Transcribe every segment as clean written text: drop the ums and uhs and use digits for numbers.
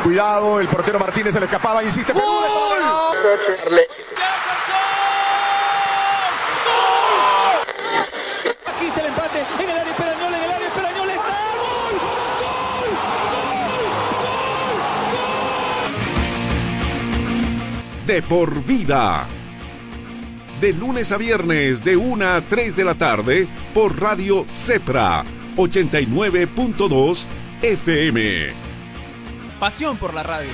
Cuidado, el portero Martínez se le escapaba, insiste. ¡Gol! Aquí está el empate en el área Esperañol, está. ¡Gol! De por vida. De lunes a viernes, de 1 a 3 de la tarde, por Radio Cepra, 89.2 FM. Pasión por la radio.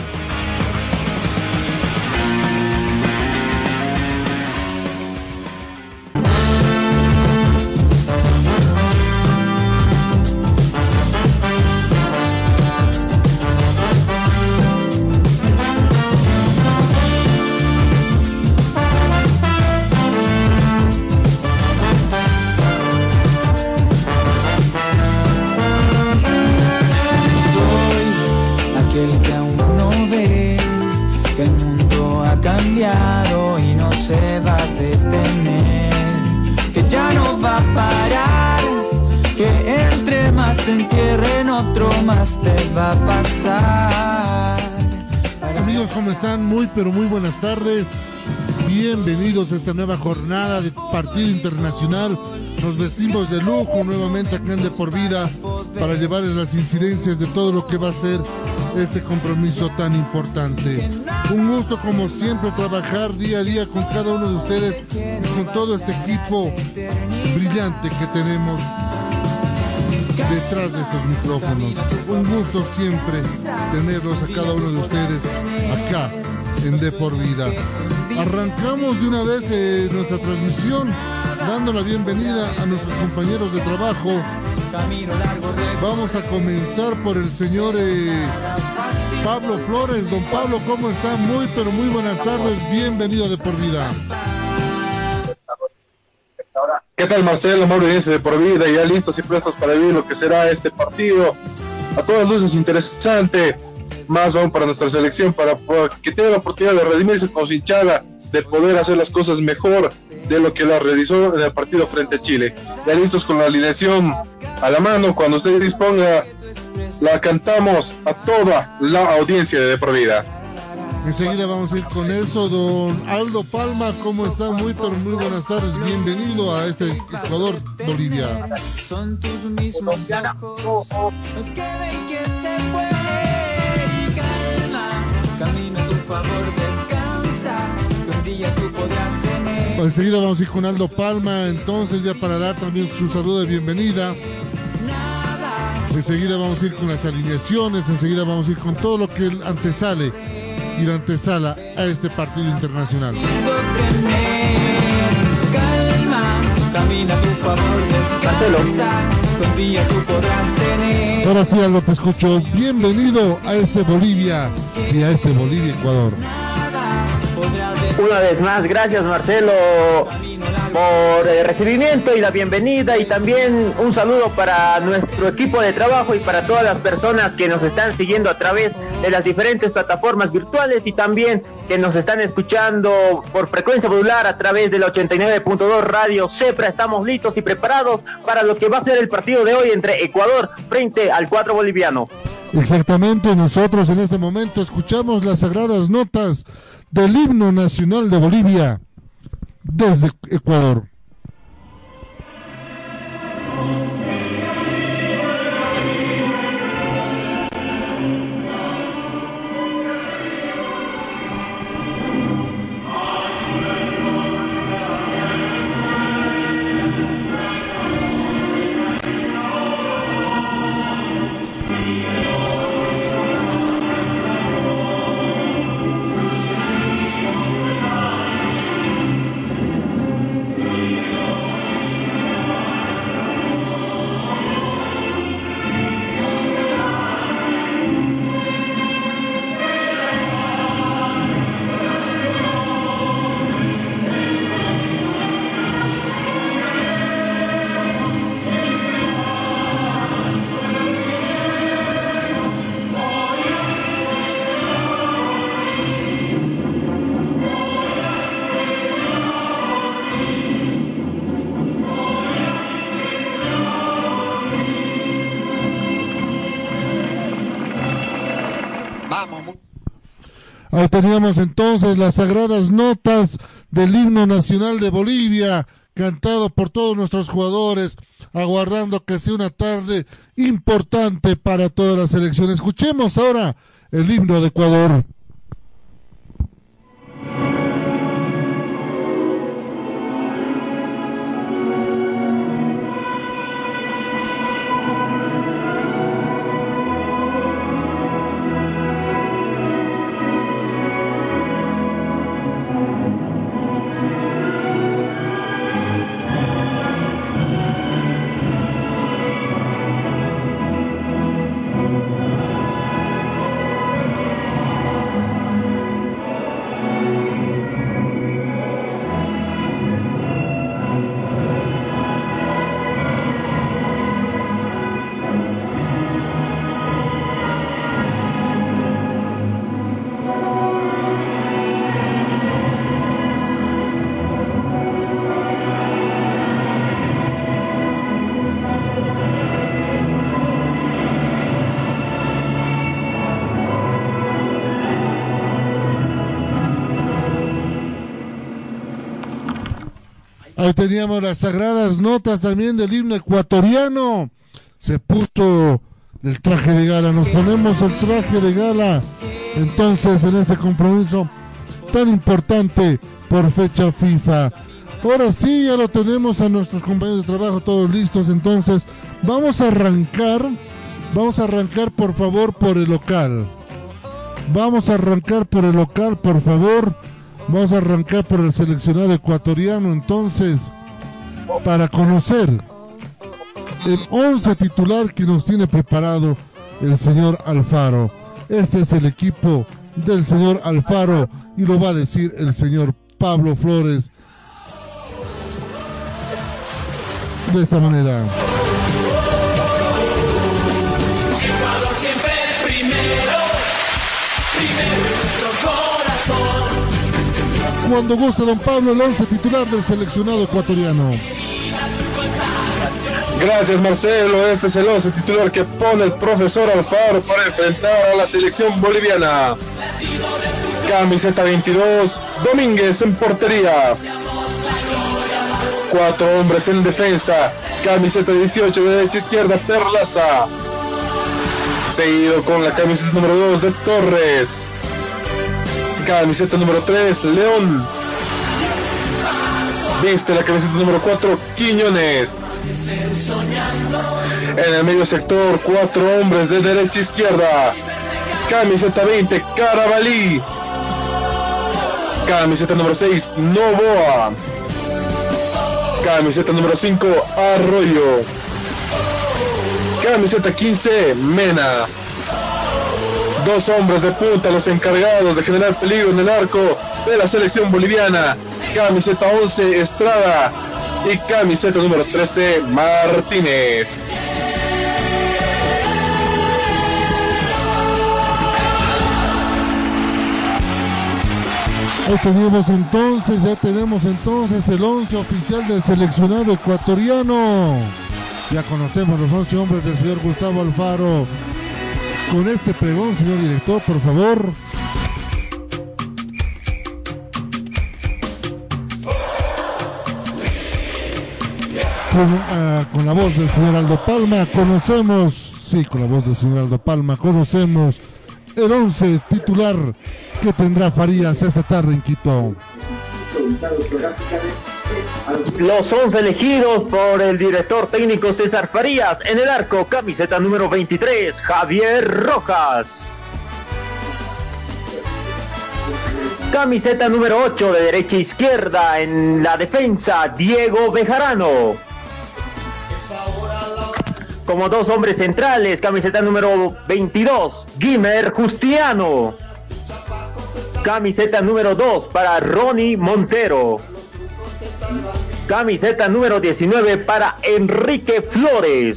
Y no se va a detener, que ya no va a parar, que entre más se entierren otro más te va a pasar. Amigos, ¿cómo están? Muy pero muy buenas tardes. Bienvenidos a esta nueva jornada de partido internacional. Nos vestimos de lujo nuevamente acá en De Por Vida para llevarles las incidencias de todo lo que va a ser este compromiso tan importante. Un gusto como siempre trabajar día a día con cada uno de ustedes y con todo este equipo brillante que tenemos detrás de estos micrófonos. Un gusto siempre tenerlos a cada uno de ustedes acá en De Por Vida. Arrancamos de una vez nuestra transmisión dando la bienvenida a nuestros compañeros de trabajo. Vamos a comenzar por el señor Pablo Flores. Don Pablo, ¿cómo está? Muy pero muy buenas tardes, bienvenido a De Por Vida. ¿Qué tal, Marcelo? Mauro de Por Vida, ya listos y prestos para vivir lo que será este partido. A todas luces interesante, más aún para nuestra selección, para que tenga la oportunidad de redimirse con su hinchada, de poder hacer las cosas mejor de lo que la realizó en el partido frente a Chile. Ya listos con la alineación a la mano, cuando usted disponga, la cantamos a toda la audiencia de Por Vida. Enseguida vamos a ir con eso. Don Aldo Palma, ¿cómo está? Muy pero muy buenas tardes, bienvenido a este Ecuador-Bolivia. Son tus mismos ojos los que ven que se fue. Calma, camina a tu favor, descansa, que un día tú podrás tener. Enseguida vamos a ir con Aldo Palma, entonces ya para dar también su saludo de bienvenida. Enseguida vamos a ir con las alineaciones, enseguida vamos a ir con todo lo que antesale y la antesala a este partido internacional. Calma, camina a tu favor, descansa, que un día tú podrás tener. Ahora sí, Aldo, te escucho. Bienvenido a este Bolivia, sí, a este Bolivia-Ecuador. Una vez más, gracias Marcelo por el recibimiento y la bienvenida, y también un saludo para nuestro equipo de trabajo y para todas las personas que nos están siguiendo a través de las diferentes plataformas virtuales y también que nos están escuchando por frecuencia modular a través de la 89.2 Radio Cepra. Estamos listos y preparados para lo que va a ser el partido de hoy entre Ecuador frente al cuadro boliviano. Exactamente, nosotros en este momento escuchamos las sagradas notas del himno nacional de Bolivia desde Ecuador. Ahí teníamos entonces las sagradas notas del himno nacional de Bolivia, cantado por todos nuestros jugadores, aguardando que sea una tarde importante para toda la selección. Escuchemos ahora el himno de Ecuador. Ahí teníamos las sagradas notas también del himno ecuatoriano. Se puso el traje de gala, nos ponemos el traje de gala entonces en este compromiso tan importante por fecha FIFA. Ahora sí, ya lo tenemos a nuestros compañeros de trabajo todos listos, entonces vamos a arrancar por favor por el local. Vamos a arrancar por el local, por favor. Vamos a arrancar por el seleccionado ecuatoriano, entonces, para conocer el 11 titular que nos tiene preparado el señor Alfaro. Este es el equipo del señor Alfaro y lo va a decir el señor Pablo Flores de esta manera. Ecuador siempre primero en nuestro corazón. Cuando gusta, don Pablo, el 11 titular del seleccionado ecuatoriano. Gracias, Marcelo. Este es el 11 titular que pone el profesor Alfaro para enfrentar a la selección boliviana. Camiseta 22, Domínguez en portería. 4 hombres en defensa. Camiseta 18, de derecha a izquierda, Perlaza. Seguido con la camiseta número 2 de Torres. Camiseta número 3, León. Viste la camiseta número 4, Quiñones. En el medio sector, 4 hombres de derecha a izquierda. Camiseta 20, Carabalí. Camiseta número 6, Novoa. Camiseta número 5, Arroyo. Camiseta 15, Mena. 2 hombres de punta, los encargados de generar peligro en el arco de la selección boliviana. Camiseta 11, Estrada. Y camiseta número 13, Martínez. Ya tenemos entonces el 11 oficial del seleccionado ecuatoriano. Ya conocemos los 11 hombres del señor Gustavo Alfaro. Con este pregón, señor director, por favor. Con la voz del señor Aldo Palma, conocemos el 11 titular que tendrá Farías esta tarde en Quito. Los 11 elegidos por el director técnico César Farías. En el arco, camiseta número 23, Javier Rojas. Camiseta número 8, de derecha a izquierda. En la defensa, Diego Bejarano. Como 2 hombres centrales, camiseta número 22, Guimer Justiano. Camiseta número 2 para Ronnie Montero. Camiseta número 19 para Enrique Flores.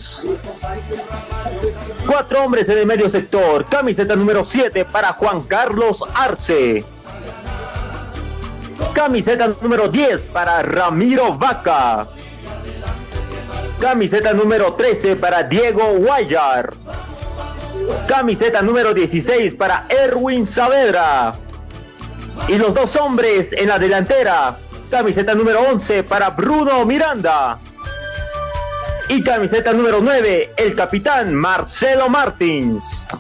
4 hombres en el medio sector. Camiseta número 7 para Juan Carlos Arce. Camiseta número 10 para Ramiro Vaca. Camiseta número 13 para Diego Guayar. Camiseta número 16 para Erwin Saavedra. Y los dos hombres en la delantera. Camiseta número 11 para Bruno Miranda. Y camiseta número 9, el capitán Marcelo Martins.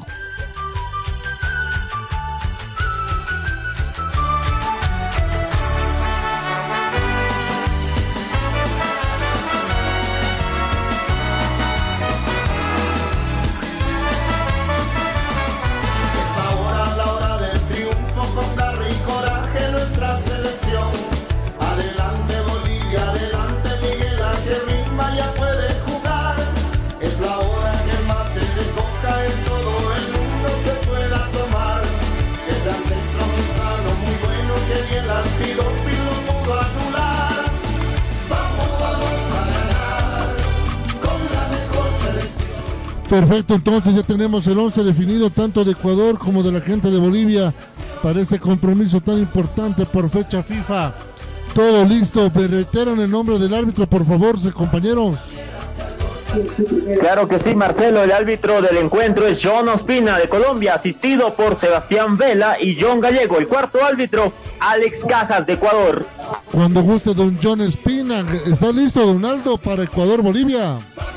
Perfecto, entonces ya tenemos el 11 definido tanto de Ecuador como de la gente de Bolivia para este compromiso tan importante por fecha FIFA. Todo listo, me reiteran el nombre del árbitro, por favor, compañeros. Claro que sí, Marcelo, el árbitro del encuentro es John Ospina de Colombia, asistido por Sebastián Vela y John Gallego. El cuarto árbitro, Alex Cajas de Ecuador. Cuando guste don John Ospina, ¿está listo Donaldo para Ecuador-Bolivia?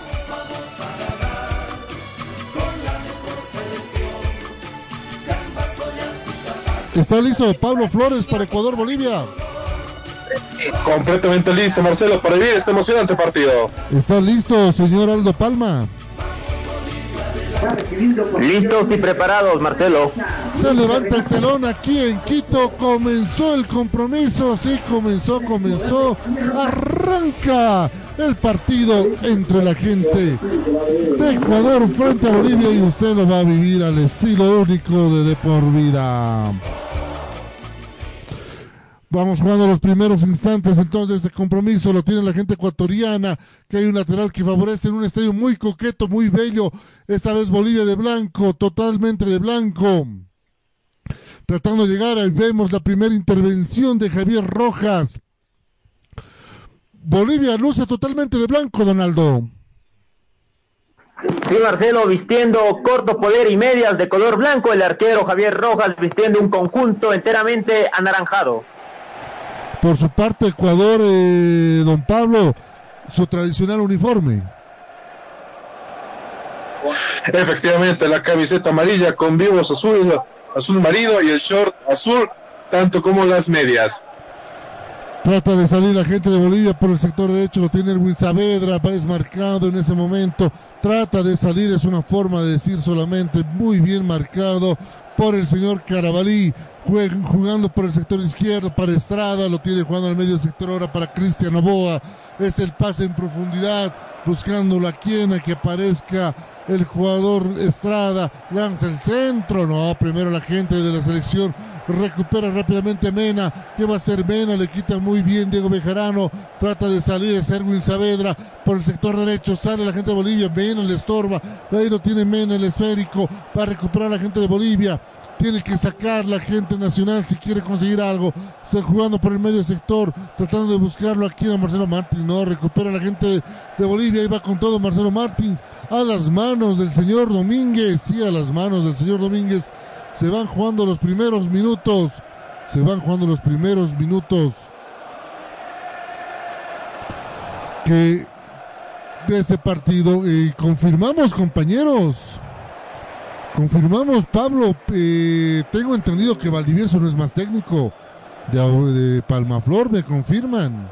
¿Está listo Pablo Flores para Ecuador-Bolivia? Completamente listo, Marcelo, para vivir este emocionante partido. ¿Está listo, señor Aldo Palma? Listos y preparados, Marcelo. Se levanta el telón aquí en Quito. Comenzó el compromiso. Sí, comenzó. Arranca el partido entre la gente de Ecuador frente a Bolivia y usted lo va a vivir al estilo único de por vida. Vamos jugando los primeros instantes entonces de compromiso, lo tiene la gente ecuatoriana, que hay un lateral que favorece en un estadio muy coqueto, muy bello, esta vez Bolivia de blanco, totalmente de blanco. Tratando de llegar, ahí vemos la primera intervención de Javier Rojas. Bolivia luce totalmente de blanco, Donaldo. Sí, Marcelo, vistiendo corto poder y medias de color blanco, el arquero Javier Rojas vistiendo un conjunto enteramente anaranjado. Por su parte, Ecuador, don Pablo, su tradicional uniforme. Efectivamente, la camiseta amarilla con vivos azul marido y el short azul, tanto como las medias. Trata de salir la gente de Bolivia por el sector derecho, lo tiene Erwin Saavedra, es marcado en ese momento. Trata de salir, es una forma de decir solamente, muy bien marcado por el señor Carabalí. Jugando por el sector izquierdo para Estrada, lo tiene jugando al medio sector ahora para Cristian Novoa. Es el pase en profundidad, buscando la quiena que aparezca el jugador Estrada, lanza el centro, no, primero la gente de la selección recupera rápidamente Mena. ¿Qué va a hacer Mena? Le quita muy bien Diego Bejarano, trata de salir, es Erwin Saavedra por el sector derecho, sale la gente de Bolivia, Mena le estorba, ahí lo tiene Mena, el esférico, va a recuperar la gente de Bolivia. Tiene que sacar la gente nacional si quiere conseguir algo. Está jugando por el medio sector, tratando de buscarlo aquí a Marcelo Martins. No, recupera la gente de Bolivia. Ahí va con todo Marcelo Martins. A las manos del señor Domínguez. Sí, a las manos del señor Domínguez. Se van jugando los primeros minutos. Que de este partido. Confirmamos, compañeros. Confirmamos, Pablo, tengo entendido que Valdivieso no es más técnico de Palmaflor, me confirman.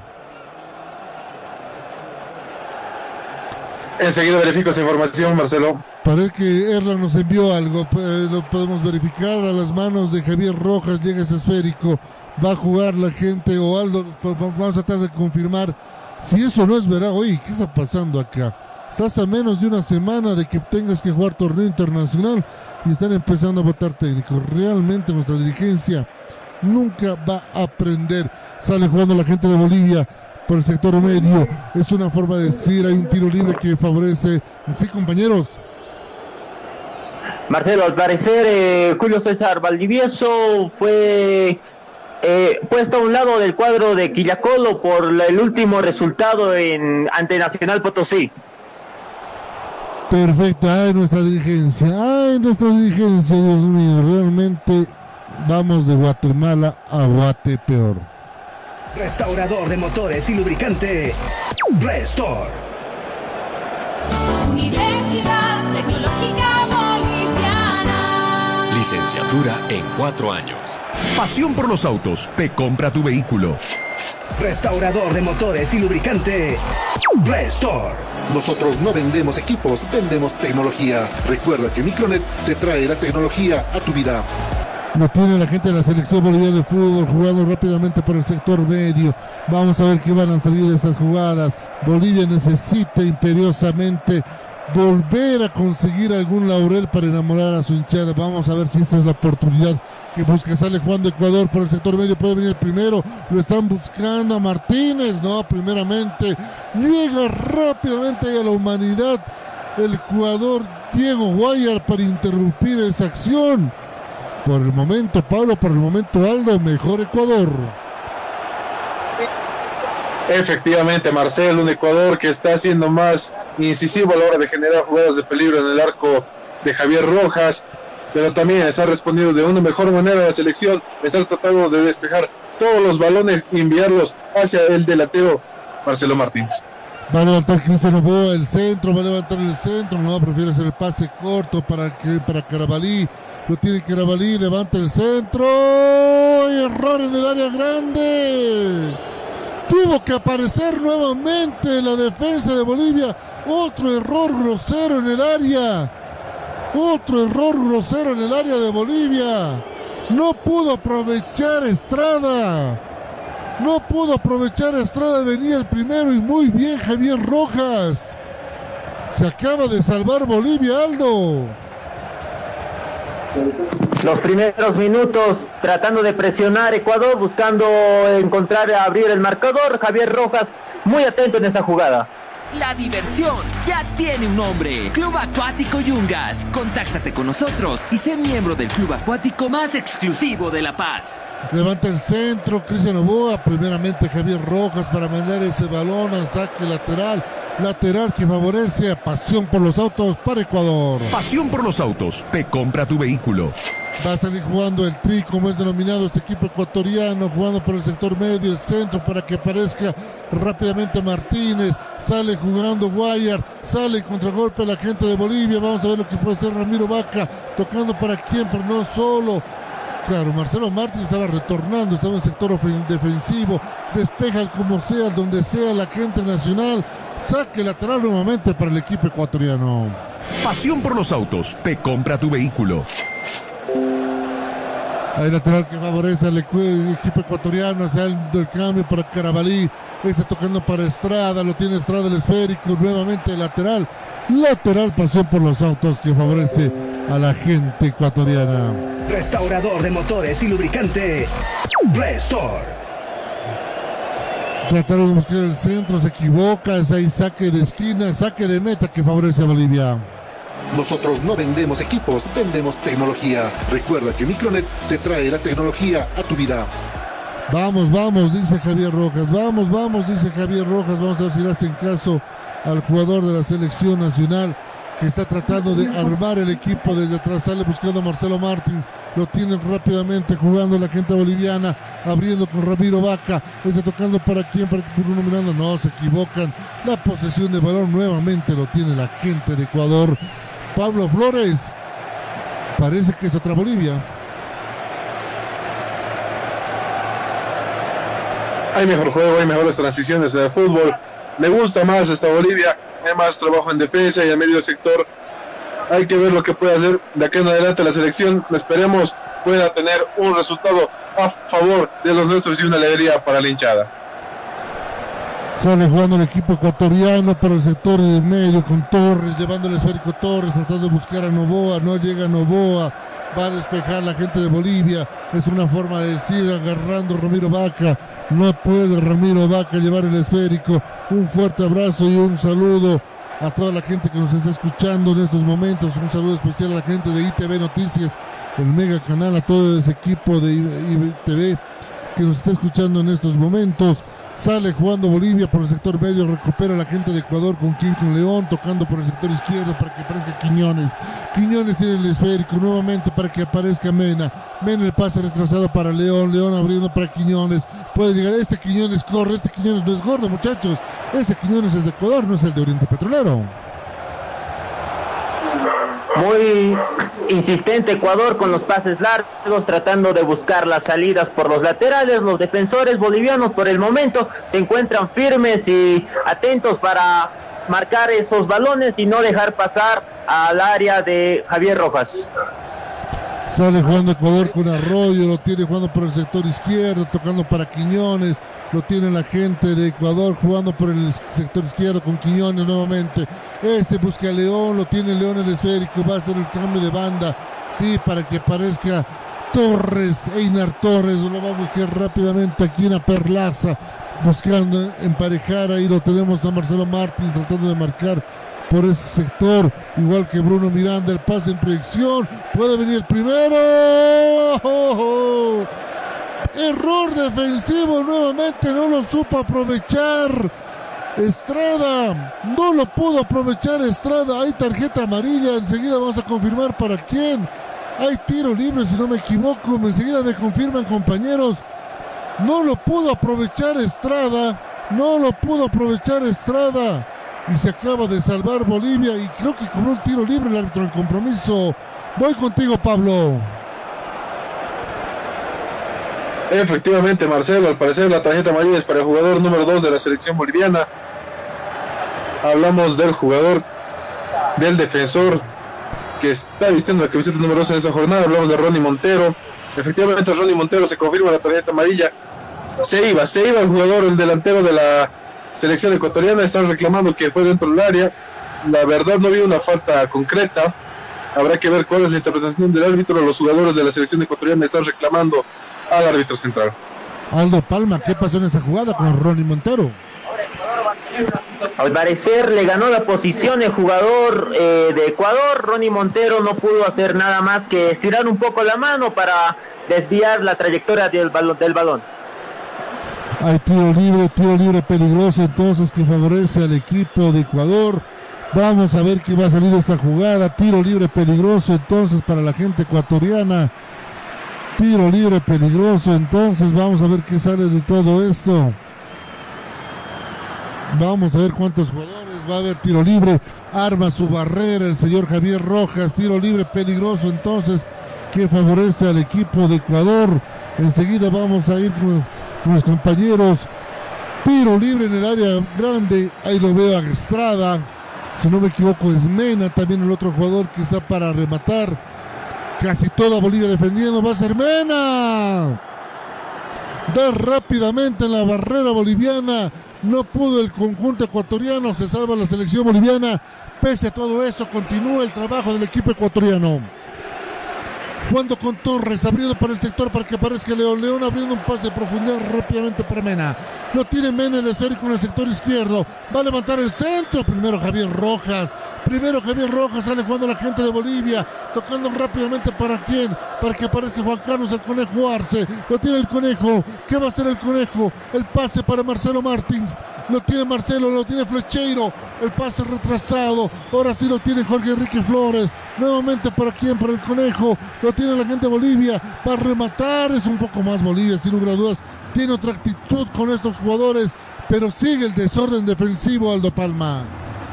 Enseguida verifico esa información, Marcelo. Parece que Erlan nos envió algo, lo podemos verificar a las manos de Javier Rojas, llega ese esférico, va a jugar la gente, o Aldo, vamos a tratar de confirmar si eso no es verdad. Oye, ¿qué está pasando acá? Estás a menos de una semana de que tengas que jugar torneo internacional y están empezando a votar técnicos. Realmente nuestra dirigencia nunca va a aprender. Sale jugando la gente de Bolivia por el sector medio. Es una forma de decir, hay un tiro libre que favorece. Sí, compañeros. Marcelo, al parecer Julio César Valdivieso fue puesto a un lado del cuadro de Quillacolo por el último resultado ante Nacional Potosí. Perfecto, nuestra dirigencia, Dios mío, realmente vamos de Guatemala a Guatepeor. Restaurador de motores y lubricante Restore. Universidad Tecnológica Boliviana. Licenciatura en 4 años. Pasión por los autos. Te compra tu vehículo. Restaurador de motores y lubricante Restore. Nosotros no vendemos equipos, vendemos tecnología. Recuerda que Micronet te trae la tecnología a tu vida. Lo tiene la gente de la selección boliviana de fútbol jugando rápidamente por el sector medio. Vamos a ver qué van a salir de estas jugadas. Bolivia necesita imperiosamente volver a conseguir algún laurel para enamorar a su hinchada. Vamos a ver si esta es la oportunidad que busca. Sale jugando Ecuador por el sector medio, puede venir el primero, lo están buscando a Martínez, no, primeramente llega rápidamente a la humanidad el jugador Diego Guayar para interrumpir esa acción. Por el momento Pablo, por el momento Aldo, mejor Ecuador. Efectivamente, Marcelo, un Ecuador que está siendo más incisivo a la hora de generar jugadas de peligro en el arco de Javier Rojas, pero también está respondiendo de una mejor manera a la selección, está tratando de despejar todos los balones y enviarlos hacia el delantero Marcelo Martins. Va a levantar Cristian Novoa el centro, va a levantar el centro, no, prefiere hacer el pase corto para Carabalí, lo tiene Carabalí, levanta el centro, error en el área grande. Tuvo que aparecer nuevamente la defensa de Bolivia. Otro error grosero en el área. Otro error grosero en el área de Bolivia. No pudo aprovechar Estrada. Venía el primero y muy bien Javier Rojas. Se acaba de salvar Bolivia, Aldo. Los primeros minutos tratando de presionar Ecuador, buscando abrir el marcador. Javier Rojas muy atento en esa jugada. La diversión ya tiene un nombre. Club Acuático Yungas. Contáctate con nosotros y sé miembro del club acuático más exclusivo de La Paz. Levanta el centro, Cristian Novoa, primeramente Javier Rojas para mandar ese balón al saque lateral que favorece a Pasión por los Autos para Ecuador. Pasión por los Autos, te compra tu vehículo. Va a salir jugando el Tri, como es denominado este equipo ecuatoriano, jugando por el sector medio, el centro para que aparezca rápidamente Martínez, sale jugando Guayar, sale en contragolpe la gente de Bolivia, vamos a ver lo que puede hacer Ramiro Vaca, tocando para quién, pero no solo. Claro, Marcelo Martínez estaba retornando, estaba en el sector defensivo, despeja como sea, donde sea la gente nacional, saque lateral nuevamente para el equipo ecuatoriano. Pasión por los Autos, te compra tu vehículo. Hay lateral que favorece al equipo ecuatoriano, hacia el cambio para Carabalí, está tocando para Estrada, lo tiene Estrada el esférico, nuevamente lateral Pasión por los Autos que favorece a la gente ecuatoriana. Restaurador de motores y lubricante Restore. Trataron de buscar el centro, se equivoca, es ahí saque de esquina, saque de meta que favorece a Bolivia. Nosotros no vendemos equipos, vendemos tecnología. Recuerda que Micronet te trae la tecnología a tu vida. Vamos, dice Javier Rojas. Vamos, dice Javier Rojas. Vamos a ver si le hacen caso al jugador de la selección nacional que está tratando de armar el equipo desde atrás. Sale buscando a Marcelo Martins. Lo tienen rápidamente jugando la gente boliviana. Abriendo con Ramiro Vaca. Está tocando para quién, para Bruno Miranda. No, se equivocan. La posesión de balón nuevamente lo tiene la gente de Ecuador. Pablo Flores. Parece que es otra Bolivia. Hay mejor juego, hay mejores transiciones de fútbol. Me gusta más esta Bolivia, hay más trabajo en defensa y en medio sector. Hay que ver lo que puede hacer de aquí en adelante la selección. Esperemos pueda tener un resultado a favor de los nuestros y una alegría para la hinchada. Sale jugando el equipo ecuatoriano para el sector del medio con Torres, llevando el esférico Torres, tratando de buscar a Novoa, no llega Novoa. Va a despejar la gente de Bolivia. Es una forma de decir, agarrando Ramiro Vaca. No puede Ramiro Vaca llevar el esférico. Un fuerte abrazo y un saludo a toda la gente que nos está escuchando en estos momentos. Un saludo especial a la gente de ITV Noticias, el mega canal, a todo ese equipo de ITV que nos está escuchando en estos momentos. Sale jugando Bolivia por el sector medio, recupera la gente de Ecuador con León, tocando por el sector izquierdo para que aparezca Quiñones. Quiñones tiene el esférico nuevamente para que aparezca Mena. Mena el pase retrasado para León, León abriendo para Quiñones. Puede llegar, Quiñones corre, Quiñones no es gordo, muchachos. Ese Quiñones es de Ecuador, no es el de Oriente Petrolero. Muy insistente Ecuador con los pases largos, tratando de buscar las salidas por los laterales. Los defensores bolivianos por el momento se encuentran firmes y atentos para marcar esos balones y no dejar pasar al área de Javier Rojas. Sale jugando Ecuador con Arroyo, lo tiene jugando por el sector izquierdo, tocando para Quiñones. Lo tiene la gente de Ecuador jugando por el sector izquierdo con Quiñones nuevamente. Busca a León, lo tiene León el esférico, va a hacer el cambio de banda. Sí, para que aparezca Torres, Einar Torres, lo va a buscar rápidamente aquí en Perlaza, buscando emparejar. Ahí lo tenemos a Marcelo Martins tratando de marcar por ese sector, igual que Bruno Miranda. El pase en proyección, puede venir el primero. Error defensivo nuevamente, no lo supo aprovechar Estrada, no lo pudo aprovechar Estrada. Hay tarjeta amarilla, enseguida vamos a confirmar para quién. Hay tiro libre si no me equivoco, enseguida me confirman compañeros. No lo pudo aprovechar Estrada, y se acaba de salvar Bolivia y creo que cobró un tiro libre el árbitro del compromiso. Voy contigo, Pablo. Efectivamente, Marcelo, al parecer la tarjeta amarilla es para el jugador número 2 de la selección boliviana. Hablamos del jugador, del defensor que está vistiendo la camiseta número 2 en esa jornada. Hablamos de Ronnie Montero. Efectivamente, Ronnie Montero se confirma la tarjeta amarilla. Se iba el jugador, el delantero de la selección ecuatoriana. Están reclamando que fue dentro del área. La verdad no había una falta concreta. Habrá que ver cuál es la interpretación del árbitro. Los jugadores de la selección ecuatoriana están reclamando al árbitro central. Aldo Palma, ¿qué pasó en esa jugada con Ronnie Montero? Al parecer le ganó la posición el jugador de Ecuador. Ronnie Montero no pudo hacer nada más que estirar un poco la mano para desviar la trayectoria del balón. Hay tiro libre peligroso entonces que favorece al equipo de Ecuador. Vamos a ver qué va a salir de esta jugada. Tiro libre peligroso entonces para la gente ecuatoriana. Tiro libre peligroso, entonces vamos a ver qué sale de todo esto. Vamos a ver cuántos jugadores va a haber. Tiro libre, arma su barrera el señor Javier Rojas. Tiro libre peligroso entonces que favorece al equipo de Ecuador. Enseguida vamos a ir con los compañeros. Tiro libre en el área grande, ahí lo veo a Estrada. Si no me equivoco es Mena, también el otro jugador que está para rematar. Casi toda Bolivia defendiendo, va a ser Mena. Da rápidamente en la barrera boliviana. No pudo el conjunto ecuatoriano, se salva la selección boliviana. Pese a todo eso, continúa el trabajo del equipo ecuatoriano. Jugando con Torres, abriendo para el sector para que aparezca León. León abriendo un pase de profundidad rápidamente para Mena. Lo tiene Mena el esférico en el sector izquierdo. Va a levantar el centro. Primero Javier Rojas. Sale jugando la gente de Bolivia. Tocando rápidamente para quién. Para que aparezca Juan Carlos el Conejo Arce. Lo tiene el Conejo. ¿Qué va a hacer el Conejo? El pase para Marcelo Martins. Lo tiene Marcelo, lo tiene Flecheiro. El pase retrasado. Ahora sí lo tiene Jorge Enrique Flores. Nuevamente para quién, para el Conejo. Lo tiene la gente de Bolivia. Va a rematar. Es un poco más Bolivia, sin lugar a dudas. Tiene otra actitud con estos jugadores. Pero sigue el desorden defensivo, Aldo Palma.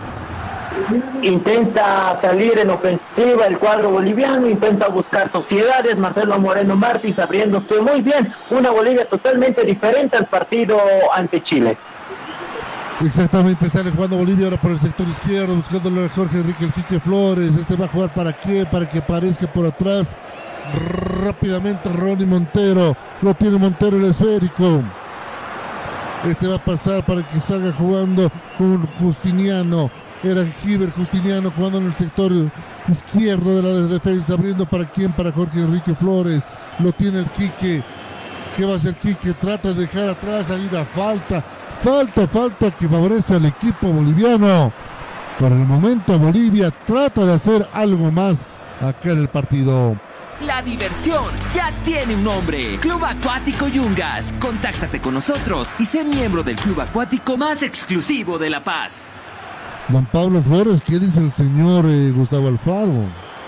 Intenta salir en ofensiva el cuadro boliviano, intenta buscar sociedades. Marcelo Moreno Martins abriéndose muy bien. Una Bolivia totalmente diferente al partido ante Chile. Exactamente, sale jugando Bolivia ahora por el sector izquierdo, buscándole a Jorge Enrique el Quique Flores. Va a jugar para quién, para que aparezca por atrás rápidamente Ronnie Montero. Lo tiene Montero el esférico. Va a pasar para que salga jugando con Justiniano. Era Giver Justiniano jugando en el sector izquierdo de la defensa, abriendo para quién, para Jorge Enrique Flores. Lo tiene el Quique. ¿Qué va a hacer Quique? Trata de dejar atrás, ahí la falta que favorece al equipo boliviano. Por el momento Bolivia trata de hacer algo más acá en el partido. La diversión ya tiene un nombre. Club Acuático Yungas. Contáctate con nosotros y sé miembro del club acuático más exclusivo de La Paz. Don Pablo Flores, ¿qué dice el señor Gustavo Alfaro?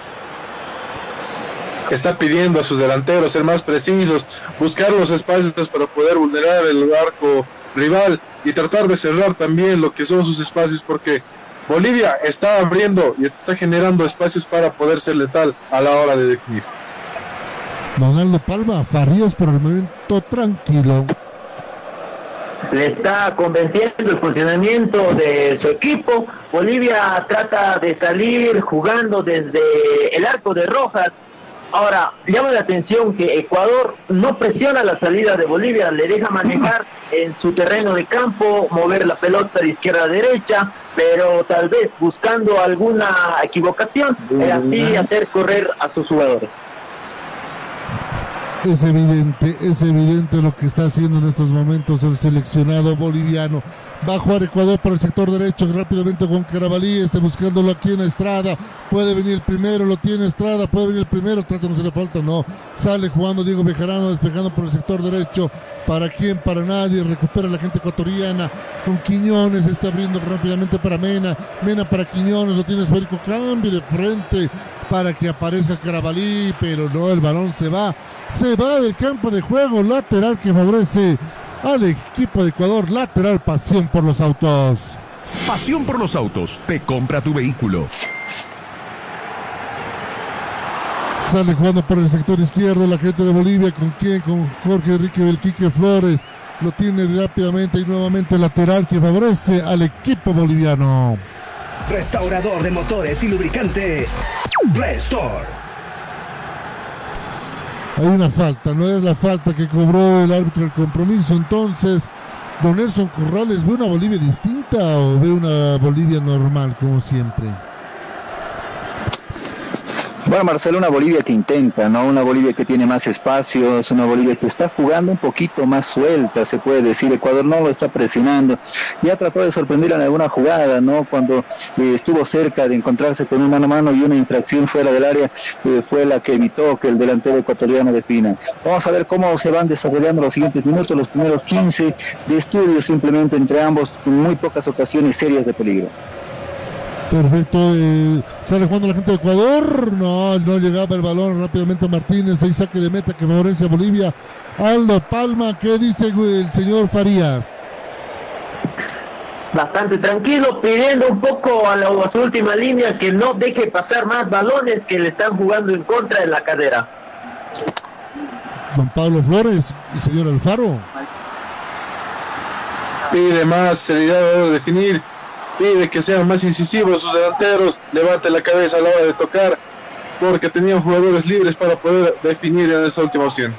Está pidiendo a sus delanteros ser más precisos, buscar los espacios para poder vulnerar el arco rival y tratar de cerrar también lo que son sus espacios, porque Bolivia está abriendo y está generando espacios para poder ser letal a la hora de definir. Donaldo Palma, Farías por el momento tranquilo. Le está convenciendo el funcionamiento de su equipo. Bolivia trata de salir jugando desde el arco de Rojas. Ahora, llama la atención que Ecuador no presiona la salida de Bolivia, le deja manejar en su terreno de campo, mover la pelota de izquierda a derecha, pero tal vez buscando alguna equivocación, así hacer correr a sus jugadores. Es evidente lo que está haciendo en estos momentos el seleccionado boliviano. Va a jugar Ecuador por el sector derecho rápidamente con Carabalí, buscándolo aquí en Estrada. Puede venir el primero, lo tiene Estrada, puede venir el primero, trata, no se le falta, no. Sale jugando Diego Bejarano, despejando por el sector derecho. ¿Para quién? Para nadie. Recupera la gente ecuatoriana con Quiñones, está abriendo rápidamente para Mena. Mena para Quiñones, lo tiene esférico, cambio de frente para que aparezca Carabalí, pero no, el balón se va del campo de juego, lateral que favorece al equipo de Ecuador, lateral. Pasión por los autos. Pasión por los autos, te compra tu vehículo. Sale jugando por el sector izquierdo la gente de Bolivia, ¿con quién? Con Jorge Enrique Belquique Flores, lo tiene rápidamente y nuevamente lateral que favorece al equipo boliviano. Restaurador de motores y lubricante Restore. Hay una falta, no es la falta que cobró el árbitro del compromiso. Entonces, don Nelson Corrales, ¿ve una Bolivia distinta o ve una Bolivia normal como siempre? Bueno, Marcelo, una Bolivia que intenta, ¿no? Una Bolivia que tiene más espacios, una Bolivia que está jugando un poquito más suelta, se puede decir. Ecuador no lo está presionando. Ya trató de sorprender en alguna jugada, ¿no? Cuando estuvo cerca de encontrarse con un mano a mano y una infracción fuera del área, fue la que evitó que el delantero ecuatoriano defina. Vamos a ver cómo se van desarrollando los siguientes minutos, los primeros 15 de estudio simplemente entre ambos, en muy pocas ocasiones serias de peligro. Perfecto, sale jugando la gente de Ecuador, no llegaba el balón rápidamente a Martínez, ahí saque de meta que favorece a Bolivia. Aldo Palma, ¿qué dice el señor Farías? Bastante tranquilo, pidiendo un poco a su última línea que no deje pasar más balones que le están jugando en contra de la cadera. Don Pablo Flores y señor Alfaro. Pide más seriedad a la hora de definir. Pide que sean más incisivos sus delanteros, levante la cabeza a la hora de tocar, porque tenían jugadores libres para poder definir en esa última opción.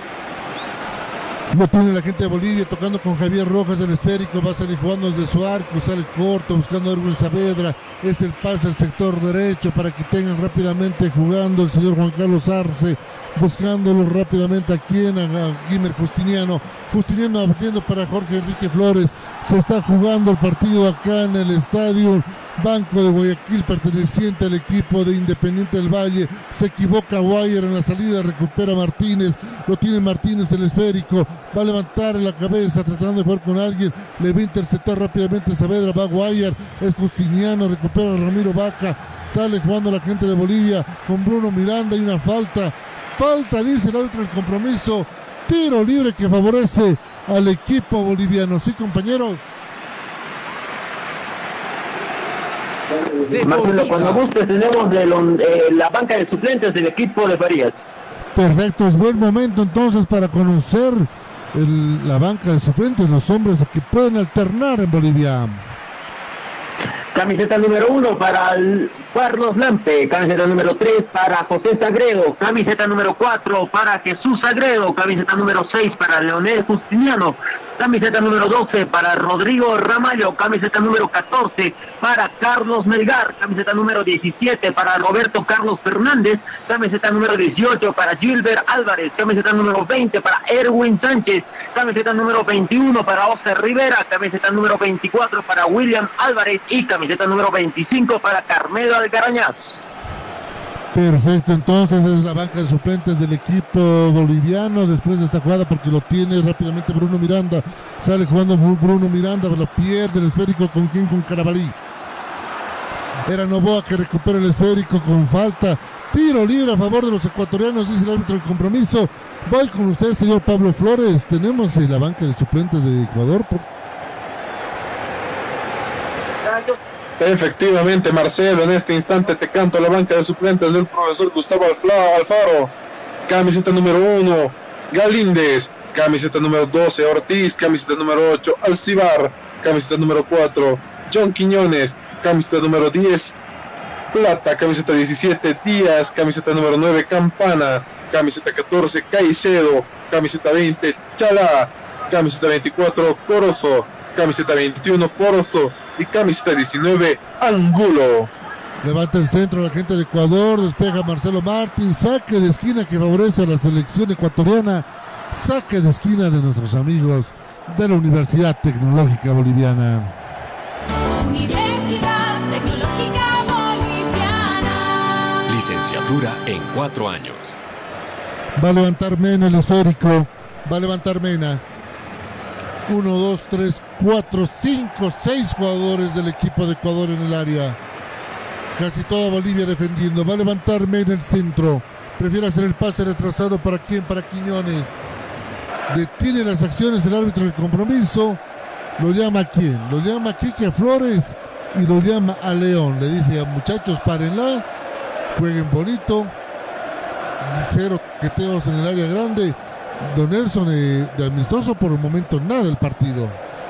No tiene la gente de Bolivia tocando con Javier Rojas el esférico, va a salir jugando desde su arco, sale corto, buscando a Erwin Saavedra, es el pase al sector derecho para que tengan rápidamente jugando el señor Juan Carlos Arce, buscándolo rápidamente aquí en Guimer Justiniano abriendo para Jorge Enrique Flores. Se está jugando el partido acá en el estadio Banco de Guayaquil, perteneciente al equipo de Independiente del Valle. Se equivoca Guayer en la salida, recupera Martínez, lo tiene Martínez el esférico, va a levantar la cabeza tratando de jugar con alguien, le va a interceptar rápidamente Saavedra, va Guayer, es Justiniano, recupera a Ramiro Vaca, sale jugando la gente de Bolivia con Bruno Miranda y una falta, dice el árbitro del compromiso, tiro libre que favorece al equipo boliviano. Sí, compañeros. Marcelo, cuando gustes tenemos la banca de suplentes del equipo de Farías. Perfecto, es buen momento entonces para conocer la banca de suplentes, los hombres que pueden alternar en Bolivia. Camiseta número 1 para Carlos Lampe, camiseta número 3 para José Sagredo, camiseta número 4 para Jesús Sagredo, camiseta número 6 para Leonel Justiniano, camiseta número 12 para Rodrigo Ramallo, camiseta número 14 para Carlos Melgar, camiseta número 17 para Roberto Carlos Fernández, camiseta número 18 para Gilbert Álvarez, camiseta número 20 para Erwin Sánchez, camiseta número 21 para Oscar Rivera, camiseta número 24 para William Álvarez y camiseta número 25 para Carmelo Algarañaz. Perfecto, entonces es la banca de suplentes del equipo boliviano después de esta jugada, porque lo tiene rápidamente Bruno Miranda. Sale jugando Bruno Miranda, lo pierde el esférico. ¿Con quién? Con Carabalí. Era Novoa que recupera el esférico con falta. Tiro libre a favor de los ecuatorianos, dice el árbitro del compromiso. Voy con usted, señor Pablo Flores. Tenemos la banca de suplentes de Ecuador. Efectivamente, Marcelo, en este instante te canto la banca de suplentes del profesor Gustavo Alfaro. Camiseta número 1, Galíndez. Camiseta número 12, Ortiz. Camiseta número 8, Alcibar. Camiseta número 4, John Quiñones. Camiseta número 10, Plata. Camiseta 17, Díaz. Camiseta número 9, Campana. Camiseta 14, Caicedo. Camiseta 20, Chalá. Camiseta 24, Corzo. Camiseta 21, Corzo. Y camiseta 19, Angulo. Levanta el centro la gente de Ecuador, despeja Marcelo Martín, saque de esquina que favorece a la selección ecuatoriana, saque de esquina de nuestros amigos de la Universidad Tecnológica Boliviana. Universidad Tecnológica Boliviana. Licenciatura en 4 años. Va a levantar Mena el esférico, va a levantar Mena. 1, 2, 3, 4, 5, 6 jugadores del equipo de Ecuador en el área. Casi toda Bolivia defendiendo. Va a levantar Mena el centro. Prefiere hacer el pase retrasado. ¿Para quién? Para Quiñones. Detiene las acciones el árbitro del compromiso. ¿Lo llama a quién? Lo llama a Quique Flores y lo llama a León. Le dice a muchachos, párenla, jueguen bonito. 0 queteos en el área grande. Don Nelson, de amistoso por el momento nada del partido.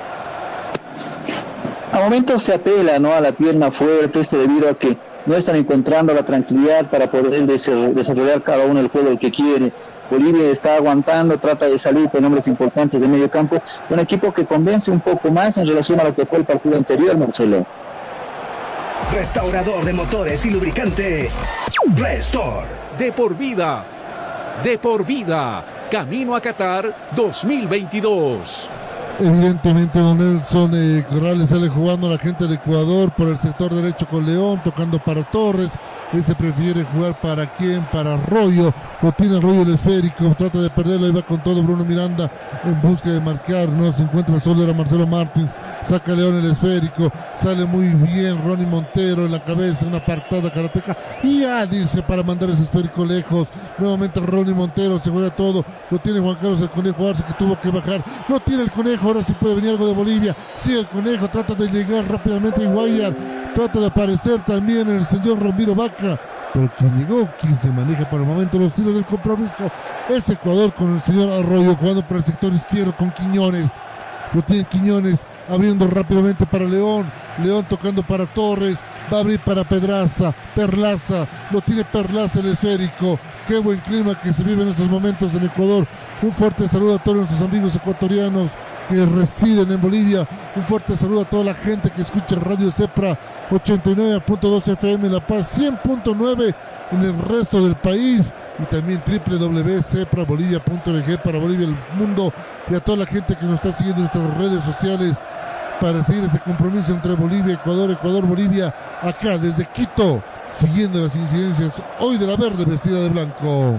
A momentos se apela, ¿no?, a la pierna fuerte, debido a que no están encontrando la tranquilidad para poder desarrollar cada uno el fútbol que quiere. Bolivia está aguantando, trata de salir con nombres importantes de medio campo, un equipo que convence un poco más en relación a lo que fue el partido anterior, Marcelo. Restaurador de motores y lubricante Restore. De por vida. De por vida. Camino a Qatar 2022. Evidentemente don Nelson Corrales sale jugando a la gente de Ecuador por el sector derecho con León, tocando para Torres. Ese prefiere jugar para quién, para Arroyo. Lo tiene Arroyo el esférico, trata de perderlo y va con todo Bruno Miranda en busca de marcar. No se encuentra solo, era Marcelo Martins. Saca León el esférico, sale muy bien Ronnie Montero en la cabeza, una apartada karateca. Y ya dice para mandar ese esférico lejos. Nuevamente Ronnie Montero, se juega todo. Lo tiene Juan Carlos el Conejo Arce, que tuvo que bajar. Lo tiene el Conejo, ahora sí puede venir algo de Bolivia. Sí, el Conejo trata de llegar rápidamente a Guayar. Trata de aparecer también el señor Ramiro Vaca. Pero quien llegó, quien se maneja por el momento los tiros del compromiso, es Ecuador con el señor Arroyo jugando por el sector izquierdo con Quiñones. Lo tiene Quiñones abriendo rápidamente para León. León tocando para Torres. Va a abrir para Perlaza. Lo tiene Perlaza el esférico. Qué buen clima que se vive en estos momentos en Ecuador. Un fuerte saludo a todos nuestros amigos ecuatorianos que residen en Bolivia. Un fuerte saludo a toda la gente que escucha Radio Cepra 89.2 FM en La Paz, 100.9 en el resto del país, y también www.ceprabolivia.org para Bolivia el mundo, y a toda la gente que nos está siguiendo en nuestras redes sociales para seguir este compromiso entre Bolivia, Ecuador, Bolivia, acá desde Quito, siguiendo las incidencias hoy de la verde vestida de blanco.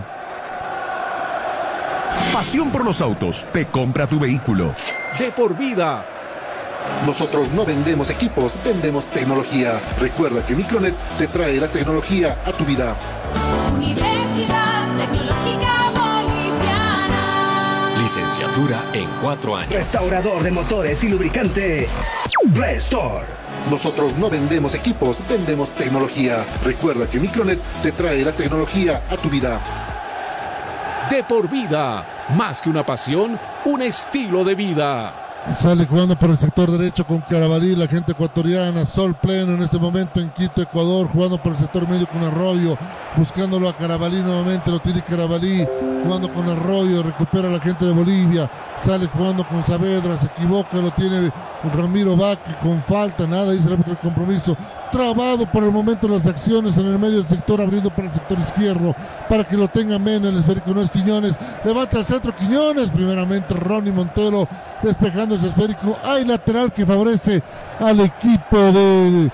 Pasión por los autos te compra tu vehículo. De por vida. Nosotros no vendemos equipos, vendemos tecnología. Recuerda que Micronet te trae la tecnología a tu vida. Universidad Tecnológica Boliviana. Licenciatura en 4 años. Restaurador de motores y lubricante Restore. Nosotros no vendemos equipos, vendemos tecnología. Recuerda que Micronet te trae la tecnología a tu vida. De por vida. Más que una pasión, un estilo de vida. Sale jugando por el sector derecho con Carabalí, la gente ecuatoriana, sol pleno en este momento en Quito, Ecuador, jugando por el sector medio con Arroyo, buscándolo a Carabalí nuevamente, lo tiene Carabalí, jugando con Arroyo, recupera a la gente de Bolivia, sale jugando con Saavedra, se equivoca, lo tiene Ramiro Vaca con falta, nada, dice el árbitro del compromiso, trabado por el momento las acciones en el medio del sector, abriendo para el sector izquierdo, para que lo tenga Mena, el esférico no es Quiñones, levanta el centro Quiñones, primeramente Ronnie Montero, despejando ese esférico, hay lateral que favorece al equipo de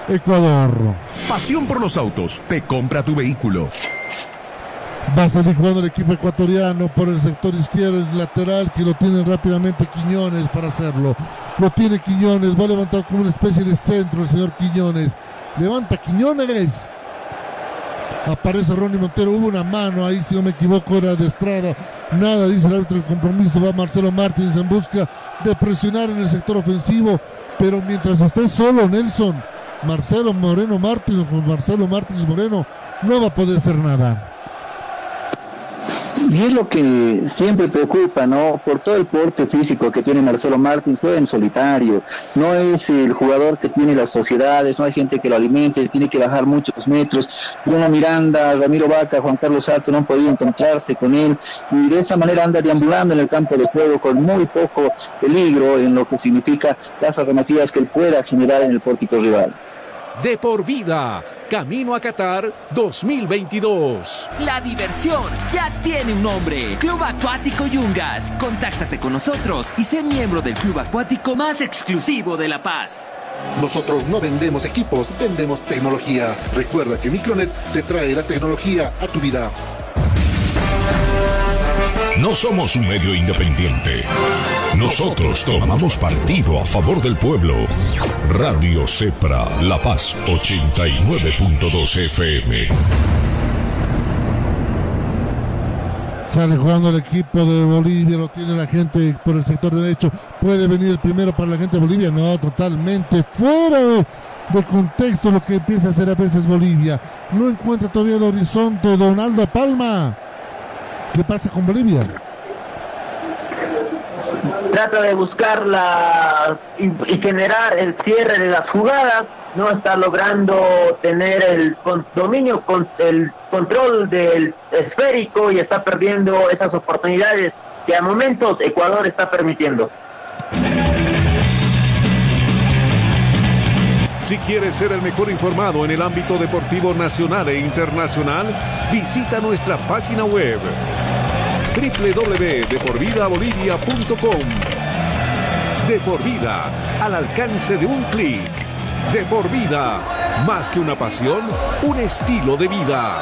Ecuador. Pasión por los autos, te compra tu vehículo. Va a salir jugando el equipo ecuatoriano por el sector izquierdo, el lateral, que lo tiene rápidamente Quiñones para hacerlo. Lo tiene Quiñones, va a levantar como una especie de centro el señor Quiñones. Levanta Quiñones. Aparece Ronnie Montero, hubo una mano ahí, si no me equivoco, era de Estrada. Nada, dice el árbitro del compromiso. Va Marcelo Martins en busca de presionar en el sector ofensivo, pero mientras esté solo Nelson, Marcelo Martins Moreno no va a poder hacer nada. Y es lo que siempre preocupa, ¿no? Por todo el porte físico que tiene Marcelo Martins, todo en solitario. No es el jugador que tiene las sociedades, no hay gente que lo alimente, tiene que bajar muchos metros. Bruno Miranda, Ramiro Vaca, Juan Carlos Arce no han podido encontrarse con él, y de esa manera anda deambulando en el campo de juego con muy poco peligro en lo que significa las arremetidas que él pueda generar en el pórtico rival. De por vida, camino a Qatar 2022. La diversión ya tiene un nombre. Club Acuático Yungas. Contáctate con nosotros y sé miembro del club acuático más exclusivo de La Paz. Nosotros no vendemos equipos, vendemos tecnología. Recuerda que Micronet te trae la tecnología a tu vida. No somos un medio independiente. Nosotros tomamos partido a favor del pueblo. Radio Cepra, La Paz, 89.2 FM. Sale jugando el equipo de Bolivia, lo tiene la gente por el sector derecho. ¿Puede venir el primero para la gente de Bolivia? No, totalmente fuera de contexto lo que empieza a hacer a veces Bolivia. No encuentra todavía el horizonte Donaldo Palma. ¿Qué pasa con Bolivia? Trata de buscarla y generar el cierre de las jugadas. No está logrando tener el dominio, el control del esférico, y está perdiendo esas oportunidades que a momentos Ecuador está permitiendo. Si quieres ser el mejor informado en el ámbito deportivo nacional e internacional, visita nuestra página web www.deporvidabolivia.com. De por vida, al alcance de un clic. De por vida, más que una pasión, un estilo de vida.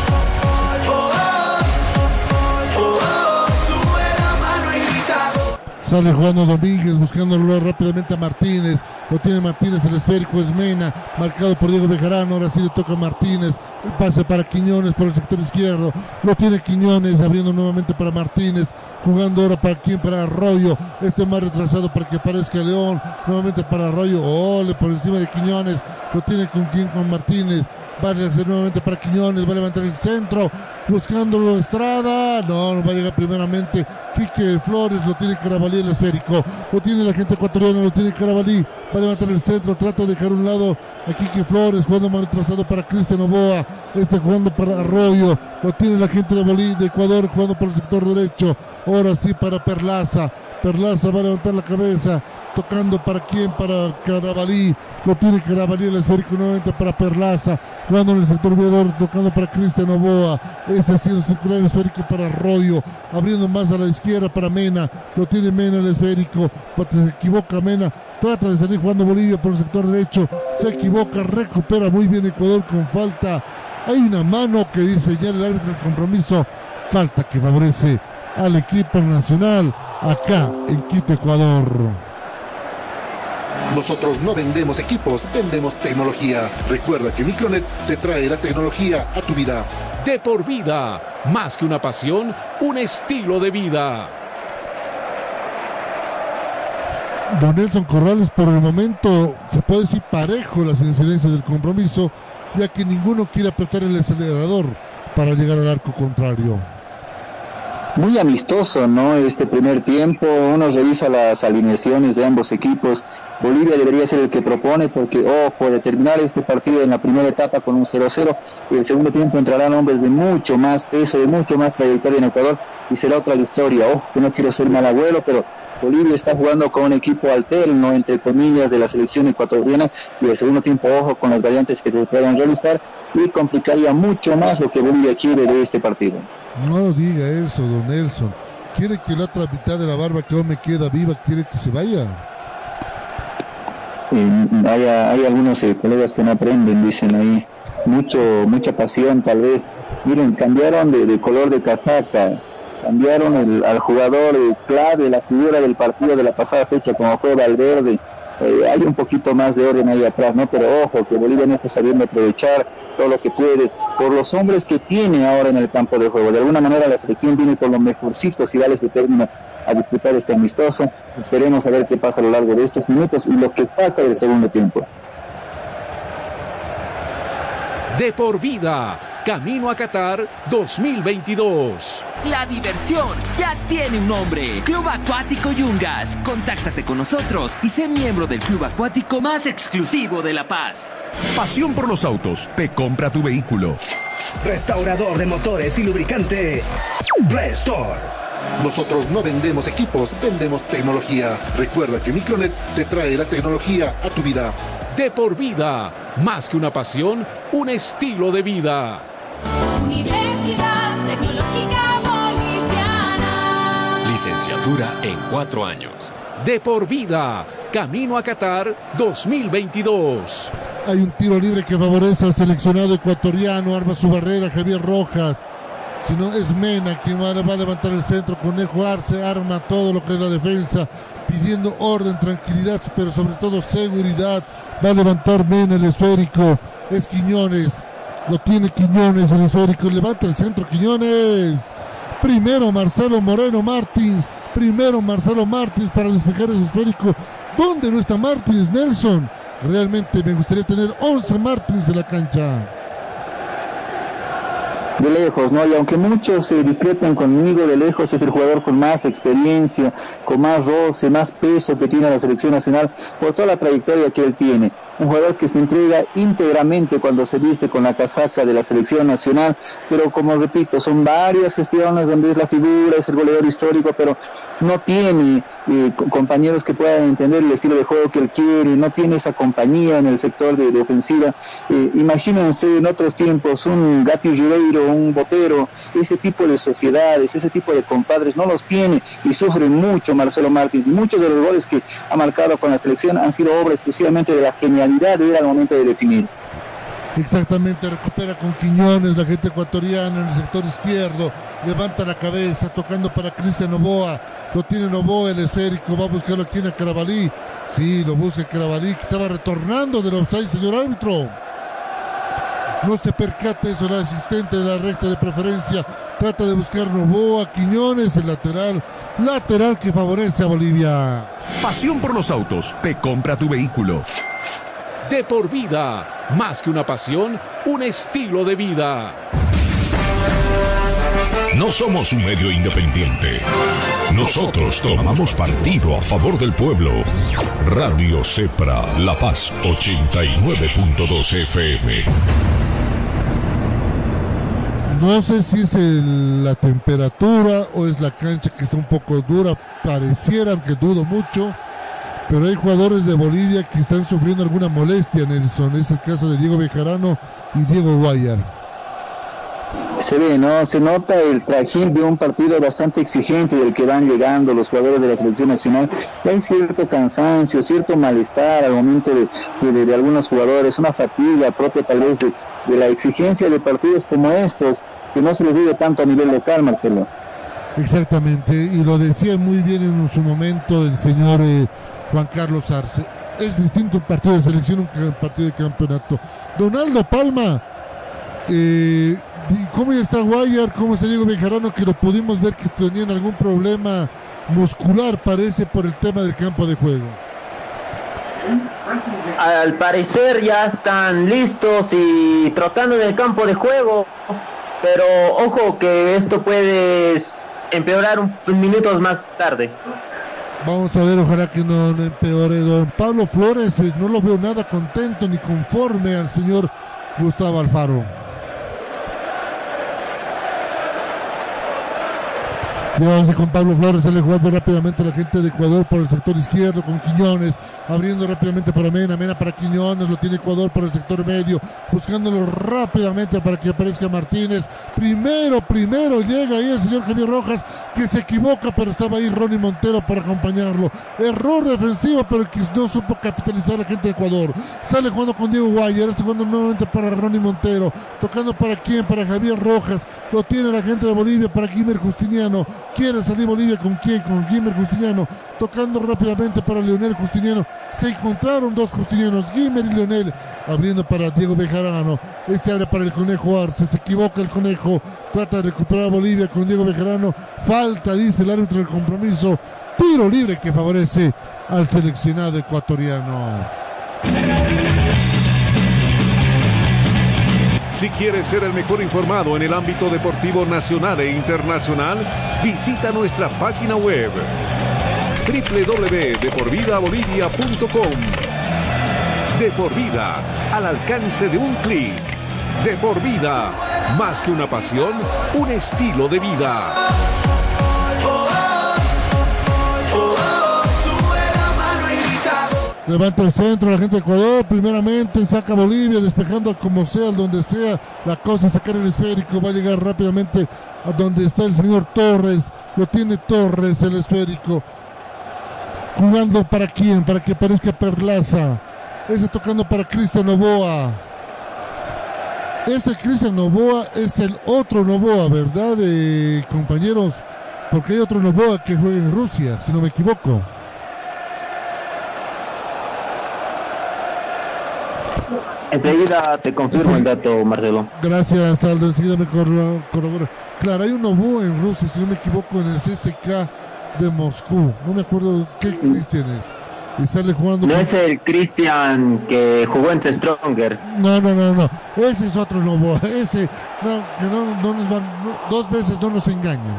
Sale jugando Domínguez, buscándolo rápidamente a Martínez. Lo tiene Martínez, el esférico es Mena, marcado por Diego Bejarano. Ahora sí le toca a Martínez. El pase para Quiñones por el sector izquierdo. Lo tiene Quiñones, abriendo nuevamente para Martínez. Jugando ahora para quién, para Arroyo. Más retrasado para que aparezca León. Nuevamente para Arroyo. Ole por encima de Quiñones. Lo tiene con quién, con Martínez. Va a hacer nuevamente para Quiñones, va a levantar el centro, buscándolo Estrada, no va a llegar primeramente Quique Flores, lo tiene Carabalí el esférico, lo tiene la gente ecuatoriana, lo tiene Carabalí, va a levantar el centro, trata de dejar un lado a Quique Flores, jugando más retrasado para Cristian Novoa, jugando para Arroyo, lo tiene la gente de Bolivia, de Ecuador, jugando por el sector derecho, ahora sí para Perlaza va a levantar la cabeza, tocando para quién, para Carabalí, lo tiene Carabalí el esférico nuevamente para Perlaza, jugando en el sector viador, tocando para Cristian Novoa, haciendo circular el esférico para Arroyo, abriendo más a la izquierda para Mena, lo tiene Mena el esférico, se equivoca Mena, trata de salir jugando Bolivia por el sector derecho, se equivoca, recupera muy bien Ecuador con falta, hay una mano que dice ya el árbitro del compromiso, falta que favorece al equipo nacional acá en Quito, Ecuador. Nosotros no vendemos equipos, vendemos tecnología. Recuerda que Micronet te trae la tecnología a tu vida. De por vida, más que una pasión, un estilo de vida. Don Nelson Corrales, por el momento se puede decir parejo las incidencias del compromiso, ya que ninguno quiere apretar el acelerador para llegar al arco contrario. Muy amistoso, ¿no? Este primer tiempo, uno revisa las alineaciones de ambos equipos. Bolivia debería ser el que propone, porque, ojo, de terminar este partido en la primera etapa con un 0-0, y el segundo tiempo entrarán hombres de mucho más peso, de mucho más trayectoria en Ecuador, y será otra victoria. Ojo, que no quiero ser mal abuelo, pero Bolivia está jugando con un equipo alterno, entre comillas, de la selección ecuatoriana, y el segundo tiempo, ojo, con las variantes que se puedan realizar, y complicaría mucho más lo que Bolivia quiere de este partido. No diga eso, don Nelson. ¿Quiere que la otra mitad de la barba que aún me queda viva, quiere que se vaya? Hay algunos colegas que no aprenden, dicen ahí, mucha pasión tal vez. Miren, cambiaron de color de casaca, cambiaron al jugador clave, la figura del partido de la pasada fecha, como fue Valverde. Hay un poquito más de orden ahí atrás, ¿no? Pero ojo, que Bolivia no está sabiendo aprovechar todo lo que puede por los hombres que tiene ahora en el campo de juego. De alguna manera la selección viene con los mejorcitos y vale ese término a disputar este amistoso. Esperemos a ver qué pasa a lo largo de estos minutos y lo que falta del segundo tiempo. De por vida, camino a Qatar 2022. La diversión ya tiene un nombre. Club Acuático Yungas. Contáctate con nosotros y sé miembro del club acuático más exclusivo de La Paz. Pasión por los autos. Te compra tu vehículo. Restaurador de motores y lubricante Restore. Nosotros no vendemos equipos, vendemos tecnología. Recuerda que Micronet te trae la tecnología a tu vida. De por vida, más que una pasión, un estilo de vida. Universidad Tecnológica Boliviana. Licenciatura en 4 años. De por vida, camino a Qatar 2022. Hay un tiro libre que favorece al seleccionado ecuatoriano, arma su barrera Javier Rojas. Si no, es Mena quien va a levantar el centro. Conejo Arce arma todo lo que es la defensa, pidiendo orden, tranquilidad, pero sobre todo seguridad. Va a levantar Mena el esférico. Es Quiñones. Lo tiene Quiñones el esférico. Levanta el centro Quiñones. Primero Marcelo Moreno Martins. Para despejar ese esférico. ¿Dónde no está Martins, Nelson? Realmente me gustaría tener 11 Martins en la cancha. De lejos, ¿no? Y aunque muchos discrepan conmigo, de lejos es el jugador con más experiencia, con más roce, más peso que tiene la selección nacional por toda la trayectoria que él tiene. Un jugador que se entrega íntegramente cuando se viste con la casaca de la selección nacional, pero como repito, son varias gestiones donde es la figura, es el goleador histórico, pero no tiene compañeros que puedan entender el estilo de juego que él quiere, no tiene esa compañía en el sector de ofensiva. Imagínense en otros tiempos un Gatti Ribeiro, un Botero, ese tipo de sociedades, ese tipo de compadres no los tiene y sufre mucho Marcelo Martins, y muchos de los goles que ha marcado con la selección han sido obra exclusivamente de la genialidad de ir al momento de definir. Exactamente, recupera con Quiñones la gente ecuatoriana en el sector izquierdo, levanta la cabeza tocando para Cristian Novoa, lo tiene Novoa el esférico, va a buscarlo aquí en Carabalí, sí, lo busca Carabalí, que estaba retornando del offside, señor árbitro. No se percata eso el asistente de la recta de preferencia, trata de buscar Novoa, Quiñones, el lateral que favorece a Bolivia. Pasión por los autos, te compra tu vehículo. De por vida, más que una pasión, un estilo de vida. No somos un medio independiente. Nosotros tomamos partido a favor del pueblo. Radio Cepra, La Paz, 89.2 FM. No sé si es la temperatura o es la cancha que está un poco dura, pareciera, aunque dudo mucho. Pero hay jugadores de Bolivia que están sufriendo alguna molestia, Nelson. Es el caso de Diego Bejarano y Diego Guayar. Se ve, ¿no? Se nota el trajín de un partido bastante exigente del que van llegando los jugadores de la selección nacional. Y hay cierto cansancio, cierto malestar al momento de algunos jugadores, una fatiga propia tal vez de la exigencia de partidos como estos, que no se les vive tanto a nivel local, Marcelo. Exactamente, y lo decía muy bien en su momento el señor Juan Carlos Arce. Es distinto un partido de selección a un partido de campeonato. Donaldo Palma, ¿cómo ya está Guayar? ¿Cómo está Diego Bejarano? Que lo pudimos ver que tenían algún problema muscular, parece, por el tema del campo de juego. Al parecer ya están listos y trotando en el campo de juego, pero ojo que esto puede empeorar un minutos más tarde. Vamos a ver, ojalá que no empeore. Don Pablo Flores, no lo veo nada contento ni conforme al señor Gustavo Alfaro. Llevándose con Pablo Flores, sale jugando rápidamente la gente de Ecuador por el sector izquierdo con Quiñones, abriendo rápidamente para Mena, Mena para Quiñones, lo tiene Ecuador por el sector medio, buscándolo rápidamente para que aparezca Martínez. Primero llega ahí el señor Javier Rojas, que se equivoca, pero estaba ahí Ronnie Montero para acompañarlo. Error defensivo, pero que no supo capitalizar la gente de Ecuador. Sale jugando con Diego Guayer, está jugando nuevamente para Ronnie Montero, tocando para quién, para Javier Rojas, lo tiene la gente de Bolivia para Guimer Justiniano. Quiere salir Bolivia con quién, con Guimer Justiniano, tocando rápidamente para Leonel Justiniano. Se encontraron dos Justinianos, Guimer y Leonel, abriendo para Diego Bejarano. Abre para el Conejo Arce, se equivoca el Conejo, trata de recuperar a Bolivia con Diego Bejarano. Falta, dice el árbitro del compromiso. Tiro libre que favorece al seleccionado ecuatoriano. Si quieres ser el mejor informado en el ámbito deportivo nacional e internacional, visita nuestra página web www.deporvidabolivia.com. De por vida, al alcance de un clic. De por vida, más que una pasión, un estilo de vida. Levanta el centro la gente de Ecuador, primeramente saca Bolivia, despejando como sea, donde sea, la cosa es sacar el esférico, va a llegar rápidamente a donde está el señor Torres, lo tiene Torres el esférico, jugando para quién, para que aparezca Perlaza, ese tocando para Cristian Novoa, ese Cristian Novoa es el otro Novoa, ¿verdad, compañeros? Porque hay otro Novoa que juega en Rusia, si no me equivoco. Enseguida te confirmo el dato, Marcelo. Gracias, Aldo. Enseguida me corrobora. Claro, hay un Novoa en Rusia, si no me equivoco, en el CSKA de Moscú. No me acuerdo qué Cristian es. Y sale jugando. No es el Cristian que jugó en Stronger. No. Ese es otro Novoa. Ese, que no nos van. Dos veces no nos engañan.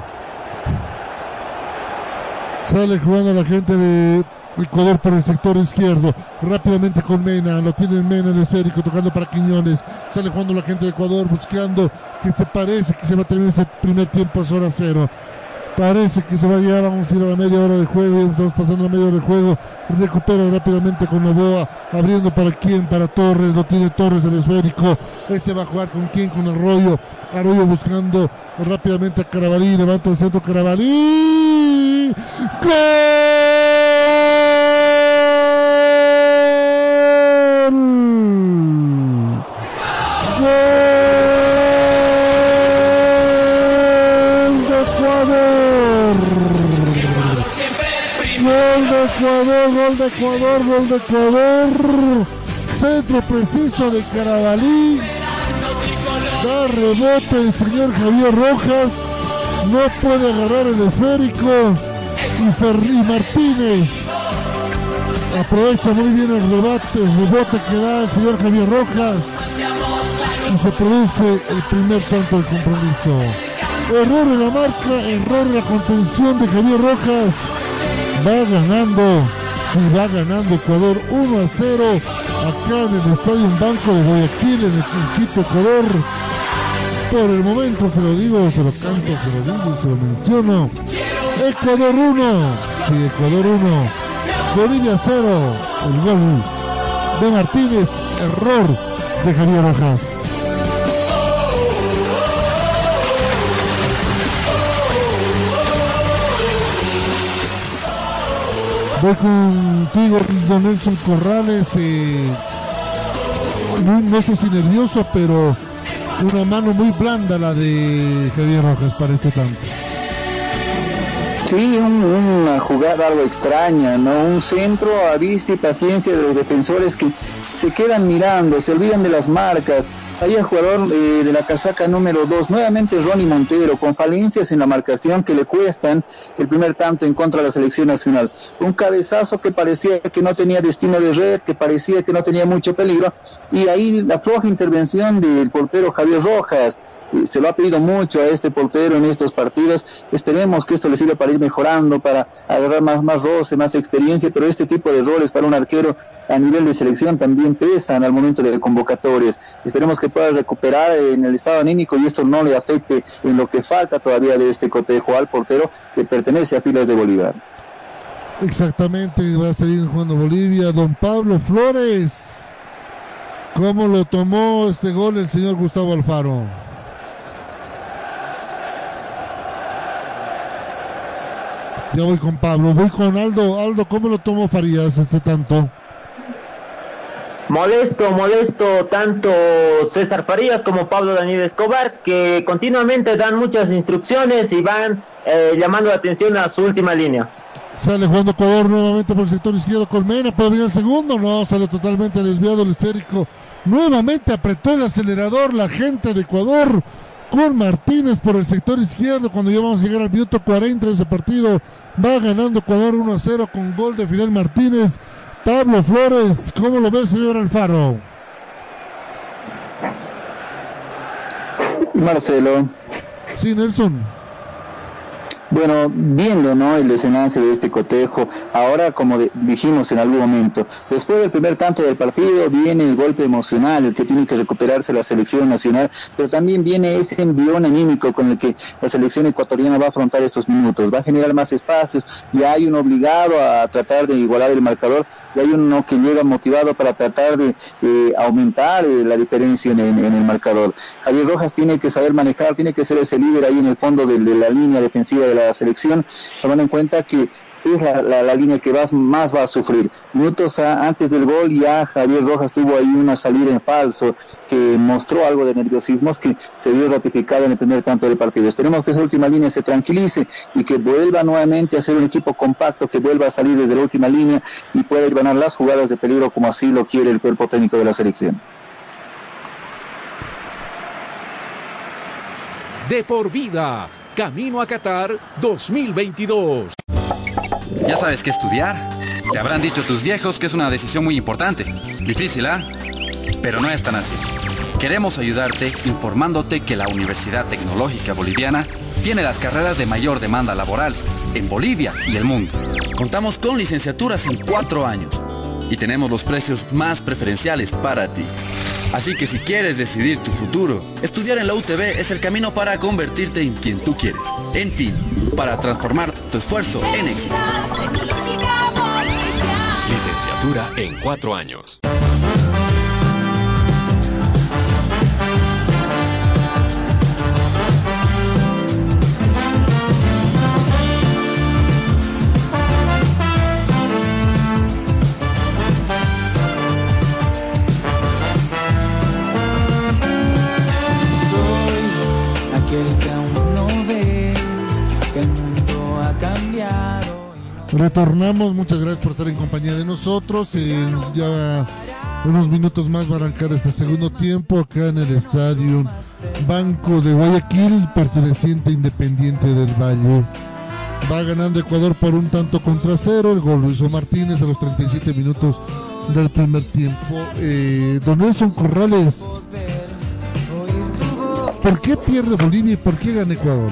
Sale jugando la gente de Ecuador por el sector izquierdo, rápidamente con Mena, lo tiene Mena el esférico, tocando para Quiñones, sale jugando la gente de Ecuador, buscando que te parece que se va a terminar este primer tiempo a 0-0, parece que se va a llegar, vamos a ir a la media hora de juego, estamos pasando la media hora de juego, recupera rápidamente con Novoa, abriendo para quién, para Torres, lo tiene Torres el esférico, va a jugar con quién, con Arroyo buscando rápidamente a Carabalí, levanta el centro Carabalí, ¡gol! Gol de Ecuador, centro preciso de Carabalí, da rebote el señor Javier Rojas, no puede agarrar el esférico y Martínez aprovecha muy bien el rebote que da el señor Javier Rojas y se produce el primer tanto del compromiso. Error en la marca, error en la contención de Javier Rojas. Va ganando Ecuador 1-0 acá en el Estadio Banco de Guayaquil, en Quito, Ecuador. Por el momento se lo digo, se lo canto, se lo digo, se lo menciono. Ecuador 1, sí, Ecuador 1, Bolivia 0, el gol de Martínez, error de Javier Rojas. Voy contigo, don Nelson Corrales, no sé si nervioso, pero una mano muy blanda la de Javier Rojas para este tanto. Sí, una jugada algo extraña, ¿no? Un centro a vista y paciencia de los defensores que se quedan mirando, se olvidan de las marcas. Ahí el jugador de la casaca número 2, nuevamente Ronnie Montero, con falencias en la marcación que le cuestan el primer tanto en contra de la selección nacional. Un cabezazo que parecía que no tenía destino de red, que parecía que no tenía mucho peligro, y ahí la floja intervención del portero Javier Rojas. Se lo ha pedido mucho a este portero en estos partidos. Esperemos que esto le sirva para ir mejorando, para agarrar más roce, más experiencia, pero este tipo de errores para un arquero a nivel de selección también pesan al momento de convocatorias. Esperemos que pueda recuperar en el estado anímico y esto no le afecte en lo que falta todavía de este cotejo al portero que pertenece a filas de Bolívar. Exactamente, va a seguir jugando Bolivia. Don Pablo Flores, ¿cómo lo tomó este gol el señor Gustavo Alfaro? Ya voy con Pablo, voy con Aldo. Aldo, ¿cómo lo tomó Farías este tanto? Molesto tanto César Farías como Pablo Daniel Escobar, que continuamente dan muchas instrucciones y van llamando la atención a su última línea. Sale jugando Ecuador nuevamente por el sector izquierdo. Colmena, ¿puede venir el segundo? No, sale totalmente desviado el esférico. Nuevamente apretó el acelerador la gente de Ecuador con Martínez por el sector izquierdo. Cuando ya vamos a llegar al minuto 40 de ese partido, va ganando Ecuador 1-0 con gol de Fidel Martínez. Pablo Flores, ¿cómo lo ve el señor Alfaro? Marcelo. Sí, Nelson. Bueno, viendo, ¿no?, el desenlace de este cotejo, ahora como dijimos en algún momento, después del primer tanto del partido viene el golpe emocional, el que tiene que recuperarse la selección nacional, pero también viene ese envión anímico con el que la selección ecuatoriana va a afrontar estos minutos, va a generar más espacios, y hay uno obligado a tratar de igualar el marcador, y hay uno que llega motivado para tratar de aumentar la diferencia en el marcador. Javier Rojas tiene que saber manejar, tiene que ser ese líder ahí en el fondo de la línea defensiva de la selección, tomando en cuenta que es la línea que más va a sufrir. Minutos antes del gol ya Javier Rojas tuvo ahí una salida en falso que mostró algo de nerviosismo que se vio ratificado en el primer tanto del partido. Esperemos que esa última línea se tranquilice y que vuelva nuevamente a ser un equipo compacto, que vuelva a salir desde la última línea y pueda ir ganar las jugadas de peligro como así lo quiere el cuerpo técnico de la selección. De por vida, camino a Qatar 2022. ¿Ya sabes qué estudiar? Te habrán dicho tus viejos que es una decisión muy importante. Difícil, ¿ah? Pero no es tan así. Queremos ayudarte informándote que la Universidad Tecnológica Boliviana tiene las carreras de mayor demanda laboral en Bolivia y el mundo. Contamos con licenciaturas en 4 años y tenemos los precios más preferenciales para ti. Así que si quieres decidir tu futuro, estudiar en la UTB es el camino para convertirte en quien tú quieres. En fin, para transformar tu esfuerzo en éxito. Licenciatura en 4 años. Retornamos, muchas gracias por estar en compañía de nosotros. Ya unos minutos más va a arrancar este segundo tiempo acá en el estadio Banco de Guayaquil, perteneciente a Independiente del Valle. Va ganando Ecuador por 1-0. El gol lo hizo Martínez a los 37 minutos del primer tiempo. Don Nelson Corrales, ¿por qué pierde Bolivia y por qué gana Ecuador?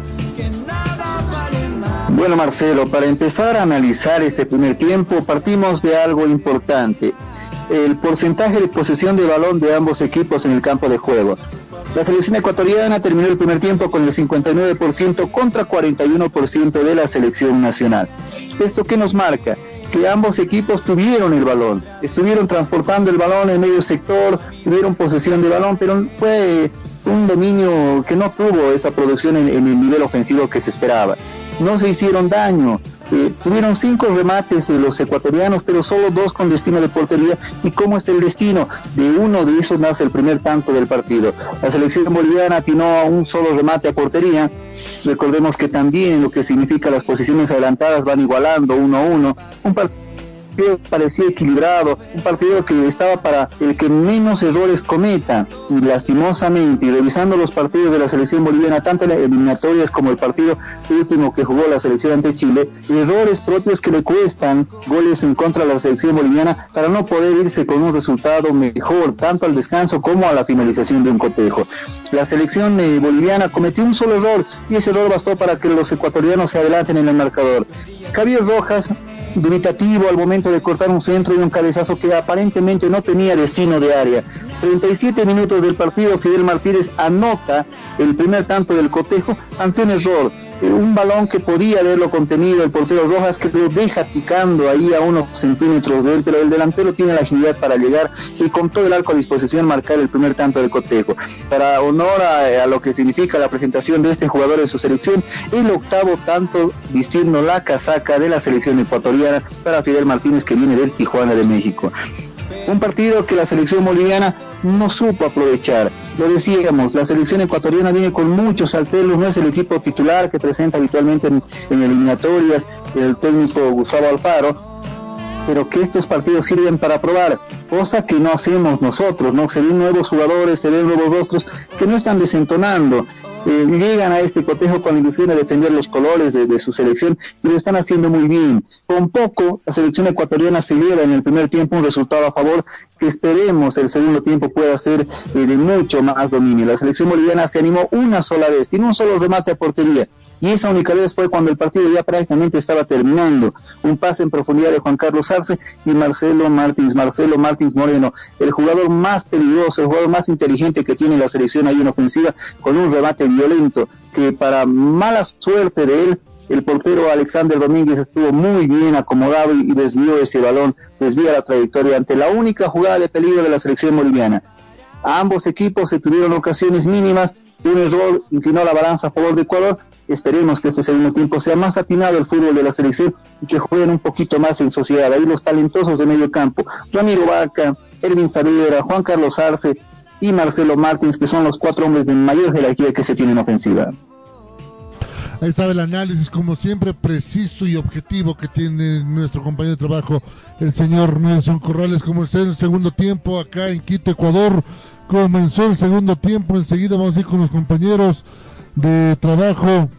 Bueno, Marcelo, para empezar a analizar este primer tiempo, partimos de algo importante: el porcentaje de posesión de balón de ambos equipos en el campo de juego. La selección ecuatoriana terminó el primer tiempo con el 59% contra 41% de la selección nacional. ¿Esto qué nos marca? Que ambos equipos tuvieron el balón, estuvieron transportando el balón en medio sector, tuvieron posesión de balón, pero fue un dominio que no tuvo esa producción en el nivel ofensivo que se esperaba. No se hicieron daño, tuvieron 5 remates los ecuatorianos, pero solo 2 con destino de portería. ¿Y cómo es el destino? De uno de esos nace el primer tanto del partido. La selección boliviana atinó a un solo remate a portería. Recordemos que también en lo que significa las posiciones adelantadas van igualando 1-1. Un partido parecía equilibrado, un partido que estaba para el que menos errores cometa, y lastimosamente, y revisando los partidos de la selección boliviana, tanto en las eliminatorias como el partido último que jugó la selección ante Chile, errores propios que le cuestan goles en contra de la selección boliviana para no poder irse con un resultado mejor, tanto al descanso como a la finalización de un cotejo. La selección boliviana cometió un solo error, y ese error bastó para que los ecuatorianos se adelanten en el marcador. Javier Rojas dubitativo al momento de cortar un centro y un cabezazo que aparentemente no tenía destino de área. 37 minutos del partido, Fidel Martínez anota el primer tanto del cotejo ante un error. Un balón que podía haberlo contenido el portero Rojas, que lo deja picando ahí a unos centímetros de él, pero el delantero tiene la agilidad para llegar y con todo el arco a disposición marcar el primer tanto del cotejo. Para honor a lo que significa la presentación de este jugador en su selección, el octavo tanto vistiendo la casaca de la selección ecuatoriana para Fidel Martínez, que viene del Tijuana de México. Un partido que la selección boliviana no supo aprovechar. Lo decíamos, la selección ecuatoriana viene con muchos alteros, no es el equipo titular que presenta habitualmente en eliminatorias el técnico Gustavo Alfaro, pero que estos partidos sirven para probar, cosa que no hacemos nosotros, ¿no? Se ven nuevos jugadores, se ven nuevos rostros que no están desentonando. Llegan a este cotejo con la ilusión de defender los colores de su selección y lo están haciendo muy bien. Con poco, la selección ecuatoriana se lleva en el primer tiempo un resultado a favor que esperemos el segundo tiempo pueda ser de mucho más dominio. La selección boliviana se animó una sola vez, tiene un solo remate a portería. Y esa única vez fue cuando el partido ya prácticamente estaba terminando. Un pase en profundidad de Juan Carlos Arce y Marcelo Martins Moreno, el jugador más peligroso, el jugador más inteligente que tiene la selección ahí en ofensiva, con un remate violento, que para mala suerte de él, el portero Alexander Domínguez estuvo muy bien acomodado y desvió ese balón, desvía la trayectoria ante la única jugada de peligro de la selección boliviana. A ambos equipos se tuvieron ocasiones mínimas, un error inclinó la balanza a favor de Ecuador. Esperemos que este segundo tiempo sea más atinado el fútbol de la selección y que jueguen un poquito más en sociedad. Ahí los talentosos de medio campo, Ramiro Vaca, Ervin Saavedra, Juan Carlos Arce y Marcelo Martins, que son los 4 hombres de mayor jerarquía que se tienen en ofensiva. Ahí estaba el análisis, como siempre, preciso y objetivo que tiene nuestro compañero de trabajo, el señor Nelson Corrales. Como es el segundo tiempo acá en Quito, Ecuador. Comenzó el segundo tiempo, enseguida vamos a ir con los compañeros de trabajo.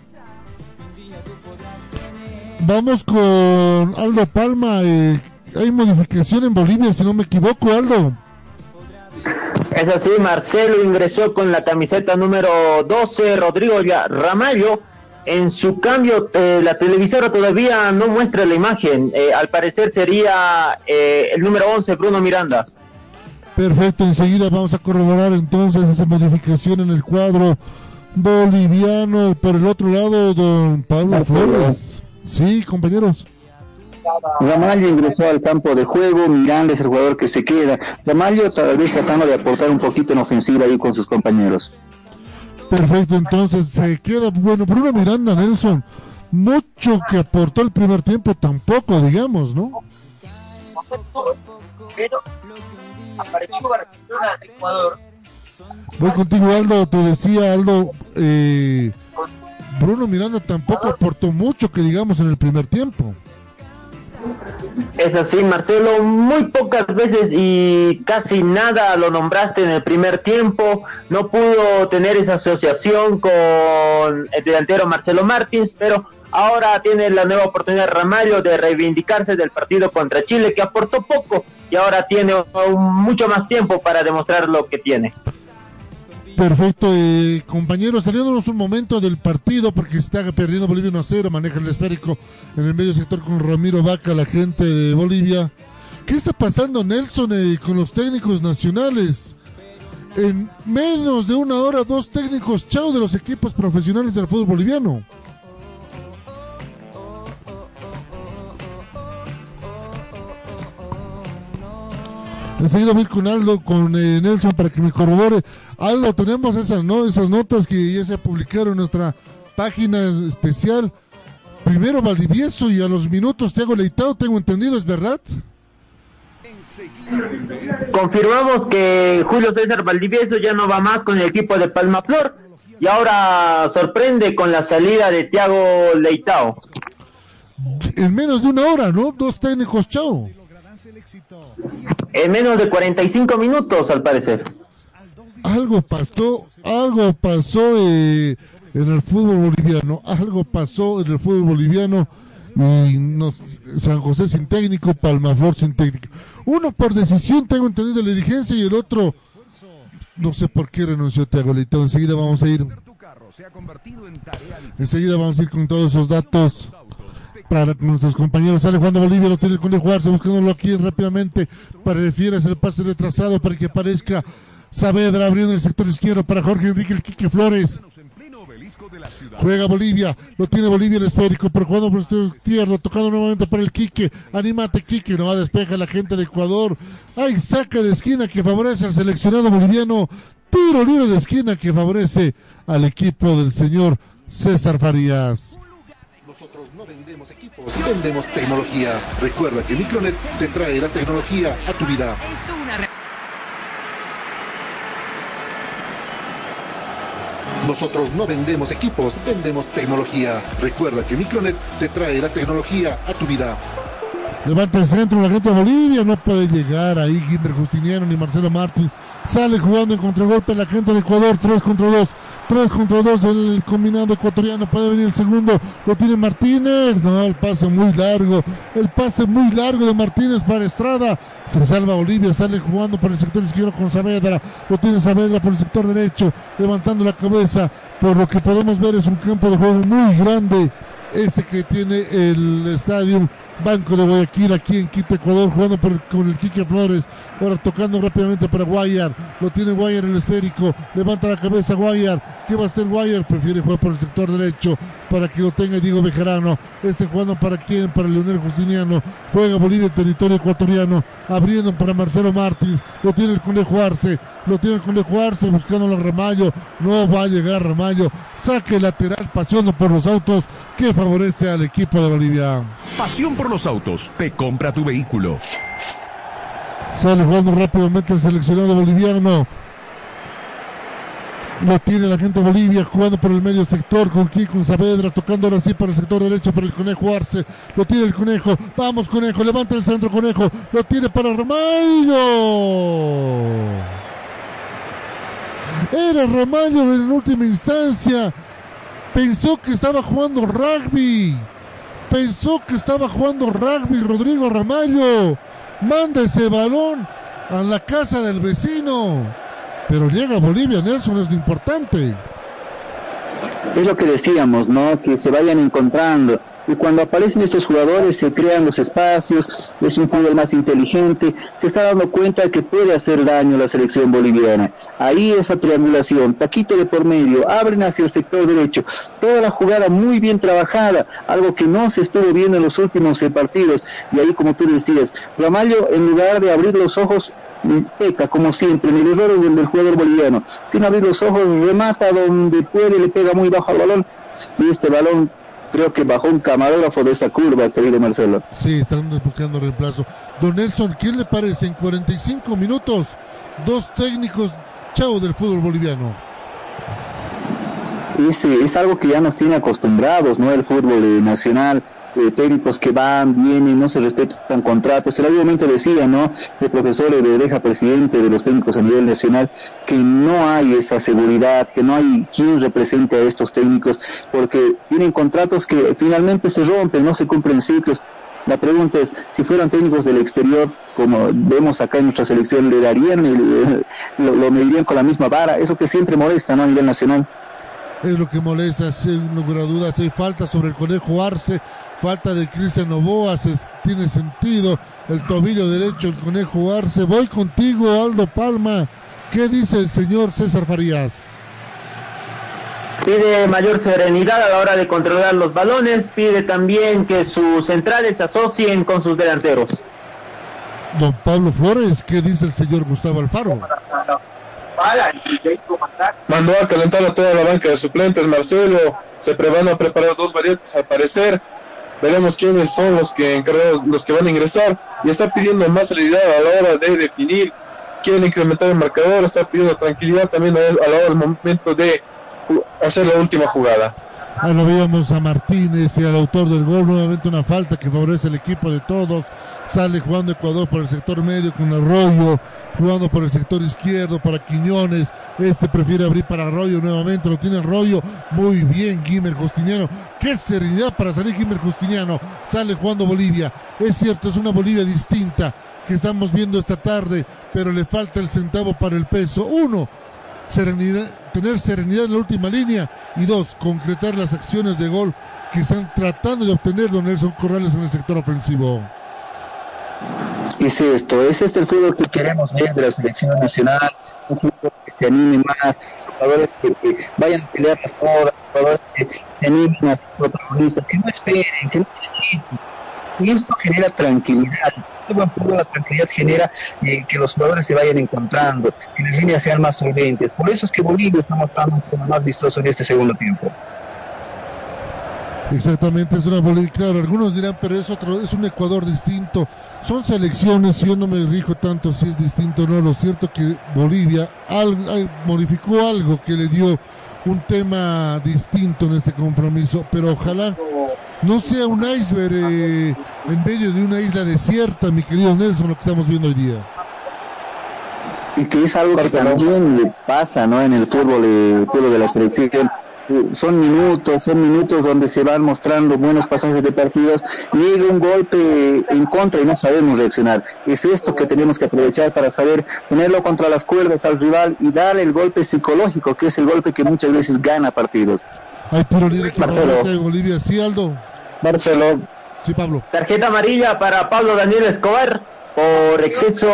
Vamos con Aldo Palma. Hay modificación en Bolivia, si no me equivoco, Aldo. Es así, Marcelo ingresó con la camiseta número 12, Rodrigo Ramallo. En su cambio, la televisora todavía no muestra la imagen. Al parecer sería el número 11, Bruno Miranda. Perfecto, enseguida vamos a corroborar entonces esa modificación en el cuadro boliviano. Por el otro lado, don Pablo Flores. Sí, compañeros. Ramallo ingresó al campo de juego, Miranda es el jugador que se queda. Ramallo tal vez tratando de aportar un poquito en ofensiva ahí con sus compañeros. Perfecto, entonces se queda, bueno, Bruno Miranda, Nelson, mucho que aportó el primer tiempo, tampoco, digamos, ¿no? Pero apareció Barcelona de Ecuador. Voy contigo, Aldo, te decía, Aldo, Bruno Miranda tampoco aportó mucho, que digamos, en el primer tiempo. Es así, Marcelo, muy pocas veces y casi nada lo nombraste en el primer tiempo. No pudo tener esa asociación con el delantero Marcelo Martins, pero ahora tiene la nueva oportunidad Ramallo de reivindicarse del partido contra Chile, que aportó poco y ahora tiene mucho más tiempo para demostrar lo que tiene. Perfecto, compañeros, saliéndonos un momento del partido porque está perdiendo Bolivia 1-0, maneja el esférico en el medio sector con Ramiro Vaca, la gente de Bolivia. ¿Qué está pasando, Nelson, con los técnicos nacionales? En menos de una hora, 2 técnicos chao de los equipos profesionales del fútbol boliviano. Enseguida voy con Aldo, con Nelson para que me corrobore. Aldo, tenemos esas notas que ya se publicaron en nuestra página especial. Primero Valdivieso y a los minutos Thiago Leitao, tengo entendido, ¿es verdad? Confirmamos que Julio César Valdivieso ya no va más con el equipo de Palmaflor y ahora sorprende con la salida de Thiago Leitao. En menos de una hora, ¿no? 2 técnicos chao. En menos de 45 minutos, al parecer. Algo pasó en el fútbol boliviano, y San José sin técnico, Palmaflor sin técnico. Uno por decisión, tengo entendido, la dirigencia, y el otro, no sé por qué renunció Thiago Leitao. Enseguida vamos a ir con todos esos datos para nuestros compañeros. Sale jugando Bolivia, lo tiene con el jugarse, buscándolo aquí rápidamente para Fieras, el pase retrasado para que aparezca Saavedra abriendo el sector izquierdo para Jorge Enrique el Quique Flores. Juega Bolivia, lo tiene Bolivia el esférico, pero jugando por el sector izquierdo, tocando nuevamente para el Quique. Anímate Quique, no va a despejar la gente de Ecuador. Hay saca de esquina que favorece al seleccionado boliviano. Tiro libre de esquina que favorece al equipo del señor César Farías. Nosotros no vendemos equipos, vendemos tecnología. Recuerda que Micronet te trae la tecnología a tu vida. Nosotros no vendemos equipos, vendemos tecnología. Recuerda que Micronet te trae la tecnología a tu vida. Levanta el centro la gente de Bolivia, no puede llegar ahí Guimer Justiniano ni Marcelo Martins. Sale jugando en contragolpe la gente de Ecuador, 3 contra 2 el combinado ecuatoriano, puede venir el segundo, lo tiene Martínez, no, el pase muy largo de Martínez para Estrada, se salva Bolivia, sale jugando por el sector izquierdo con Saavedra, lo tiene Saavedra por el sector derecho, levantando la cabeza, por lo que podemos ver es un campo de juego muy grande, este que tiene el estadio Banco de Guayaquil aquí en Quito, Ecuador, jugando con el Quique Flores, ahora tocando rápidamente para Guayar, lo tiene Guayar el esférico, levanta la cabeza Guayar, ¿qué va a hacer Guayar? Prefiere jugar por el sector derecho para que lo tenga Diego Bejarano, jugando para quién, para Leonel Justiniano, juega Bolivia en territorio ecuatoriano, abriendo para Marcelo Martins, lo tiene el Conejo Arce, buscando a Ramallo, no va a llegar Ramallo, saque lateral, paseando por los autos, que favorece al equipo de Bolivia. Pasión por los autos, te compra tu vehículo. Sale jugando rápidamente el seleccionado boliviano. Lo tiene la gente de Bolivia jugando por el medio sector con Saavedra, tocando ahora sí para el sector derecho para el Conejo Arce. Lo tiene el Conejo. Vamos Conejo, levanta el centro Conejo. Lo tiene para Ramallo. Era Ramallo en última instancia. Pensó que estaba jugando rugby. Rodrigo Ramallo. Manda ese balón a la casa del vecino. Pero llega Bolivia, Nelson, es lo importante. Es lo que decíamos, ¿no? Que se vayan encontrando. Y cuando aparecen estos jugadores se crean los espacios, es un fútbol más inteligente, se está dando cuenta de que puede hacer daño a la selección boliviana. Ahí esa triangulación, taquito de por medio, abren hacia el sector derecho, toda la jugada muy bien trabajada, algo que no se estuvo viendo en los últimos partidos. Y ahí, como tú decías, Ramallo, en lugar de abrir los ojos, peca como siempre en el error del jugador boliviano, sin abrir los ojos, remata donde puede, le pega muy bajo al balón, y este balón creo que bajó un camarógrafo de esa curva, querido Marcelo. Sí, están buscando reemplazo. Don Nelson, ¿quién le parece? En 45 minutos, 2 técnicos chao del fútbol boliviano. Es algo que ya nos tiene acostumbrados, ¿no? El fútbol nacional, técnicos que van, vienen, no se respetan contratos. En algún momento decía, ¿no? El profesor Ebereja, presidente de los técnicos a nivel nacional, que no hay esa seguridad, que no hay quien represente a estos técnicos, porque tienen contratos que finalmente se rompen, no se cumplen ciclos. La pregunta es, si fueran técnicos del exterior, como vemos acá en nuestra selección, le darían, lo medirían con la misma vara. Es lo que siempre molesta, ¿no? A nivel nacional. Es lo que molesta, sin lugar a dudas. Hay falta sobre el Conejo Arce, falta de Cristian Novoa, tiene sentido el tobillo derecho, el Conejo Arce. Voy contigo, Aldo Palma. ¿Qué dice el señor César Farías? Pide mayor serenidad a la hora de controlar los balones, pide también que sus centrales se asocien con sus delanteros. Don Pablo Flores, ¿qué dice el señor Gustavo Alfaro? Mandó a calentar a toda la banca de suplentes, Marcelo. Se van a preparar 2 variantes al parecer. Veremos quiénes son los que van a ingresar. Y está pidiendo más serenidad a la hora de definir. Quieren incrementar el marcador. Está pidiendo tranquilidad también a la hora del momento de hacer la última jugada. Ahí lo veíamos a Martínez y al autor del gol, nuevamente una falta que favorece al equipo de todos. Sale jugando Ecuador por el sector medio con Arroyo, jugando por el sector izquierdo para Quiñones. Prefiere abrir para Arroyo nuevamente, lo tiene Arroyo. Muy bien Guimer Justiniano. Qué serenidad para salir Guimer Justiniano. Sale jugando Bolivia. Es cierto, es una Bolivia distinta que estamos viendo esta tarde, pero le falta el centavo para el peso. 1, tener serenidad en la última línea, y 2, concretar las acciones de gol que están tratando de obtener don Nelson Corrales en el sector ofensivo. Es este el fútbol que queremos ver de la selección nacional, un fútbol que se anime más, jugadores que vayan a pelear las cosas, jugadores que se animen a ser protagonistas, que no esperen, que no se quiten. Y esto genera tranquilidad. La tranquilidad genera que los jugadores se vayan encontrando, que las líneas sean más solventes. Por eso es que Bolivia está mostrando un poco más vistoso en este segundo tiempo. Exactamente, es una Bolivia, claro, algunos dirán, pero es un Ecuador distinto. Son selecciones, yo no me rijo tanto si es distinto o no. Lo cierto que Bolivia modificó algo que le dio un tema distinto en este compromiso, pero ojalá no sea un iceberg en medio de una isla desierta, mi querido Nelson, lo que estamos viendo hoy día. Y que es algo que también le pasa, ¿no? En el fútbol de la selección. Son minutos donde se van mostrando buenos pasajes de partidos, llega un golpe en contra y no sabemos reaccionar. Es esto que tenemos que aprovechar para saber tenerlo contra las cuerdas al rival y dar el golpe psicológico, que es el golpe que muchas veces gana partidos. Hay tiro libre que favorece a Bolivia, ¿sí, Aldo? Marcelo. Sí, Pablo. Tarjeta amarilla para Pablo Daniel Escobar por exceso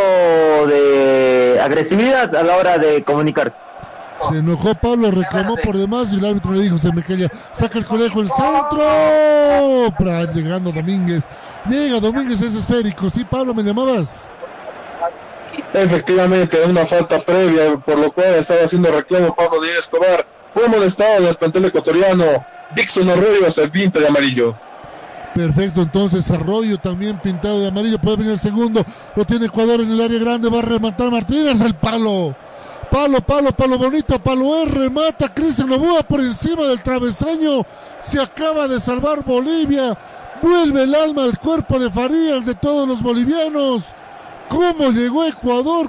de agresividad a la hora de comunicarse. Se enojó Pablo, reclamó por demás y el árbitro le dijo, se me calla, saca el conejo, el centro, llegando Domínguez, llega Domínguez, es esférico. Sí, Pablo, ¿me llamabas? Efectivamente, una falta previa, por lo cual estaba haciendo reclamo Pablo Díaz Escobar. Fue molestado del plantel ecuatoriano. Dixon Arroyo se pinta de amarillo. Perfecto, entonces Arroyo también pintado de amarillo, puede venir el segundo, lo tiene Ecuador en el área grande, va a rematar Martínez, el palo bonito, palo remata Cristian Novoa por encima del travesaño, se acaba de salvar Bolivia, vuelve el alma al cuerpo de Farías de todos los bolivianos. ¿Cómo llegó Ecuador?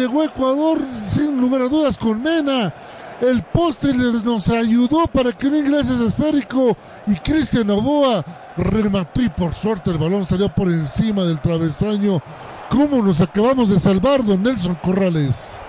Sin lugar a dudas con Mena. El poste nos ayudó para que no ingrese ese esférico y Cristian Novoa remató y por suerte el balón salió por encima del travesaño. ¿Cómo nos acabamos de salvar, don Nelson Corrales?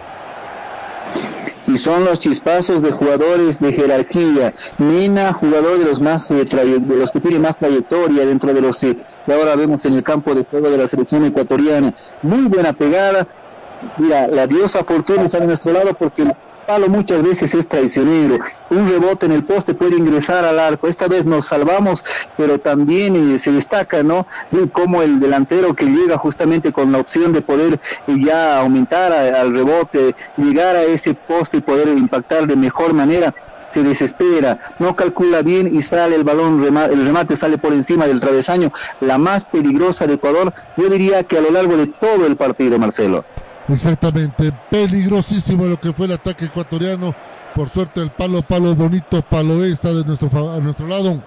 Y son los chispazos de jugadores de jerarquía. Mena, jugador de los que tiene más trayectoria dentro de los que ahora vemos en el campo de juego de la selección ecuatoriana. Muy buena pegada. Mira, la diosa fortuna está de nuestro lado porque el palo muchas veces es traicionero. Un rebote en el poste puede ingresar al arco. Esta vez nos salvamos, pero también se destaca, ¿no? Como el delantero que llega justamente con la opción de poder ya aumentar al rebote, llegar a ese poste y poder impactar de mejor manera. Se desespera, no calcula bien y sale el balón, el remate sale por encima del travesaño. La más peligrosa de Ecuador, yo diría que a lo largo de todo el partido, Marcelo. Exactamente, peligrosísimo lo que fue el ataque ecuatoriano. Por suerte el palo bonito, palo está de a nuestro lado.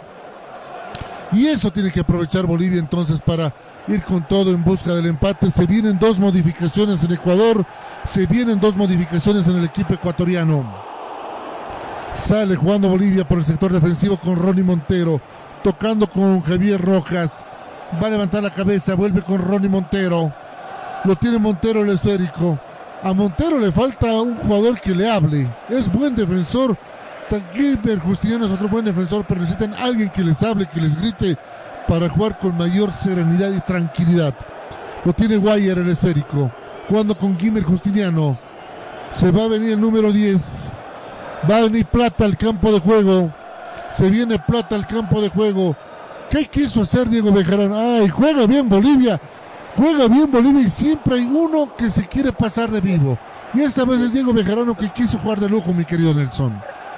Y eso tiene que aprovechar Bolivia entonces para ir con todo en busca del empate. Se vienen dos modificaciones en Ecuador, se vienen dos modificaciones en el equipo ecuatoriano. Sale jugando Bolivia por el sector defensivo con Ronnie Montero, tocando con Javier Rojas. Va a levantar la cabeza, vuelve con Ronnie Montero. Lo tiene Montero el esférico. A Montero le falta un jugador que le hable. Es buen defensor. Gilbert Justiniano es otro buen defensor, pero necesitan alguien que les hable, que les grite para jugar con mayor serenidad y tranquilidad. Lo tiene Guayer el esférico. Jugando con Gilbert Justiniano. Se va a venir el número 10. Va a venir Plata al campo de juego. Se viene Plata al campo de juego. ¿Qué quiso hacer Diego Bejarano? ¡Ay, juega bien Bolivia! Juega bien Bolivia y siempre hay uno que se quiere pasar de vivo. Y esta vez es Diego Bejarano que quiso jugar de lujo, mi querido Nelson.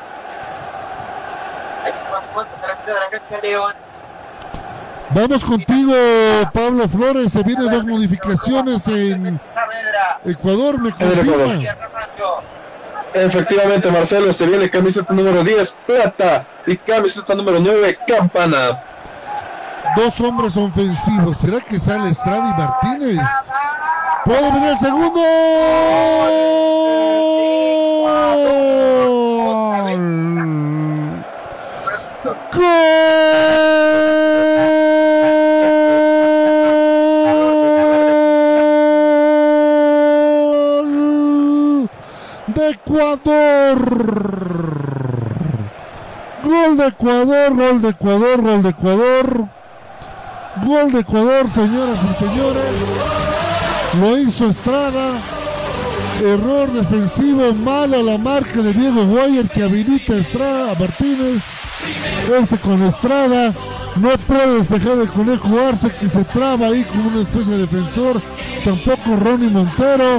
Vamos contigo, Pablo Flores. Se vienen dos modificaciones en Ecuador, me confirma. Efectivamente, Marcelo, se viene camiseta número 10, Plata, y camiseta número 9, Campana. Dos hombres ofensivos. ¿Será que sale Estrada y Martínez? ¡Puede venir el segundo! ¡Gol de Ecuador! Gol de Ecuador, gol de Ecuador, gol de Ecuador. Gol de Ecuador, señoras y señores. Lo hizo Estrada. Error defensivo, mala la marca de Diego Guayer que habilita a Estrada, a Martínez. Con Estrada. No puede despejar el Conejo Arce, que se traba ahí como una especie de defensor. Tampoco Ronnie Montero.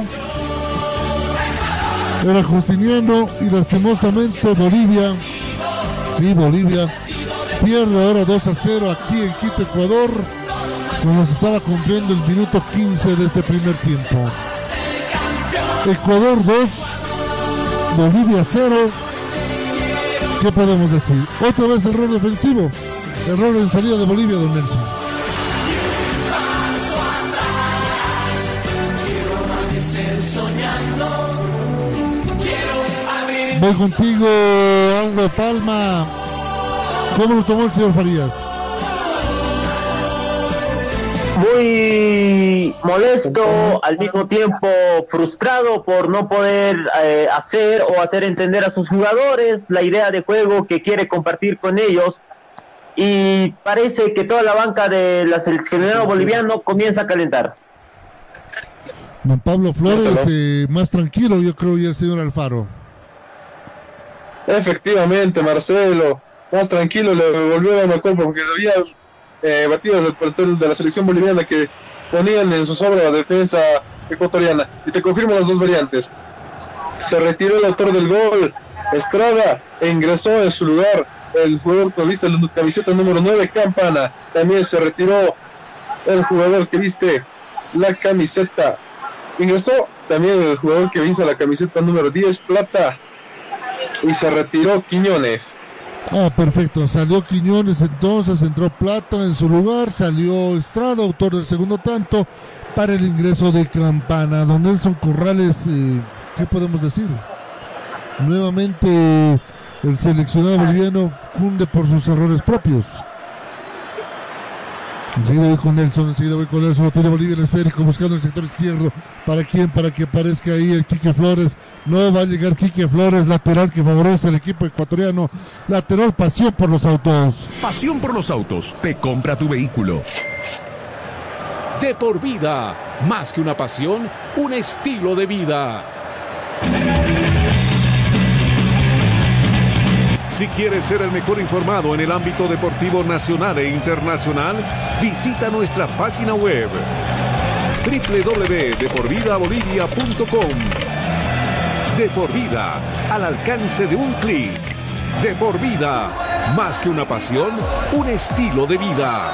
Era Justiniano y lastimosamente Bolivia. Sí, Bolivia pierde ahora 2-0 aquí en Quito, Ecuador, cuando se estaba cumpliendo el minuto 15 de este primer tiempo. Ecuador 2, Bolivia 0. ¿Qué podemos decir? Otra vez error defensivo. Error en salida de Bolivia, don Nelson. Voy contigo, Aldo Palma. ¿Cómo lo tomó el señor Farías? Muy molesto, al mismo tiempo frustrado por no poder hacer entender a sus jugadores la idea de juego que quiere compartir con ellos. Y parece que toda la banca de la seleccionado boliviano comienza a calentar. Don Pablo Flores, más tranquilo, yo creo, y el señor Alfaro. Efectivamente, Marcelo, más tranquilo, le volvió a Macor porque había batidas del plantel de la selección boliviana que ponían en su sobra la defensa ecuatoriana. Y te confirmo las dos variantes. Se retiró el autor del gol, Estrada, e ingresó en su lugar el jugador que viste la camiseta número 9, Campana. También se retiró el jugador que viste la camiseta. Ingresó también el jugador que viste la camiseta número 10, Plata. Y se retiró Quiñones. Perfecto, salió Quiñones, entonces entró Plata en su lugar, salió Estrada, autor del segundo tanto, para el ingreso de Campana. Don Nelson Corrales, ¿qué podemos decir? Nuevamente el seleccionado boliviano cunde por sus errores propios. Enseguida voy con Nelson, lo tiene Bolivia en el esférico, buscando el sector izquierdo. ¿Para quién? Para que aparezca ahí el Quique Flores. No va a llegar Quique Flores, lateral que favorece al equipo ecuatoriano. Lateral, pasión por los autos. Pasión por los autos, te compra tu vehículo. De por vida, más que una pasión, un estilo de vida. Si quieres ser el mejor informado en el ámbito deportivo nacional e internacional, visita nuestra página web www.deporvidabolivia.com. De por vida, al alcance de un clic. De por vida, más que una pasión, un estilo de vida.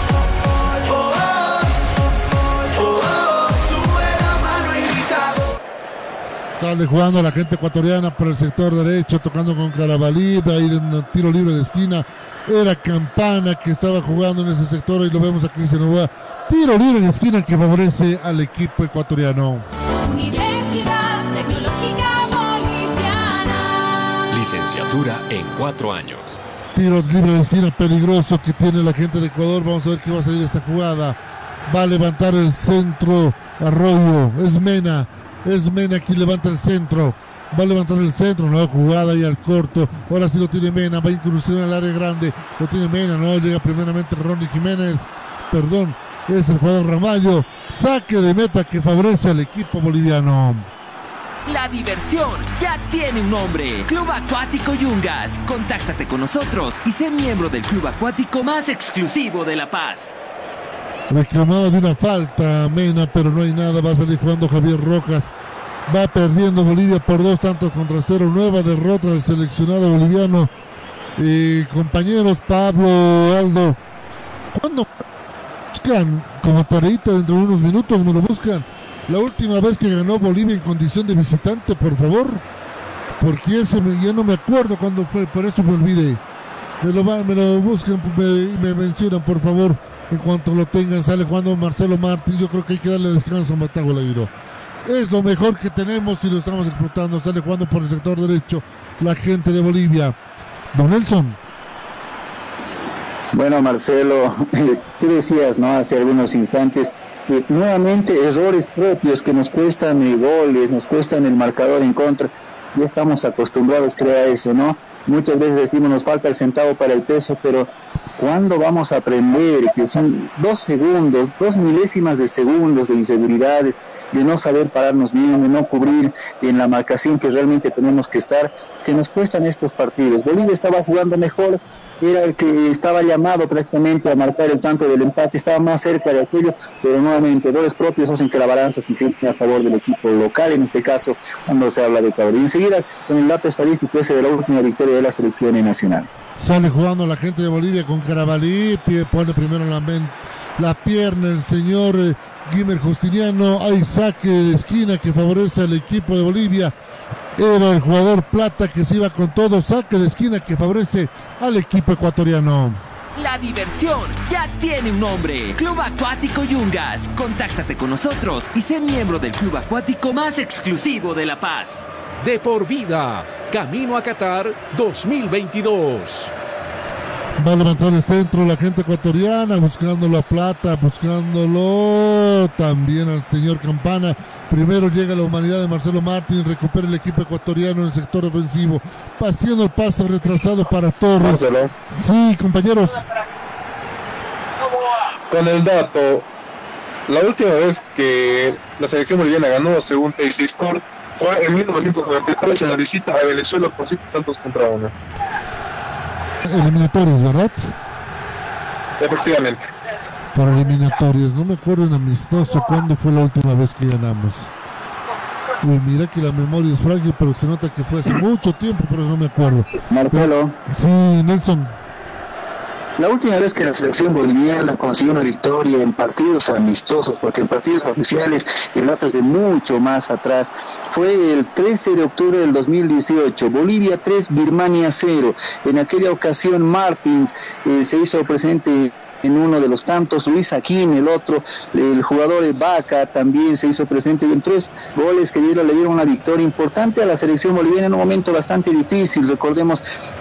Sale jugando la gente ecuatoriana por el sector derecho, tocando con Carabalí, va a ir en un tiro libre de esquina. Era Campana que estaba jugando en ese sector y lo vemos a Cristian Novoa. Tiro libre de esquina que favorece al equipo ecuatoriano. Universidad Tecnológica Boliviana. Licenciatura en 4 años. Tiro libre de esquina peligroso que tiene la gente de Ecuador. Vamos a ver qué va a salir de esta jugada. Va a levantar el centro Arroyo. Es Mena quien levanta el centro. Va a levantar el centro, nueva jugada y al corto. Ahora sí lo tiene Mena, va a incursionar al área grande. Lo tiene Mena, no llega primeramente Ronnie Jiménez. Perdón, es el jugador Ramallo. Saque de meta que favorece al equipo boliviano. La diversión ya tiene un nombre. Club Acuático Yungas. Contáctate con nosotros y sé miembro del club acuático más exclusivo de La Paz. Reclamaba de una falta Mena, pero no hay nada. Va a salir jugando Javier Rojas. Va perdiendo Bolivia por 2-0. Nueva derrota del seleccionado boliviano. Compañeros, Pablo, Aldo, ¿cuándo buscan como tareita dentro de unos minutos? Me lo buscan. La última vez que ganó Bolivia en condición de visitante, por favor. Porque ya no me acuerdo cuándo fue, por eso me olvidé. Me lo buscan, me mencionan, por favor. En cuanto lo tengan, sale jugando Marcelo Martins. Yo creo que hay que darle descanso a Matago Leiro. Es lo mejor que tenemos y lo estamos explotando. Sale jugando por el sector derecho la gente de Bolivia. Don Nelson. Bueno, Marcelo, tú decías, ¿no?, hace algunos instantes, nuevamente errores propios que nos cuestan goles, nos cuestan el marcador en contra. ya estamos acostumbrados, creo, a eso, ¿no? Muchas veces decimos nos falta el centavo para el peso, pero ¿cuándo vamos a aprender que son 2 segundos, 2 milésimas de segundos de inseguridades, de no saber pararnos bien, de no cubrir en la marcación que realmente tenemos que estar, que nos cuestan estos partidos? Bolivia estaba jugando mejor, era el que estaba llamado prácticamente a marcar el tanto del empate, estaba más cerca de aquello, pero nuevamente errores propios hacen que la balanza se incline a favor del equipo local, en este caso cuando se habla de Ecuador. Y enseguida con el dato estadístico ese de la última victoria de la selección nacional. Sale jugando la gente de Bolivia con Carabalí, pone primero la pierna el señor Guimer Justiniano, hay saque de esquina que favorece al equipo de Bolivia. Era el jugador Plata que se iba con todo, saque de esquina que favorece al equipo ecuatoriano. La diversión ya tiene un nombre. Club Acuático Yungas. Contáctate con nosotros y sé miembro del club acuático más exclusivo de La Paz. De por vida, camino a Qatar 2022. Va a levantar el centro la gente ecuatoriana, buscándolo a Plata, buscándolo también al señor Campana. Primero llega la humanidad de Marcelo Martín, recupera el equipo ecuatoriano en el sector ofensivo, paseando el pase retrasado para Torres. Marcelo. Sí, compañeros. Con el dato, la última vez que la selección boliviana ganó, según Pace Sport, fue en 1993 en la visita a Venezuela por 7 tantos contra 1. Eliminatorios, ¿verdad? Efectivamente. Por eliminatorios, no me acuerdo en amistoso cuándo fue la última vez que ganamos. Uy, mira que la memoria es frágil, pero se nota que fue hace mucho tiempo, pero no me acuerdo. Marcelo. Sí, Nelson. La última vez que la selección boliviana consiguió una victoria en partidos amistosos, porque en partidos oficiales el dato es de mucho más atrás, fue el 13 de octubre del 2018, Bolivia 3, Birmania 0. En aquella ocasión Martins se hizo presente en uno de los tantos, Luis Aquín, el otro, el jugador de Vaca también se hizo presente, y en 3 goles que le dieron una victoria importante a la selección boliviana en un momento bastante difícil. Recordemos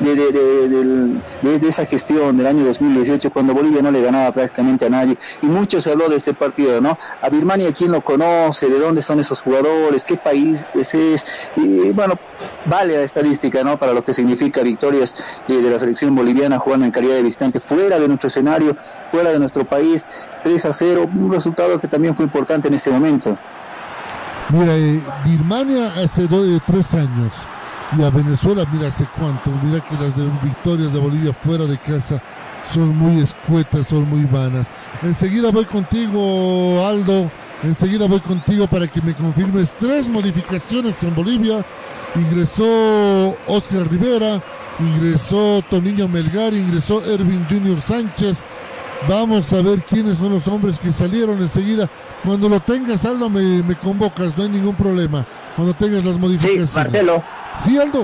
de esa gestión del año 2018, cuando Bolivia no le ganaba prácticamente a nadie, y mucho se habló de este partido, ¿no? A Birmania, ¿quién lo conoce? ¿De dónde son esos jugadores? ¿Qué país es? Y bueno, vale la estadística, ¿no? Para lo que significa victorias de la selección boliviana jugando en calidad de visitante fuera de nuestro escenario, fuera de nuestro país, 3-0, un resultado que también fue importante en este momento. Mira, Birmania hace 3 años, y a Venezuela, mira hace cuánto. Mira que las victorias de Bolivia fuera de casa son muy escuetas, son muy vanas. Enseguida voy contigo, Aldo, enseguida voy contigo para que me confirmes 3 modificaciones en Bolivia. Ingresó Oscar Rivera, ingresó Toniño Melgar, ingresó Erwin Junior Sánchez. Vamos a ver quiénes son los hombres que salieron enseguida. Cuando lo tengas, Aldo, me convocas, no hay ningún problema. Cuando tengas las modificaciones. Sí, Marcelo. Sí, Aldo.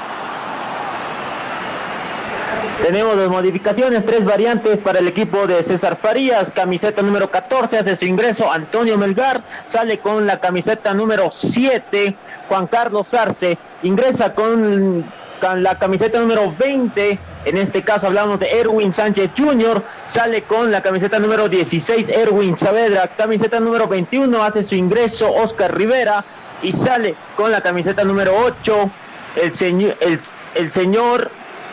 Tenemos 2 modificaciones, 3 variantes para el equipo de César Farías. Camiseta número 14 hace su ingreso Antonio Melgar, sale con la camiseta número 7 Juan Carlos Arce, ingresa con la camiseta número 20, en este caso hablamos de Erwin Sánchez Jr., sale con la camiseta número 16 Erwin Saavedra, camiseta número 21 hace su ingreso Oscar Rivera, y sale con la camiseta número 8 el señor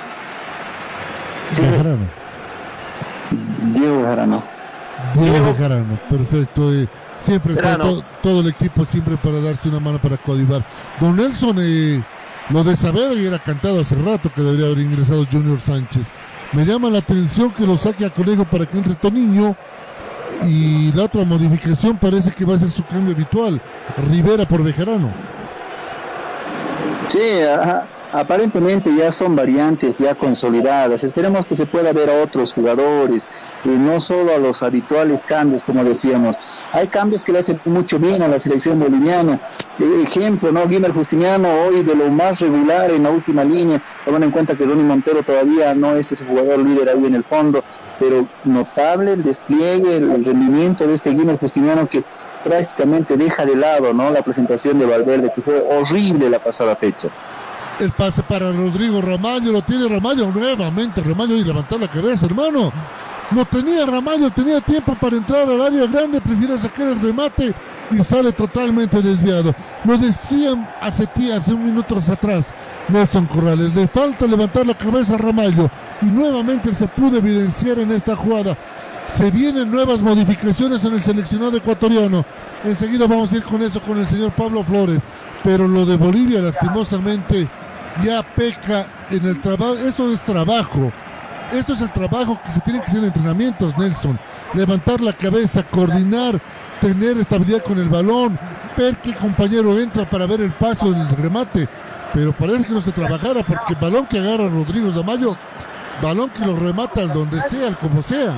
Diego Bejarano. Diego Bejarano, perfecto. Siempre está todo el equipo siempre para darse una mano para coadyuvar. Don Nelson, lo de Saavedra era cantado hace rato que debería haber ingresado Junior Sánchez. Me llama la atención que lo saque a Conejo para que entre Toniño, y la otra modificación parece que va a ser su cambio habitual, Rivera por Bejarano. Sí, aparentemente ya son variantes ya consolidadas. Esperemos que se pueda ver a otros jugadores, no solo a los habituales cambios, como decíamos. Hay cambios que le hacen mucho bien a la selección boliviana. Ejemplo, ¿no? Guimer Justiniano hoy de lo más regular en la última línea, tomando en cuenta que Ronnie Montero todavía no es ese jugador líder ahí en el fondo, pero notable el despliegue, el rendimiento de este Guimer Justiniano, que prácticamente deja de lado, ¿no?, la presentación de Valverde, que fue horrible la pasada fecha. El pase para Rodrigo Ramallo, lo tiene Ramallo nuevamente, Ramallo, y levantar la cabeza, hermano. Lo tenía Ramallo, tenía tiempo para entrar al área grande, prefiere sacar el remate y sale totalmente desviado. Lo decían hace minutos atrás Nelson Corrales, le falta levantar la cabeza a Ramallo y nuevamente se pudo evidenciar en esta jugada. Se vienen nuevas modificaciones en el seleccionado ecuatoriano. Enseguida vamos a ir con eso con el señor Pablo Flores, pero lo de Bolivia lastimosamente ya peca en el trabajo. Esto es trabajo. Esto es el trabajo que se tiene que hacer en entrenamientos, Nelson. Levantar la cabeza, coordinar, tener estabilidad con el balón, ver qué compañero entra para ver el paso del remate. Pero parece que no se trabajara, porque el balón que agarra Rodrigo Zamayo, balón que lo remata al donde sea, al como sea.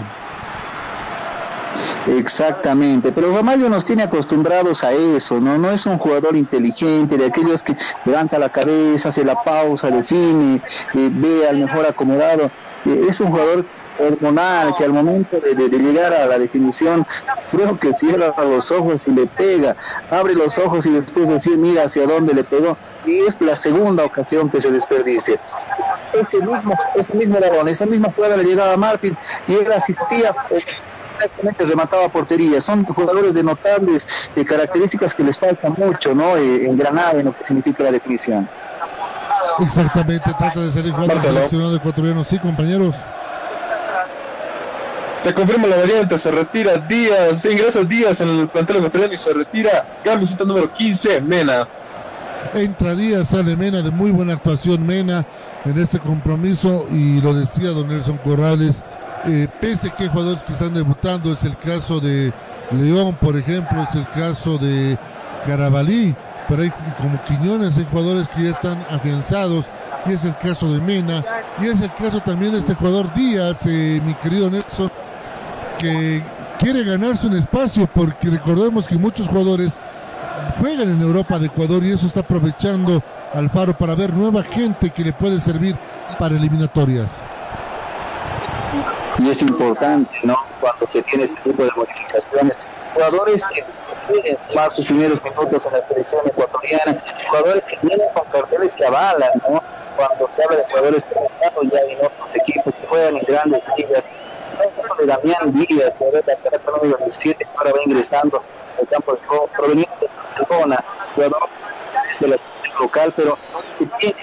Exactamente, pero Ramallo nos tiene acostumbrados a eso, ¿no? No es un jugador inteligente, de aquellos que levanta la cabeza, hace la pausa, define, ve al mejor acomodado. Es un jugador hormonal que al momento de llegar a la definición, creo que cierra los ojos y le pega, abre los ojos y después decir mira hacia dónde le pegó, y es la segunda ocasión que se desperdicia. Ese mismo balón, esa misma jugada le llegaba a Martins y él asistía, exactamente remataba portería. Son jugadores de notables características que les falta mucho, ¿no? Engranar en lo que significa la definición. Exactamente, trata de salir jugando el seleccionado ecuatoriano. Sí, compañeros. Se confirma la variante, se retira Díaz, ingresa Díaz en el plantel ecuatoriano y se retira camiseta número 15, Mena. Entra Díaz, sale Mena, de muy buena actuación Mena en este compromiso, y lo decía don Nelson Corrales, pese que hay jugadores que están debutando, es el caso de León, por ejemplo, es el caso de Carabalí, pero hay como Quiñones, hay jugadores que ya están afianzados, y es el caso de Mena, y es el caso también de este jugador Díaz, mi querido Nelson, que quiere ganarse un espacio, porque recordemos que muchos jugadores juegan en Europa de Ecuador, y eso está aprovechando Alfaro para ver nueva gente que le puede servir para eliminatorias. Y es importante, ¿no? Cuando se tiene este tipo de modificaciones, jugadores que pueden tomar sus primeros minutos en la selección ecuatoriana, jugadores que vienen con carteles que avalan, ¿no? Cuando se habla de jugadores que han ya en otros equipos que juegan en grandes ligas, el caso de Damián Díaz, que era carácter número 17, que ahora va ingresando al campo de juego, proveniente de Barcelona, jugador de la local, pero que tiene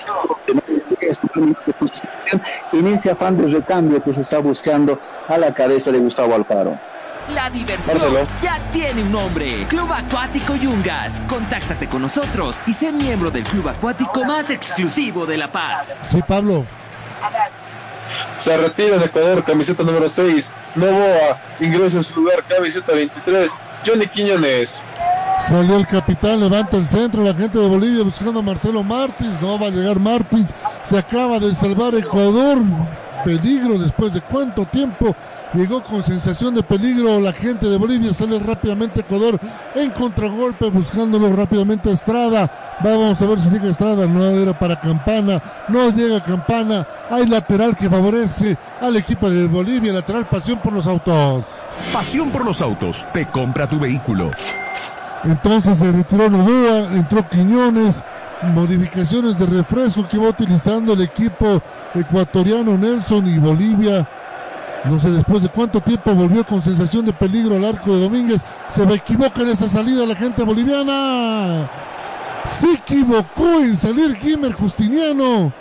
en ese afán de recambio que se está buscando a la cabeza de Gustavo Alfaro. La diversión ya tiene un nombre. Club Acuático Yungas. Contáctate con nosotros y sé miembro del club acuático más exclusivo de La Paz. Sí, Pablo. Se retira de Ecuador, camiseta número 6, Novoa, ingresa en su lugar, camiseta 23, Johnny Quiñones. Salió el capitán, levanta el centro, la gente de Bolivia buscando a Marcelo Martins, no va a llegar Martins, se acaba de salvar Ecuador, peligro después de cuánto tiempo, llegó con sensación de peligro la gente de Bolivia, sale rápidamente Ecuador en contragolpe, buscándolo rápidamente a Estrada, vamos a ver si llega Estrada, no era para Campana, no llega Campana, hay lateral que favorece al equipo de Bolivia, lateral Pasión por los Autos. Pasión por los Autos, te compra tu vehículo. Entonces se retiró Novoa, entró Quiñones, modificaciones de refresco que va utilizando el equipo ecuatoriano Nelson, y Bolivia, no sé después de cuánto tiempo volvió con sensación de peligro al arco de Domínguez, se equivoca en esa salida la gente boliviana, se equivocó en salir Guimer Justiniano,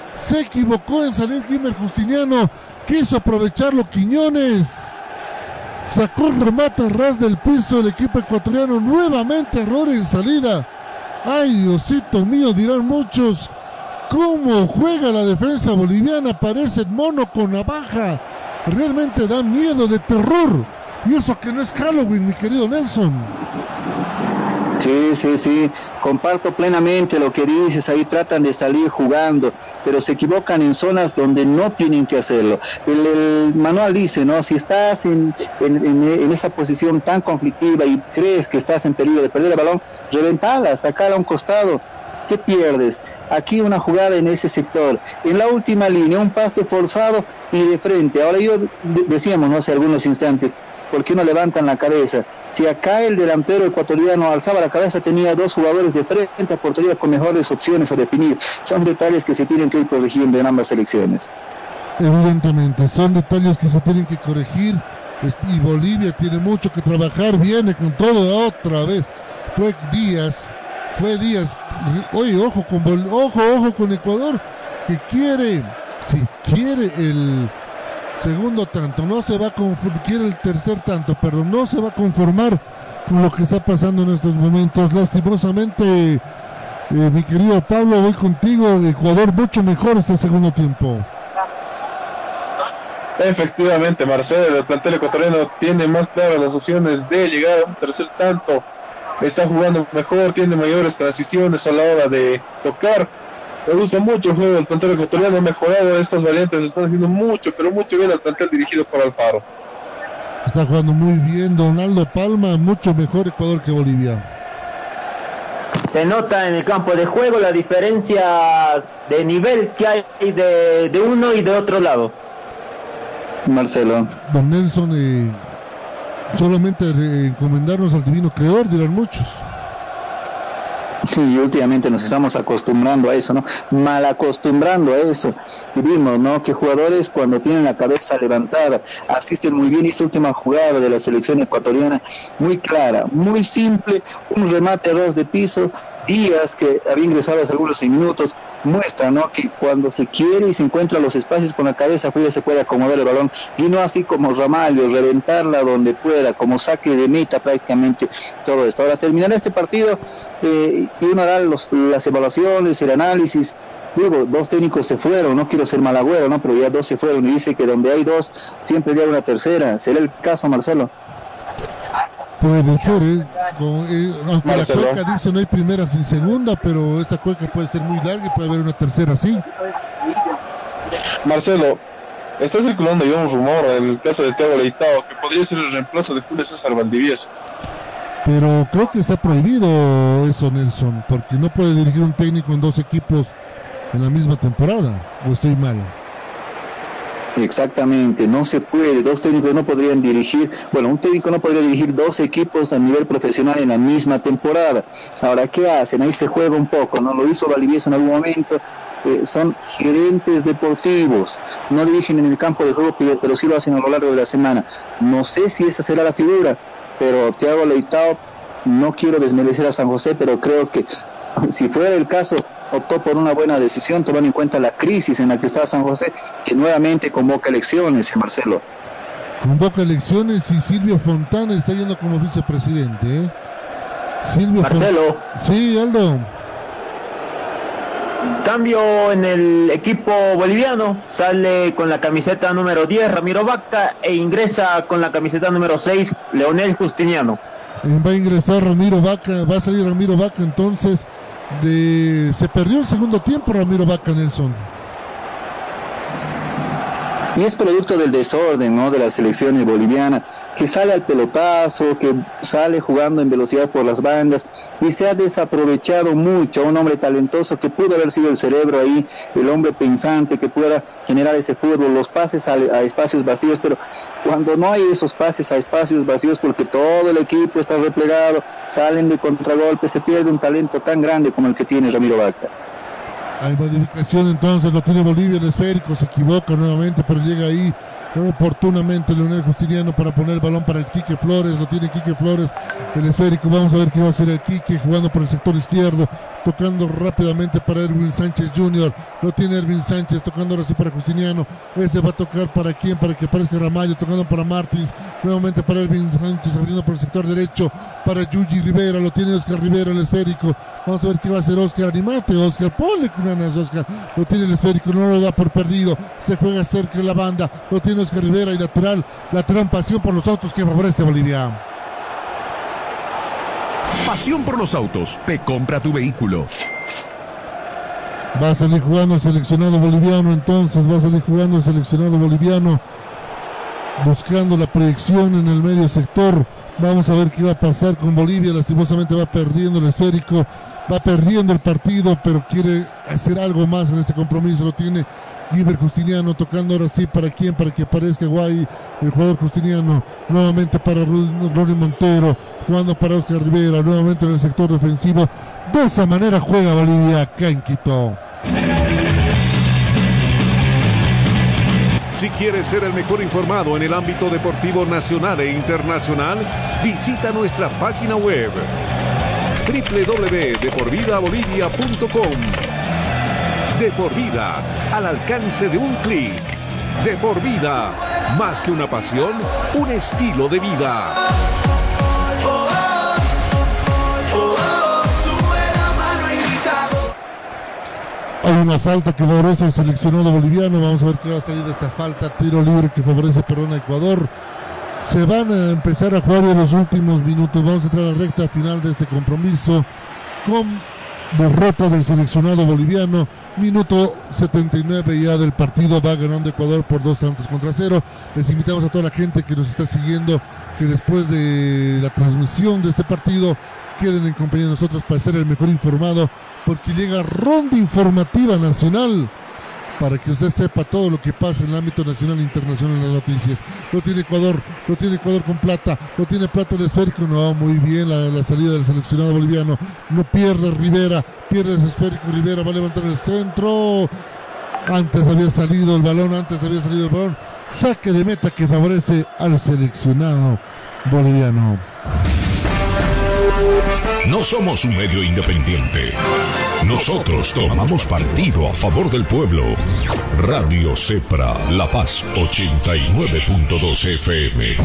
quiso aprovecharlo Quiñones, sacó un remate al ras del piso del equipo ecuatoriano, nuevamente error en salida. Ay, Diosito mío, dirán muchos, cómo juega la defensa boliviana, parece mono con navaja, realmente da miedo, de terror, y eso que no es Halloween, mi querido Nelson. Sí, comparto plenamente lo que dices, ahí tratan de salir jugando, pero se equivocan en zonas donde no tienen que hacerlo. El manual dice, ¿no? Si estás en esa posición tan conflictiva y crees que estás en peligro de perder el balón, reventala, sacala a un costado. ¿Qué pierdes? Aquí una jugada en ese sector, en la última línea, un pase forzado y de frente. Ahora decíamos, ¿no? Hace algunos instantes, ¿por qué no levantan la cabeza? Si acá el delantero ecuatoriano alzaba la cabeza, tenía dos jugadores de frente a portería con mejores opciones a definir. Son detalles que se tienen que ir corrigiendo en ambas selecciones. Evidentemente, son detalles que se tienen que corregir y Bolivia tiene mucho que trabajar, viene con todo otra vez. Fue Díaz. Oye, ojo con Ecuador, que quiere el segundo tanto, no se va a quiere el tercer tanto, perdón, no se va a conformar con lo que está pasando en estos momentos. Lastimosamente, mi querido Pablo, voy contigo. Ecuador mucho mejor este segundo tiempo. Efectivamente, Marcelo, el plantel ecuatoriano tiene más claras las opciones de llegar a un tercer tanto. Está jugando mejor, tiene mayores transiciones a la hora de tocar. Me gusta mucho el juego del plantel ecuatoriano, ha mejorado estas variantes, están haciendo mucho, pero mucho bien al plantel dirigido por Alfaro. Está jugando muy bien Donaldo Palma, mucho mejor Ecuador que Bolivia. Se nota en el campo de juego las diferencias de nivel que hay de uno y de otro lado. Marcelo. Don Nelson, solamente encomendarnos al divino creador, dirán muchos. Sí, últimamente nos estamos acostumbrando a eso, ¿no? Mal acostumbrando a eso. Y vimos, ¿no? Que jugadores cuando tienen la cabeza levantada asisten muy bien. Y esa última jugada de la selección ecuatoriana, muy clara, muy simple, un remate a dos de piso. Díaz, que había ingresado hace algunos minutos, muestra, ¿no? Que cuando se quiere y se encuentra los espacios con la cabeza fría se puede acomodar el balón, y no así como Ramalho, reventarla donde pueda, como saque de meta prácticamente todo esto. Ahora terminará este partido y uno hará las evaluaciones, el análisis. Luego, dos técnicos se fueron, no quiero ser malagüero, ¿no? Pero ya dos se fueron y dice que donde hay dos siempre hay una tercera. ¿Será el caso, Marcelo? Puede ser, aunque Marcelo. La cueca dice no hay primera sin segunda, pero esta cueca puede ser muy larga y puede haber una tercera, sí. Marcelo, está circulando ya un rumor en el caso de Thiago Leitao que podría ser el reemplazo de Julio César Valdivieso. Pero creo que está prohibido eso, Nelson, porque no puede dirigir un técnico en dos equipos en la misma temporada, ¿o estoy mal? Exactamente, no se puede, dos técnicos no podrían dirigir, un técnico no podría dirigir dos equipos a nivel profesional en la misma temporada. Ahora, ¿qué hacen? Ahí se juega un poco, ¿no? Lo hizo Valdivieso en algún momento, son gerentes deportivos, no dirigen en el campo de juego, pero sí lo hacen a lo largo de la semana. No sé si esa será la figura, pero Thiago Leitao, no quiero desmerecer a San José, pero creo que si fuera el caso, optó por una buena decisión, tomando en cuenta la crisis en la que está San José, que nuevamente convoca elecciones, Marcelo. Convoca elecciones y Silvio Fontana está yendo como vicepresidente, Silvio Marcelo. Sí, Aldo. Cambio en el equipo boliviano, sale con la camiseta número 10 Ramiro Vaca e ingresa con la camiseta número 6 Leonel Justiniano. Va a ingresar Ramiro Vaca, va a salir Ramiro Vaca, entonces se perdió el segundo tiempo Ramiro Vaca, Nelson. Y es producto del desorden, ¿no? De la selección boliviana, que sale al pelotazo, que sale jugando en velocidad por las bandas, y se ha desaprovechado mucho a un hombre talentoso que pudo haber sido el cerebro ahí, el hombre pensante que pueda generar ese fútbol, los pases a espacios vacíos, pero cuando no hay esos pases a espacios vacíos porque todo el equipo está replegado, salen de contragolpe, se pierde un talento tan grande como el que tiene Ramiro Vaca. Hay modificación, entonces lo tiene Bolivia, el esférico se equivoca nuevamente, pero llega ahí oportunamente Leonel Justiniano para poner el balón para el Quique Flores, lo tiene Quique Flores, el esférico, vamos a ver qué va a hacer el Quique, jugando por el sector izquierdo, tocando rápidamente para Erwin Sánchez Jr., lo tiene Erwin Sánchez, tocando ahora sí para Justiniano, va a tocar para quién, para que aparezca Ramalho, tocando para Martins, nuevamente para Erwin Sánchez, abriendo por el sector derecho, para Yuji Rivera, lo tiene Oscar Rivera, el esférico, vamos a ver qué va a hacer Oscar, animate Oscar, ponle cunanas Oscar, lo tiene el esférico, no lo da por perdido, se juega cerca de la banda, lo tiene Oscar Rivera y lateral pasión por los autos que favorece Bolivia. Pasión por los autos, te compra tu vehículo. Va a salir jugando el seleccionado boliviano, entonces va a salir jugando el seleccionado boliviano, buscando la proyección en el medio sector. Vamos a ver qué va a pasar con Bolivia, lastimosamente va perdiendo el esférico, va perdiendo el partido, pero quiere hacer algo más en este compromiso, lo tiene Guiber Justiniano, tocando ahora sí para quién, para que aparezca Guay, el jugador Justiniano, nuevamente para Ronnie Montero, jugando para Oscar Rivera, nuevamente en el sector defensivo. De esa manera juega Bolivia acá en Quito. Si quieres ser el mejor informado en el ámbito deportivo nacional e internacional, visita nuestra página web www.deporvidabolivia.com. De por vida, al alcance de un clic. De por vida, más que una pasión, un estilo de vida. Hay una falta que favorece al seleccionado boliviano. Vamos a ver qué va a salir de esta falta. Tiro libre que favorece Perón a Ecuador. Se van a empezar a jugar en los últimos minutos. Vamos a entrar a la recta final de este compromiso con derrota del seleccionado boliviano. Minuto 79 ya del partido. Va ganando Ecuador por 2-0. Les invitamos a toda la gente que nos está siguiendo que después de la transmisión de este partido queden en compañía de nosotros para ser el mejor informado, porque llega ronda informativa nacional para que usted sepa todo lo que pasa en el ámbito nacional e internacional en las noticias. Lo tiene Ecuador con Plata, lo tiene Plata el esférico. No, muy bien la salida del seleccionado boliviano. No pierde Rivera, pierde el esférico. Rivera va a levantar el centro. Antes había salido el balón. Saque de meta que favorece al seleccionado boliviano. No somos un medio independiente. Nosotros tomamos partido a favor del pueblo. Radio Cepra, La Paz, 89.2 FM.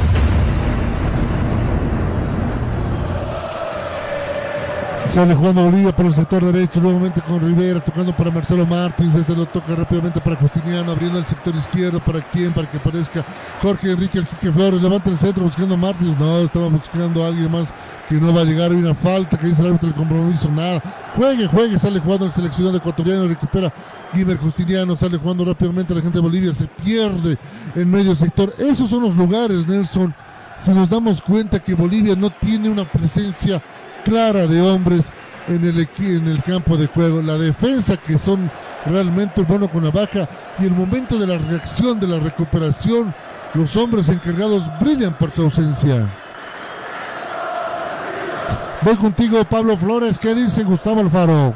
Sale jugando Bolivia por el sector derecho, nuevamente con Rivera, tocando para Marcelo Martins. Este lo toca rápidamente para Justiniano, abriendo el sector izquierdo. ¿Para quién? Para que aparezca Jorge Enrique El Quique Flores. Levanta el centro buscando a Martins. No, estaba buscando a alguien más que no va a llegar. Hay una falta que dice el árbitro del compromiso. Nada. Juegue. Sale jugando el seleccionado ecuatoriano. Recupera Guimer Justiniano. Sale jugando rápidamente la gente de Bolivia. Se pierde en medio sector. Esos son los lugares, Nelson. Si nos damos cuenta que Bolivia no tiene una presencia clara de hombres en el campo de juego, la defensa que son realmente bueno con la baja, y el momento de la reacción, de la recuperación, los hombres encargados brillan por su ausencia. Voy contigo, Pablo Flores. ¿Qué dice Gustavo Alfaro?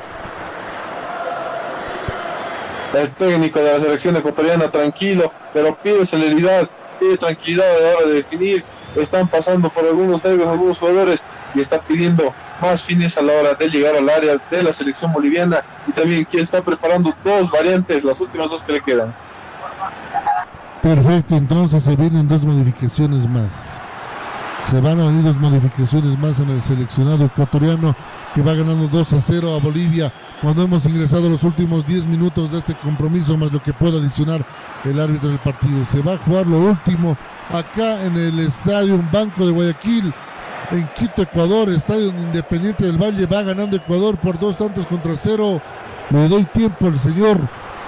El técnico de la selección ecuatoriana tranquilo, pero pide celeridad, pide tranquilidad a la hora de definir. Están pasando por algunos nervios algunos jugadores y está pidiendo más fines a la hora de llegar al área de la selección boliviana, y también que está preparando dos variantes, las últimas dos que le quedan. Perfecto, entonces se vienen dos modificaciones más. Se van a venir dos modificaciones más en el seleccionado ecuatoriano, que va ganando 2-0 a Bolivia cuando hemos ingresado los últimos 10 minutos de este compromiso, más lo que pueda adicionar el árbitro del partido. Se va a jugar lo último acá en el Estadio Banco de Guayaquil, en Quito, Ecuador. Estadio Independiente del Valle. Va ganando Ecuador por 2-0. Le doy tiempo al señor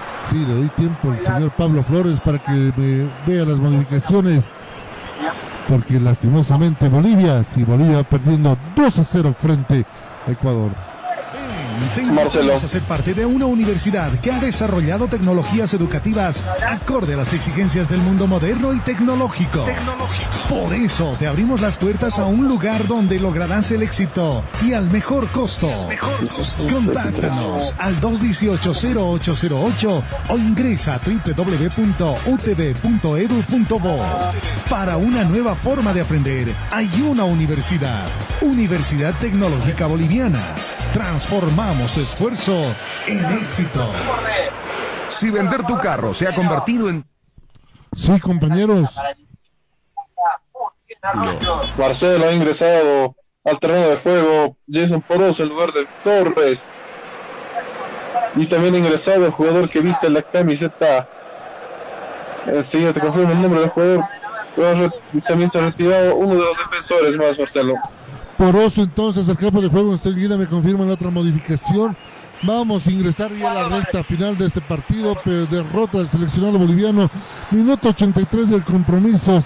Pablo Flores para que me vea las modificaciones, porque lastimosamente Bolivia va perdiendo 2-0 frente a Ecuador. Marcelo. Vamos a ser parte de una universidad que ha desarrollado tecnologías educativas acorde a las exigencias del mundo moderno y tecnológico. Por eso te abrimos las puertas a un lugar donde lograrás el éxito y al mejor costo. Contáctanos al 218-0808 o ingresa a www.utb.edu.bo. Para una nueva forma de aprender hay una universidad. Universidad Tecnológica Boliviana. Transformamos tu esfuerzo en éxito. Si vender tu carro se ha convertido en... Sí, compañeros. Marcelo ha ingresado al terreno de juego Jason Poroso en lugar de Torres. Y también ha ingresado el jugador que viste la camiseta. Sí, te confirmo el nombre del jugador. También se ha retirado uno de los defensores más, Marcelo. Poroso entonces al campo de juego. Enseguida me confirman la otra modificación. Vamos a ingresar ya a la recta final de este partido. Derrota del seleccionado boliviano. Minuto 83 del compromiso.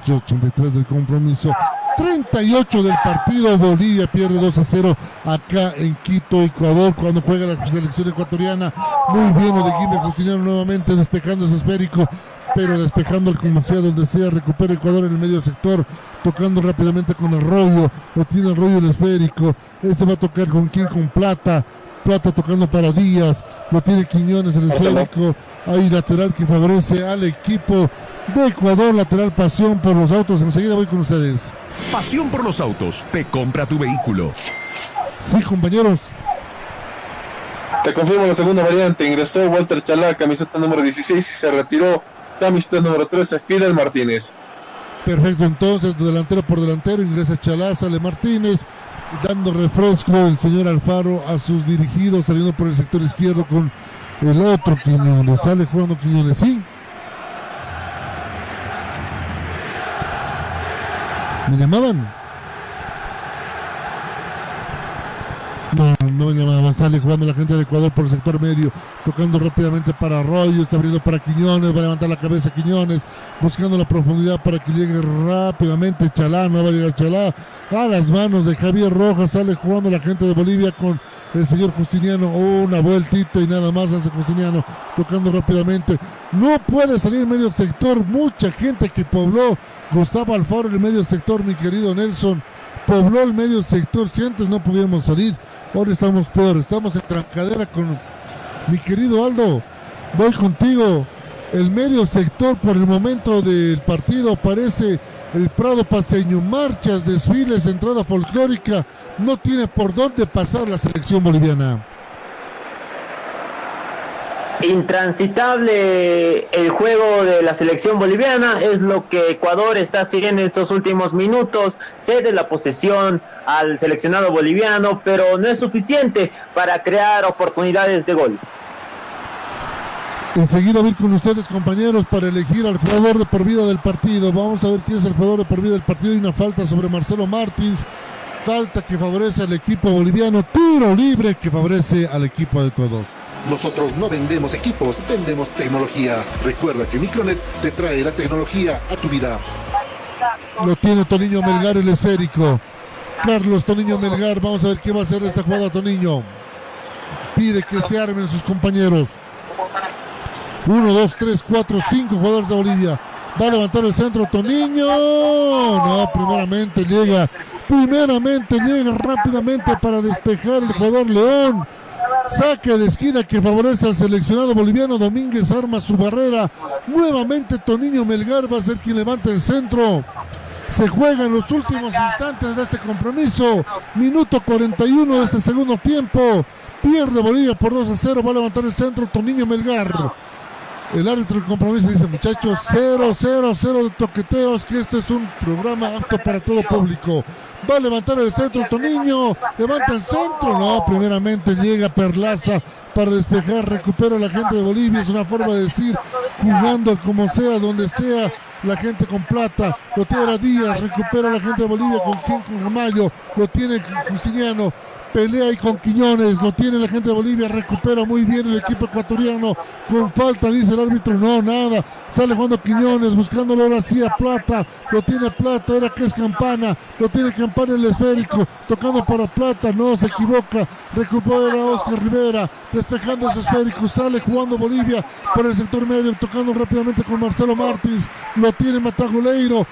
38 del partido. Bolivia pierde 2-0 acá en Quito, Ecuador, cuando juega la selección ecuatoriana. Muy bien lo de Guimer Justiniano nuevamente despejando ese esférico, pero despejando el comercial donde sea. Recupera Ecuador en el medio sector, tocando rápidamente con Arroyo. Lo tiene Arroyo el esférico. Este va a tocar con quién, con Plata. Plata tocando para Díaz, lo tiene Quiñones, el esférico, hay lateral que favorece al equipo de Ecuador, lateral Pasión por los autos. Enseguida voy con ustedes. Pasión por los autos, te compra tu vehículo. Sí, compañeros. Te confirmo la segunda variante, ingresó Walter Chalá, camiseta número 16 y se retiró camiseta número 13, Fidel Martínez. Perfecto, entonces delantero por delantero, ingresa Chalá, sale Martínez, dando refresco el señor Alfaro a sus dirigidos, saliendo por el sector izquierdo con el otro Quiñones, sale jugando Quiñones, sí. ¿Me llamaban? No me llamaban, sale jugando la gente de Ecuador por el sector medio, tocando rápidamente para Arroyo, está abriendo para Quiñones, va a levantar la cabeza Quiñones, buscando la profundidad para que llegue rápidamente Chalá, no va a llegar Chalá, a las manos de Javier Rojas, sale jugando la gente de Bolivia con el señor Justiniano, una vueltita y nada más hace Justiniano, tocando rápidamente, no puede salir medio sector, mucha gente que pobló Gustavo Alfaro en el medio sector, mi querido Nelson, pobló el medio sector, si antes no pudiéramos salir, ahora estamos peor, estamos en trancadera con mi querido Aldo, voy contigo, el medio sector por el momento del partido aparece el Prado Paceño, marchas, desfiles, entrada folclórica, no tiene por dónde pasar la selección boliviana. Intransitable el juego de la selección boliviana, es lo que Ecuador está haciendo en estos últimos minutos, cede la posesión al seleccionado boliviano, pero no es suficiente para crear oportunidades de gol. Enseguida voy con ustedes, compañeros, para elegir al jugador de por vida del partido. Vamos a ver quién es el jugador de por vida del partido. Hay una falta sobre Marcelo Martins, falta que favorece al equipo boliviano, tiro libre que favorece al equipo de Ecuador. Nosotros no vendemos equipos, vendemos tecnología. Recuerda que Micronet te trae la tecnología a tu vida. Lo tiene Toniño Melgar, el esférico. Carlos Toniño Melgar, vamos a ver qué va a hacer esa jugada Toniño. Pide que se armen sus compañeros. 1, 2, 3, 4, 5 jugadores de Bolivia. Va a levantar el centro Toniño. No, primeramente llega rápidamente para despejar el jugador León. Saque de esquina que favorece al seleccionado boliviano. Domínguez arma su barrera. Nuevamente Toniño Melgar va a ser quien levanta el centro. Se juega en los últimos instantes de este compromiso. Minuto 41 de este segundo tiempo. Pierde Bolivia por 2-0. Va a levantar el centro Toniño Melgar. El árbitro del compromiso dice: muchachos, 0 de toqueteos, que este es un programa apto para todo público. Va a levantar el centro Toniño, levanta el centro, no, primeramente llega Perlaza para despejar, recupera la gente de Bolivia, es una forma de decir, jugando como sea, donde sea, la gente con plata, lo tiene a Díaz, recupera la gente de Bolivia con Ramallo, lo tiene Justiniano, pelea ahí con Quiñones, lo tiene la gente de Bolivia, recupera muy bien el equipo ecuatoriano, con falta dice el árbitro, no, nada, sale jugando Quiñones, buscándolo ahora sí a Plata, lo tiene Plata, era que es Campana, lo tiene Campana el esférico, tocando para Plata, no, se equivoca, recupera Oscar Rivera, despejando ese esférico, sale jugando Bolivia por el sector medio, tocando rápidamente con Marcelo Martins, lo tiene Matagoleiro,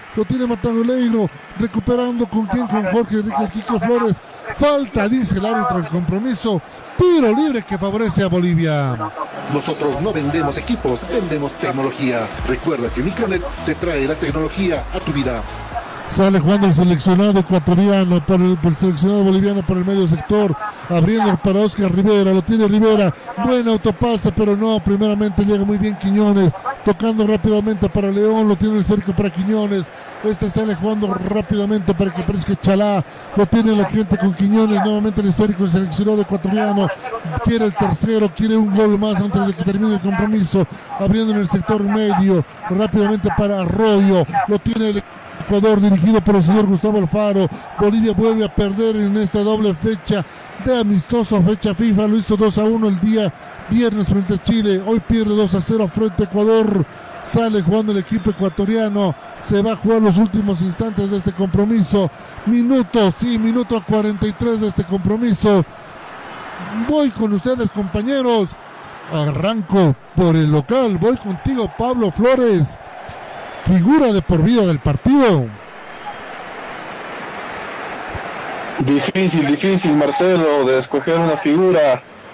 recuperando con Jorge Enrique Kiko Flores, falta, dice el árbitro del compromiso, tiro libre que favorece a Bolivia. Nosotros no vendemos equipos, vendemos tecnología. Recuerda que Micronet te trae la tecnología a tu vida. Sale jugando el seleccionado ecuatoriano por el seleccionado boliviano por el medio sector, abriendo para Oscar Rivera, lo tiene Rivera, buen autopase, pero no, primeramente llega muy bien Quiñones, tocando rápidamente para León, lo tiene el esférico para Quiñones, sale jugando rápidamente para que aparezca Chalá, lo tiene la gente con Quiñones, nuevamente el esférico del seleccionado ecuatoriano, quiere el tercero, quiere un gol más antes de que termine el compromiso, abriendo en el sector medio, rápidamente para Arroyo, lo tiene el Ecuador dirigido por el señor Gustavo Alfaro. Bolivia vuelve a perder en esta doble fecha de amistoso, fecha FIFA, lo hizo 2-1 el día viernes frente a Chile, hoy pierde 2-0 frente a Ecuador. Sale jugando el equipo ecuatoriano, se va a jugar los últimos instantes de este compromiso, minuto 43 de este compromiso. Voy con ustedes, compañeros, arranco por el local, voy contigo, Pablo Flores, figura de por vida del partido. Difícil, Marcelo, de escoger una figura.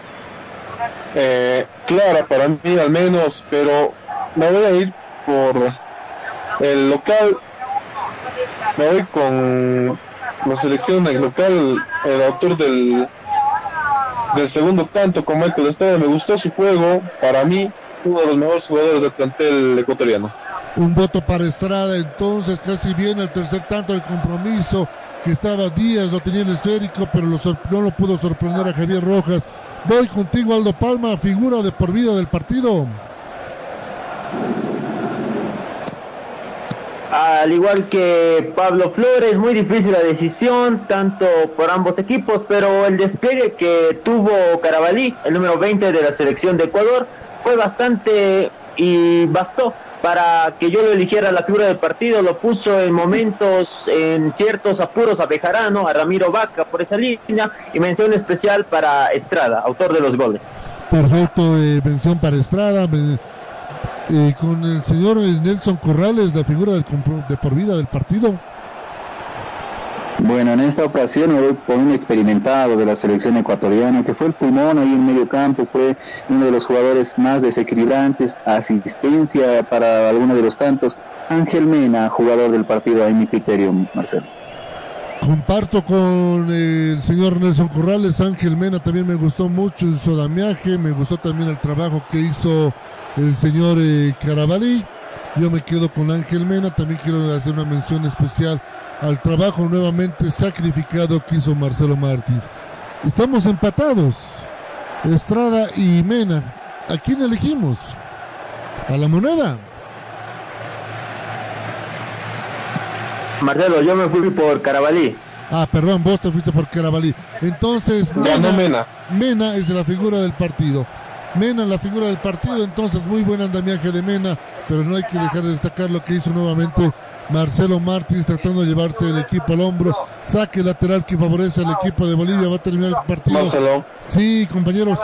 clara para mí al menos, pero me voy a ir por el local. Me voy con la selección del local, el autor del segundo tanto con Michael Estrada. Me gustó su juego, para mí uno de los mejores jugadores del plantel ecuatoriano. Un voto para Estrada, entonces casi viene el tercer tanto del Compromiso, que estaba Díaz, lo tenía el esférico, pero no lo pudo sorprender a Javier Rojas. Voy contigo, Aldo Palma, figura de por vida del partido. Al igual que Pablo Flores, muy difícil la decisión, tanto por ambos equipos, pero el despliegue que tuvo Carabalí, el número 20 de la selección de Ecuador, fue bastante y bastó para que yo lo eligiera la figura del partido. Lo puso en momentos, en ciertos apuros a Bejarano, a Ramiro Vaca por esa línea, y mención especial para Estrada, autor de los goles. Perfecto, mención para Estrada. Con el señor Nelson Corrales, la figura de por vida del partido. Bueno, en esta ocasión me voy con un experimentado de la selección ecuatoriana, que fue el pulmón ahí en medio campo, fue uno de los jugadores más desequilibrantes, asistencia para alguno de los tantos. Ángel Mena, jugador del partido, a mi criterio, Marcelo. Comparto con el señor Nelson Corrales. Ángel Mena también me gustó mucho en su andamiaje, me gustó también el trabajo que hizo el señor Carabalí. Yo me quedo con Ángel Mena. También quiero hacer una mención especial al trabajo nuevamente sacrificado que hizo Marcelo Martins. Estamos empatados, Estrada y Mena. ¿A quién elegimos? ¿A la moneda? Marcelo, yo me fui por Carabalí. Ah, perdón, vos te fuiste por Carabalí. Entonces, Mena es la figura del partido. Mena, la figura del partido. Entonces, muy buen andamiaje de Mena, pero no hay que dejar de destacar lo que hizo nuevamente Marcelo Martins, tratando de llevarse el equipo al hombro. Saque lateral que favorece al equipo de Bolivia. Va a terminar el partido. Marcelo. Sí, compañeros.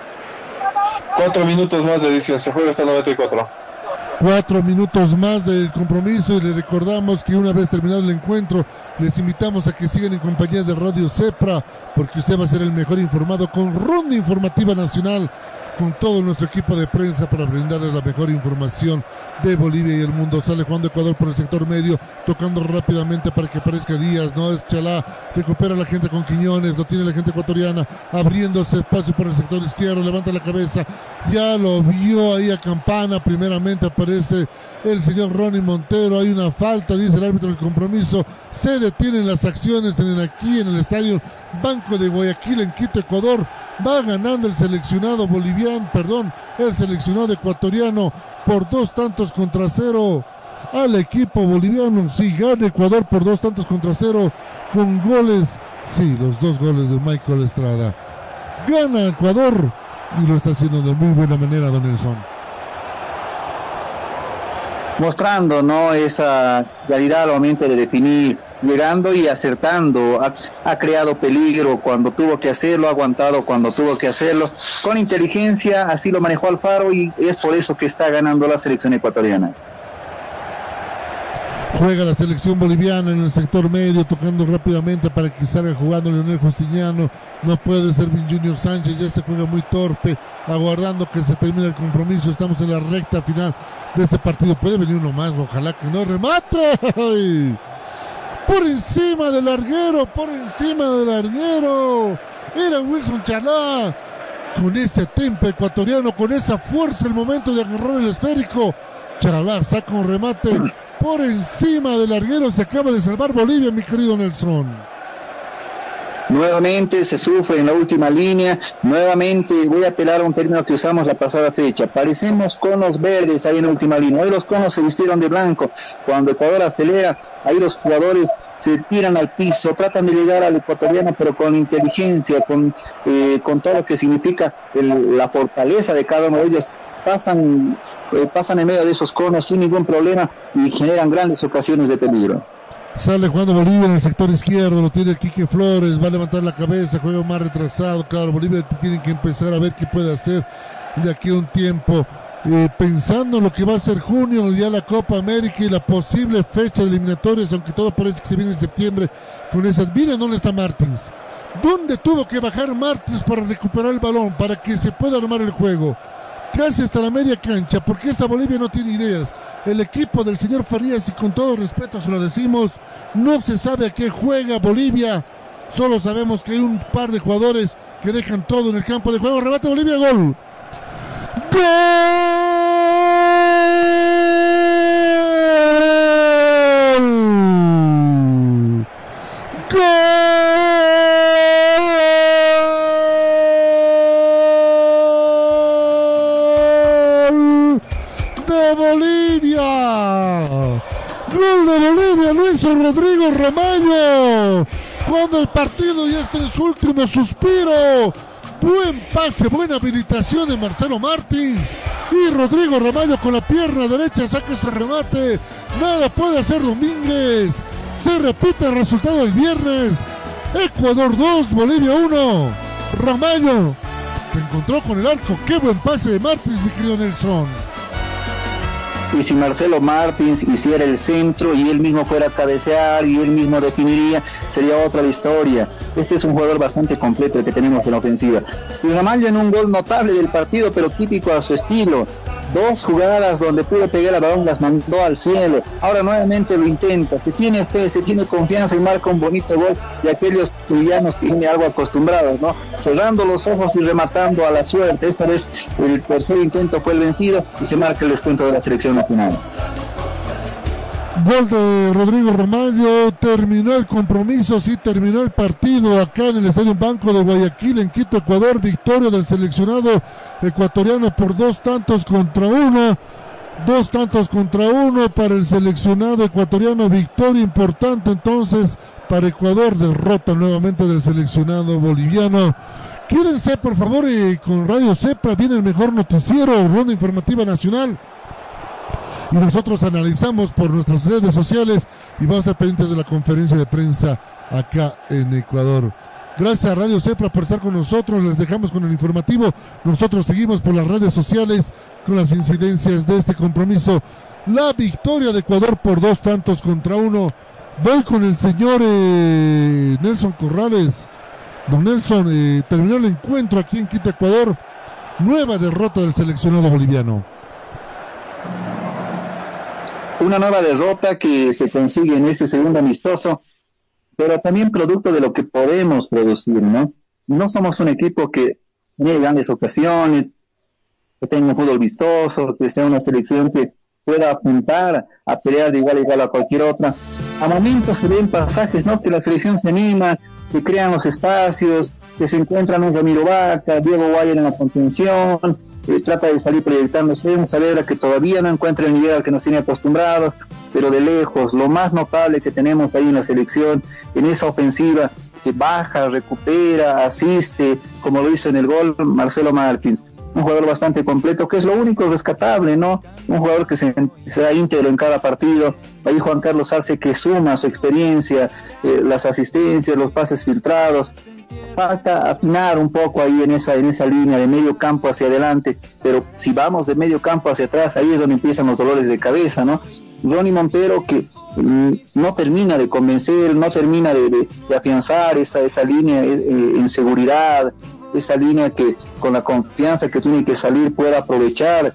4 minutos más de edición, se juega hasta el 94. 4 minutos más del compromiso, y le recordamos que una vez terminado el encuentro, les invitamos a que sigan en compañía de Radio Cepra, porque usted va a ser el mejor informado con Ronda Informativa Nacional, con todo nuestro equipo de prensa para brindarles la mejor información de Bolivia y el mundo. Sale Juan de Ecuador por el sector medio, tocando rápidamente para que aparezca Díaz, no es Chalá, recupera la gente con Quiñones, lo tiene la gente ecuatoriana, abriéndose espacio por el sector izquierdo, levanta la cabeza, ya lo vio ahí a Campana, primeramente aparece el señor Ronnie Montero, hay una falta, dice el árbitro del compromiso, se detienen las acciones aquí en el estadio Banco de Guayaquil en Quito, Ecuador. Va ganando el seleccionado el seleccionado ecuatoriano por 2-0 al equipo boliviano. Sí, gana Ecuador por 2-0 con goles, sí, los 2 goles de Michael Estrada. Gana Ecuador y lo está haciendo de muy buena manera, don Nelson. Mostrando, ¿no?, esa claridad al momento de definir, llegando y acertando, ha creado peligro cuando tuvo que hacerlo, ha aguantado cuando tuvo que hacerlo, con inteligencia, así lo manejó Alfaro, y es por eso que está ganando la selección ecuatoriana. Juega la selección boliviana en el sector medio, tocando rápidamente para que salga jugando Leonel Justiniano. No puede ser Vin Junior Sánchez, ya se juega muy torpe, aguardando que se termine el compromiso. Estamos en la recta final de este partido. Puede venir uno más, ojalá que no remate. Por encima del larguero, Era Wilson Chalá, con ese tempo ecuatoriano, con esa fuerza, el momento de agarrar el esférico. Chalá saca un remate por encima del larguero. Se acaba de salvar Bolivia, mi querido Nelson. Nuevamente se sufre en la última línea. Nuevamente voy a apelar a un término que usamos la pasada fecha. Parecemos conos verdes ahí en la última línea. Hoy los conos se vistieron de blanco. Cuando Ecuador acelera, ahí los jugadores se tiran al piso, tratan de llegar al ecuatoriano, pero con inteligencia, con todo lo que significa la fortaleza de cada uno de ellos. Pasan en medio de esos conos sin ningún problema y generan grandes ocasiones de peligro. Sale jugando Bolivia en el sector izquierdo, lo tiene Quique Flores, va a levantar la cabeza, juega más retrasado. Claro, Bolivia tiene que empezar a ver qué puede hacer de aquí a un tiempo, pensando en lo que va a ser junio, ya la Copa América y la posible fecha de eliminatorias, aunque todo parece que se viene en septiembre con esas. Miren dónde está Martins. ¿Dónde tuvo que bajar Martins para recuperar el balón, para que se pueda armar el juego? Casi hasta la media cancha, porque esta Bolivia no tiene ideas. El equipo del señor Farías, y con todo respeto se lo decimos, no se sabe a qué juega Bolivia. Solo sabemos que hay un par de jugadores que dejan todo en el campo de juego. Rebate Bolivia, gol. ¡Gol! Lo hizo Rodrigo Ramallo cuando el partido ya está en su último suspiro. Buen pase, buena habilitación de Marcelo Martins, y Rodrigo Ramallo con la pierna derecha saca ese remate. Nada puede hacer Domínguez. Se repite el resultado del viernes. Ecuador 2, Bolivia 1. Ramallo que encontró con el arco. Qué buen pase de Martins, mi querido Nelson. Y si Marcelo Martins hiciera el centro y él mismo fuera a cabecear y él mismo definiría, sería otra historia. Este es un jugador bastante completo el que tenemos en la ofensiva. Y Ramallo en un gol notable del partido, pero típico a su estilo. 2 jugadas donde pudo pegar el balón, las mandó al cielo. Ahora nuevamente lo intenta, se tiene fe, se tiene confianza y marca un bonito gol de aquellos que ya nos tiene algo acostumbrados, ¿no? Cerrando los ojos y rematando a la suerte. Esta vez el tercer intento fue el vencido y se marca el descuento de la selección nacional. Gol de Rodrigo Ramallo, terminó el compromiso, sí, terminó el partido acá en el Estadio Banco de Guayaquil, en Quito, Ecuador. Victoria del seleccionado ecuatoriano por 2-1. 2-1 para el seleccionado ecuatoriano. Victoria importante entonces para Ecuador. Derrota nuevamente del seleccionado boliviano. Quédense por favor con Radio Cepra, viene el mejor noticiero, ronda informativa nacional. Y nosotros analizamos por nuestras redes sociales y vamos a estar pendientes de la conferencia de prensa acá en Ecuador. Gracias a Radio Cepra por estar con nosotros, les dejamos con el informativo. Nosotros seguimos por las redes sociales con las incidencias de este compromiso. La victoria de Ecuador por 2-1. Voy con el señor Nelson Corrales. Don Nelson, terminó el encuentro aquí en Quito, Ecuador. Nueva derrota del seleccionado boliviano. Una nueva derrota que se consigue en este segundo amistoso, pero también producto de lo que podemos producir, ¿no? No somos un equipo que tiene grandes ocasiones, que tenga un fútbol vistoso, que sea una selección que pueda apuntar a pelear de igual a igual a cualquier otra. A momentos se ven pasajes, ¿no? Que la selección se anima, que crean los espacios, que se encuentran un Ramiro Vaca, Diego Guayer en la contención, trata de salir proyectándose, un Saavedra que todavía no encuentra el nivel al que nos tiene acostumbrados, pero de lejos, lo más notable que tenemos ahí en la selección, en esa ofensiva que baja, recupera, asiste, como lo hizo en el gol Marcelo Martins. Un jugador bastante completo, que es lo único rescatable, ¿no? Un jugador que será íntegro en cada partido. Ahí Juan Carlos Arce, que suma su experiencia, las asistencias, los pases filtrados. Falta afinar un poco ahí en esa línea de medio campo hacia adelante, pero si vamos de medio campo hacia atrás, ahí es donde empiezan los dolores de cabeza, ¿no? Ronnie Montero, que no termina de convencer, no termina de afianzar esa línea en seguridad, esa línea que con la confianza que tiene que salir pueda aprovechar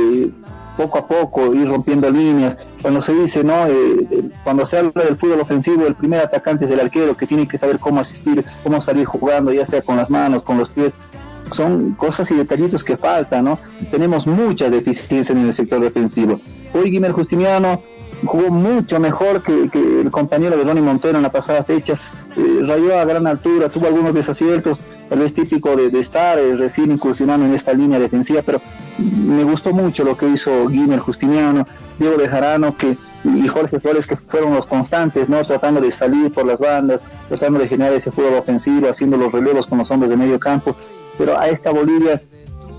poco a poco, ir rompiendo líneas. Cuando se dice, ¿no? Cuando se habla del fútbol ofensivo, el primer atacante es el arquero, que tiene que saber cómo asistir, cómo salir jugando, ya sea con las manos, con los pies. Son cosas y detallitos que faltan, ¿no? Tenemos mucha deficiencia en el sector defensivo. Hoy Guimer Justiniano jugó mucho mejor que el compañero de Ronnie Montero en la pasada fecha. Rayó a gran altura, tuvo algunos desaciertos, tal vez típico de estar recién incursionando en esta línea defensiva, pero me gustó mucho lo que hizo Guimer Justiniano, Diego Bejarano y Jorge Flores, que fueron los constantes, ¿no? Tratando de salir por las bandas, tratando de generar ese fútbol ofensivo, haciendo los relevos con los hombres de medio campo. Pero a esta Bolivia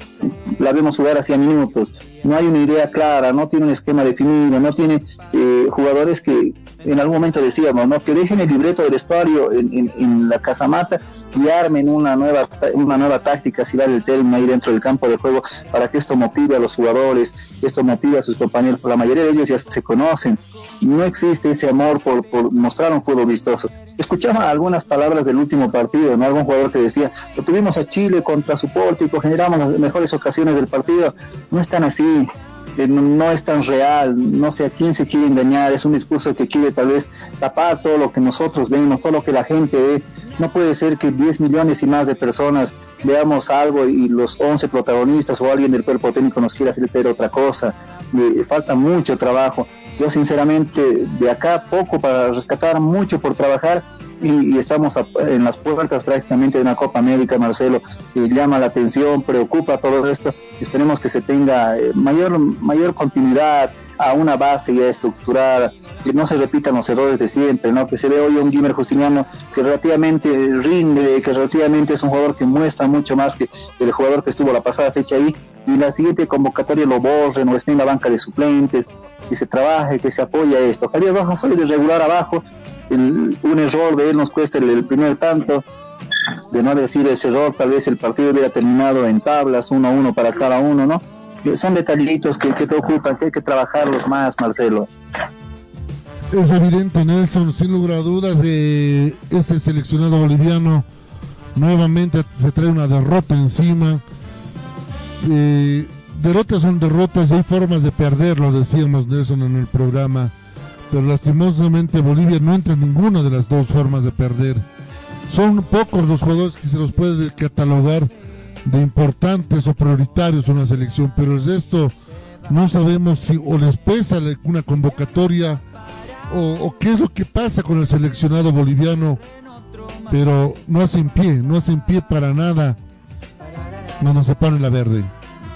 la vemos jugar hacia minutos, no hay una idea clara, no tiene un esquema definido, no tiene jugadores que en algún momento decíamos, ¿no? Que dejen el libreto del vestuario en la casamata y armen una nueva táctica, si vale el término, ahí dentro del campo de juego, para que esto motive a los jugadores, esto motive a sus compañeros, porque la mayoría de ellos ya se conocen. No existe ese amor por mostrar un fútbol vistoso. Escuchaba algunas palabras del último partido, ¿no? Algún jugador que decía, lo tuvimos a Chile contra su Pórtico, generamos las mejores ocasiones del partido. No es tan así. No es tan real, no sé a quién se quiere engañar, es un discurso que quiere tal vez tapar todo lo que nosotros vemos, todo lo que la gente ve. No puede ser que 10 millones y más de personas veamos algo y los 11 protagonistas o alguien del cuerpo técnico nos quiera hacer ver otra cosa. Falta mucho trabajo. Yo sinceramente de acá poco para rescatar, mucho por trabajar, y estamos en las puertas prácticamente de una Copa América, Marcelo, y llama la atención, preocupa todo esto. Esperemos que se tenga mayor continuidad a una base ya estructurada, que no se repitan los errores de siempre, ¿no? Que se ve hoy un Guimer Justiniano que relativamente rinde, que relativamente es un jugador que muestra mucho más que el jugador que estuvo la pasada fecha ahí, y la siguiente convocatoria lo borren o esté en la banca de suplentes, que se trabaje, que se apoye a esto. Javier Rojas hoy de regular abajo, un error de él nos cuesta el primer tanto. De no haber sido ese error, tal vez el partido hubiera terminado en tablas, 1-1 para cada uno, ¿no? Son detallitos que preocupan, que hay que trabajarlos más, Marcelo. Es evidente, Nelson, sin lugar a dudas, este seleccionado boliviano nuevamente se trae una derrota encima. Derrotas son derrotas, hay formas de perder, lo decíamos, Nelson, en el programa, pero lastimosamente Bolivia no entra en ninguna de las dos formas de perder. Son pocos los jugadores que se los puede catalogar de importantes o prioritarios en una selección, pero el resto no sabemos si o les pesa una convocatoria o qué es lo que pasa con el seleccionado boliviano, pero no hacen pie para nada cuando se pone la verde.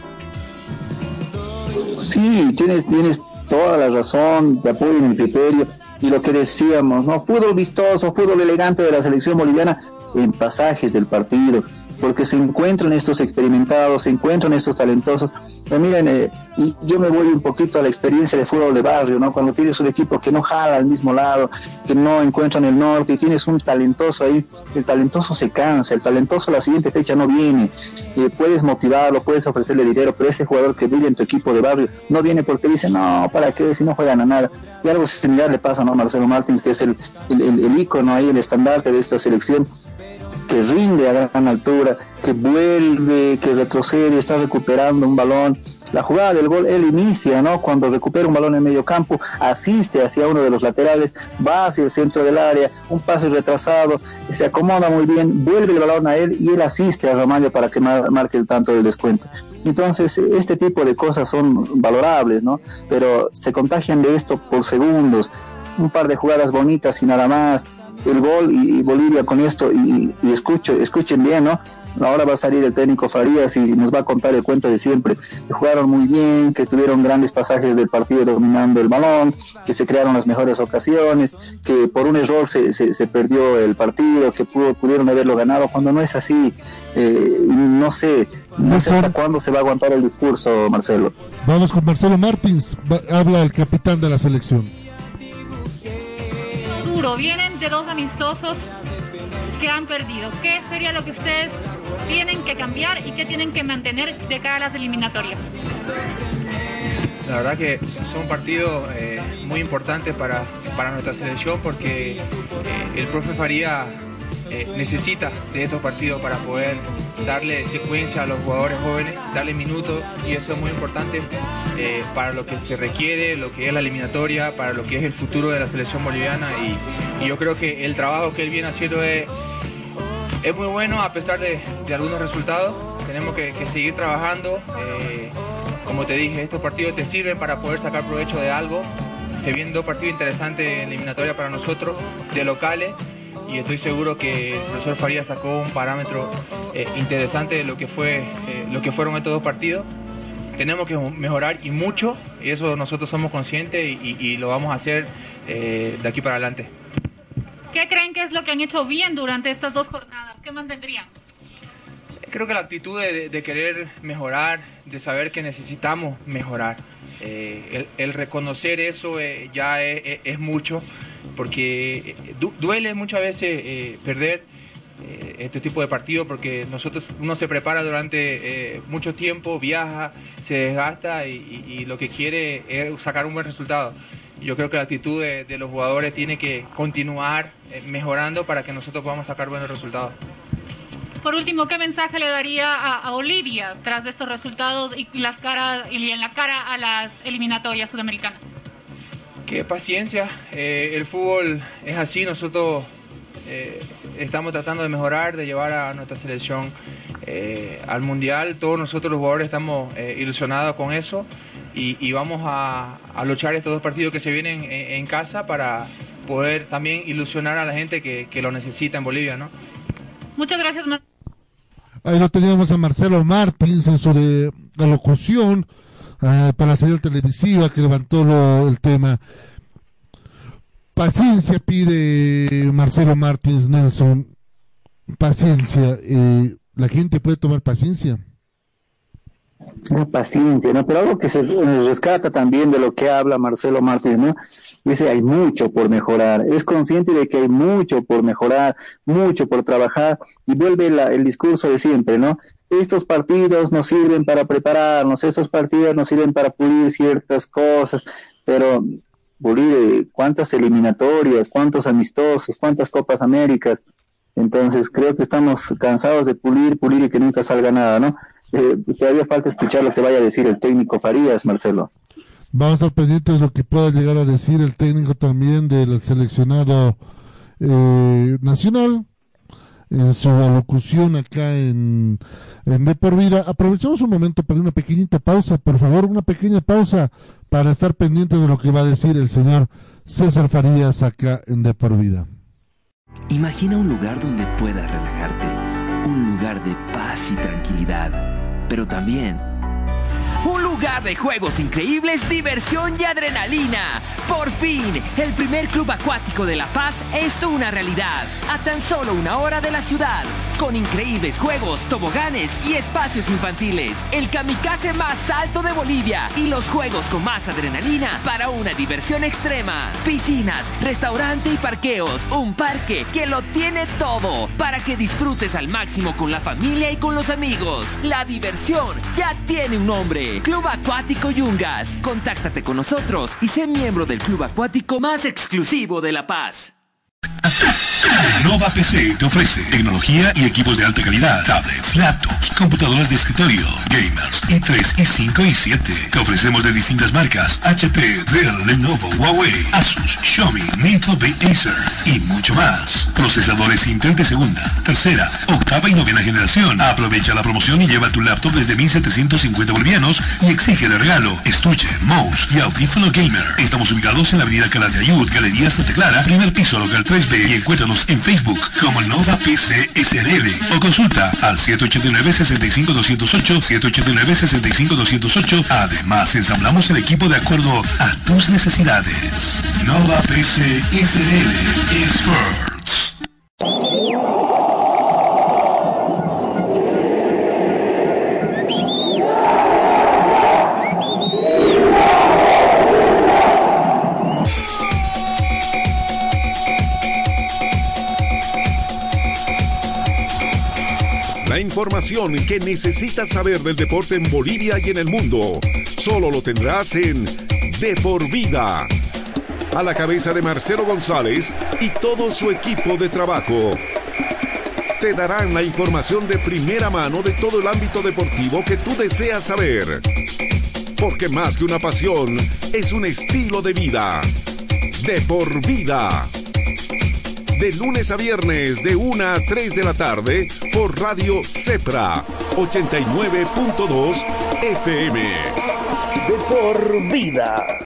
Sí, tienes toda la razón, te apoyo en el criterio, y lo que decíamos, ¿no? Fútbol vistoso, fútbol elegante de la selección boliviana en pasajes del partido, porque se encuentran estos experimentados, se encuentran estos talentosos. Pero miren, y yo me voy un poquito a la experiencia de fútbol de barrio, ¿no? Cuando tienes un equipo que no jala al mismo lado, que no encuentra en el norte, y tienes un talentoso ahí, el talentoso se cansa, el talentoso la siguiente fecha no viene. Puedes motivarlo, puedes ofrecerle dinero, pero ese jugador que vive en tu equipo de barrio no viene porque dice, no, ¿para qué? Si no juegan a nada. Y algo similar le pasa, ¿no? A Marcelo Martins, que es el ícono ahí, el estandarte de esta selección, que rinde a gran altura, que vuelve, que retrocede, está recuperando un balón. La jugada del gol, él inicia, ¿no? Cuando recupera un balón en medio campo, asiste hacia uno de los laterales, va hacia el centro del área, un pase retrasado, se acomoda muy bien, vuelve el balón a él y él asiste a Ramallo para que marque el tanto del descuento. Entonces, este tipo de cosas son valorables, ¿no? Pero se contagian de esto por segundos, un par de jugadas bonitas y nada más, el gol y Bolivia con esto, y escuchen bien, ¿no? Ahora va a salir el técnico Farías y nos va a contar el cuento de siempre, que jugaron muy bien, que tuvieron grandes pasajes del partido dominando el balón, que se crearon las mejores ocasiones, que por un error se perdió el partido, que pudieron haberlo ganado, cuando no es así. No sé hasta cuándo se va a aguantar el discurso, Marcelo. Vamos con Marcelo Martins, habla el capitán de la selección. Vienen de dos amistosos que han perdido. ¿Qué sería lo que ustedes tienen que cambiar y qué tienen que mantener de cara a las eliminatorias? La verdad que son partidos muy importantes para nuestra selección, porque el profe Faría necesita de estos partidos para poder darle secuencia a los jugadores jóvenes, darle minutos, y eso es muy importante para lo que se requiere, lo que es la eliminatoria, para lo que es el futuro de la selección boliviana, y yo creo que el trabajo que él viene haciendo es muy bueno a pesar de algunos resultados. Tenemos que seguir trabajando, como te dije, estos partidos te sirven para poder sacar provecho de algo. Se vienen dos partidos interesantes en la eliminatoria para nosotros, de locales, y estoy seguro que el profesor Farías sacó un parámetro interesante de lo que fueron estos dos partidos. Tenemos que mejorar y mucho, y eso nosotros somos conscientes y lo vamos a hacer de aquí para adelante. ¿Qué creen que es lo que han hecho bien durante estas dos jornadas? ¿Qué mantendrían? Creo que la actitud de querer mejorar, de saber que necesitamos mejorar, el reconocer eso ya es mucho, porque duele muchas veces perder este tipo de partido, porque uno se prepara durante mucho tiempo, viaja, se desgasta y lo que quiere es sacar un buen resultado. Yo creo que la actitud de los jugadores tiene que continuar mejorando para que nosotros podamos sacar buenos resultados. Por último, ¿qué mensaje le daría a Bolivia tras de estos resultados y en la cara a las eliminatorias sudamericanas? Que paciencia, el fútbol es así, nosotros estamos tratando de mejorar, de llevar a nuestra selección al Mundial. Todos nosotros los jugadores estamos ilusionados con eso y vamos a luchar estos 2 partidos que se vienen en casa para poder también ilusionar a la gente que lo necesita en Bolivia, ¿no? Muchas gracias, Ahí lo teníamos a Marcelo Martins en su locución para la señal televisiva que levantó el tema. Paciencia pide Marcelo Martins, Nelson. Paciencia. La gente puede tomar paciencia. Paciencia, ¿no? Pero algo que se rescata también de lo que habla Marcelo Martins, ¿no? Dice, hay mucho por mejorar, es consciente de que hay mucho por mejorar, mucho por trabajar, y vuelve el discurso de siempre, ¿no? Estos partidos nos sirven para prepararnos, estos partidos nos sirven para pulir ciertas cosas, pero pulir cuántas eliminatorias, cuántos amistosos, cuántas Copas Américas. Entonces creo que estamos cansados de pulir y que nunca salga nada, ¿no? Todavía falta escuchar lo que vaya a decir el técnico Farías, Marcelo. Vamos a estar pendientes de lo que pueda llegar a decir el técnico también del seleccionado nacional en su alocución acá en De Por Vida. Aprovechamos un momento para una pequeñita pausa, por favor, una pequeña pausa para estar pendientes de lo que va a decir el señor César Farías acá en De Por Vida. Imagina un lugar donde puedas relajarte, un lugar de paz y tranquilidad, pero también un lugar de juegos increíbles, diversión y adrenalina. Por fin, el primer club acuático de La Paz es una realidad, a tan solo 1 hora de la ciudad, con increíbles juegos, toboganes y espacios infantiles, el kamikaze más alto de Bolivia y los juegos con más adrenalina para una diversión extrema. Piscinas, restaurante y parqueos, un parque que lo tiene todo para que disfrutes al máximo con la familia y con los amigos. La diversión ya tiene un nombre: Club Acuático Yungas. Contáctate con nosotros y sé miembro del club acuático más exclusivo de La Paz. Nova PC te ofrece tecnología y equipos de alta calidad, tablets, laptops, computadoras de escritorio, gamers, i3, i5 y 7. Te ofrecemos de distintas marcas: HP, Dell, Lenovo, Huawei, Asus, Xiaomi, Nintendo, Acer y mucho más. Procesadores Intel de segunda, tercera, octava y novena generación. Aprovecha la promoción y lleva tu laptop desde 1,750 bolivianos y exige de regalo estuche, mouse y audífono gamer. Estamos ubicados en la avenida Cala de Ayud, Galería Santa Clara, primer piso, local 3B, y encuéntranos en Facebook como Nova PC SRL o consulta al 789-65208, 789-65208. Además, ensamblamos el equipo de acuerdo a tus necesidades. Nova PC SRL Experts. La información que necesitas saber del deporte en Bolivia y en el mundo, solo lo tendrás en De Por Vida. A la cabeza de Marcelo González y todo su equipo de trabajo. Te darán la información de primera mano de todo el ámbito deportivo que tú deseas saber. Porque más que una pasión, es un estilo de vida. De Por Vida. De lunes a viernes de 1 a 3 de la tarde por Radio Cepra 89.2 FM. De Por Vida.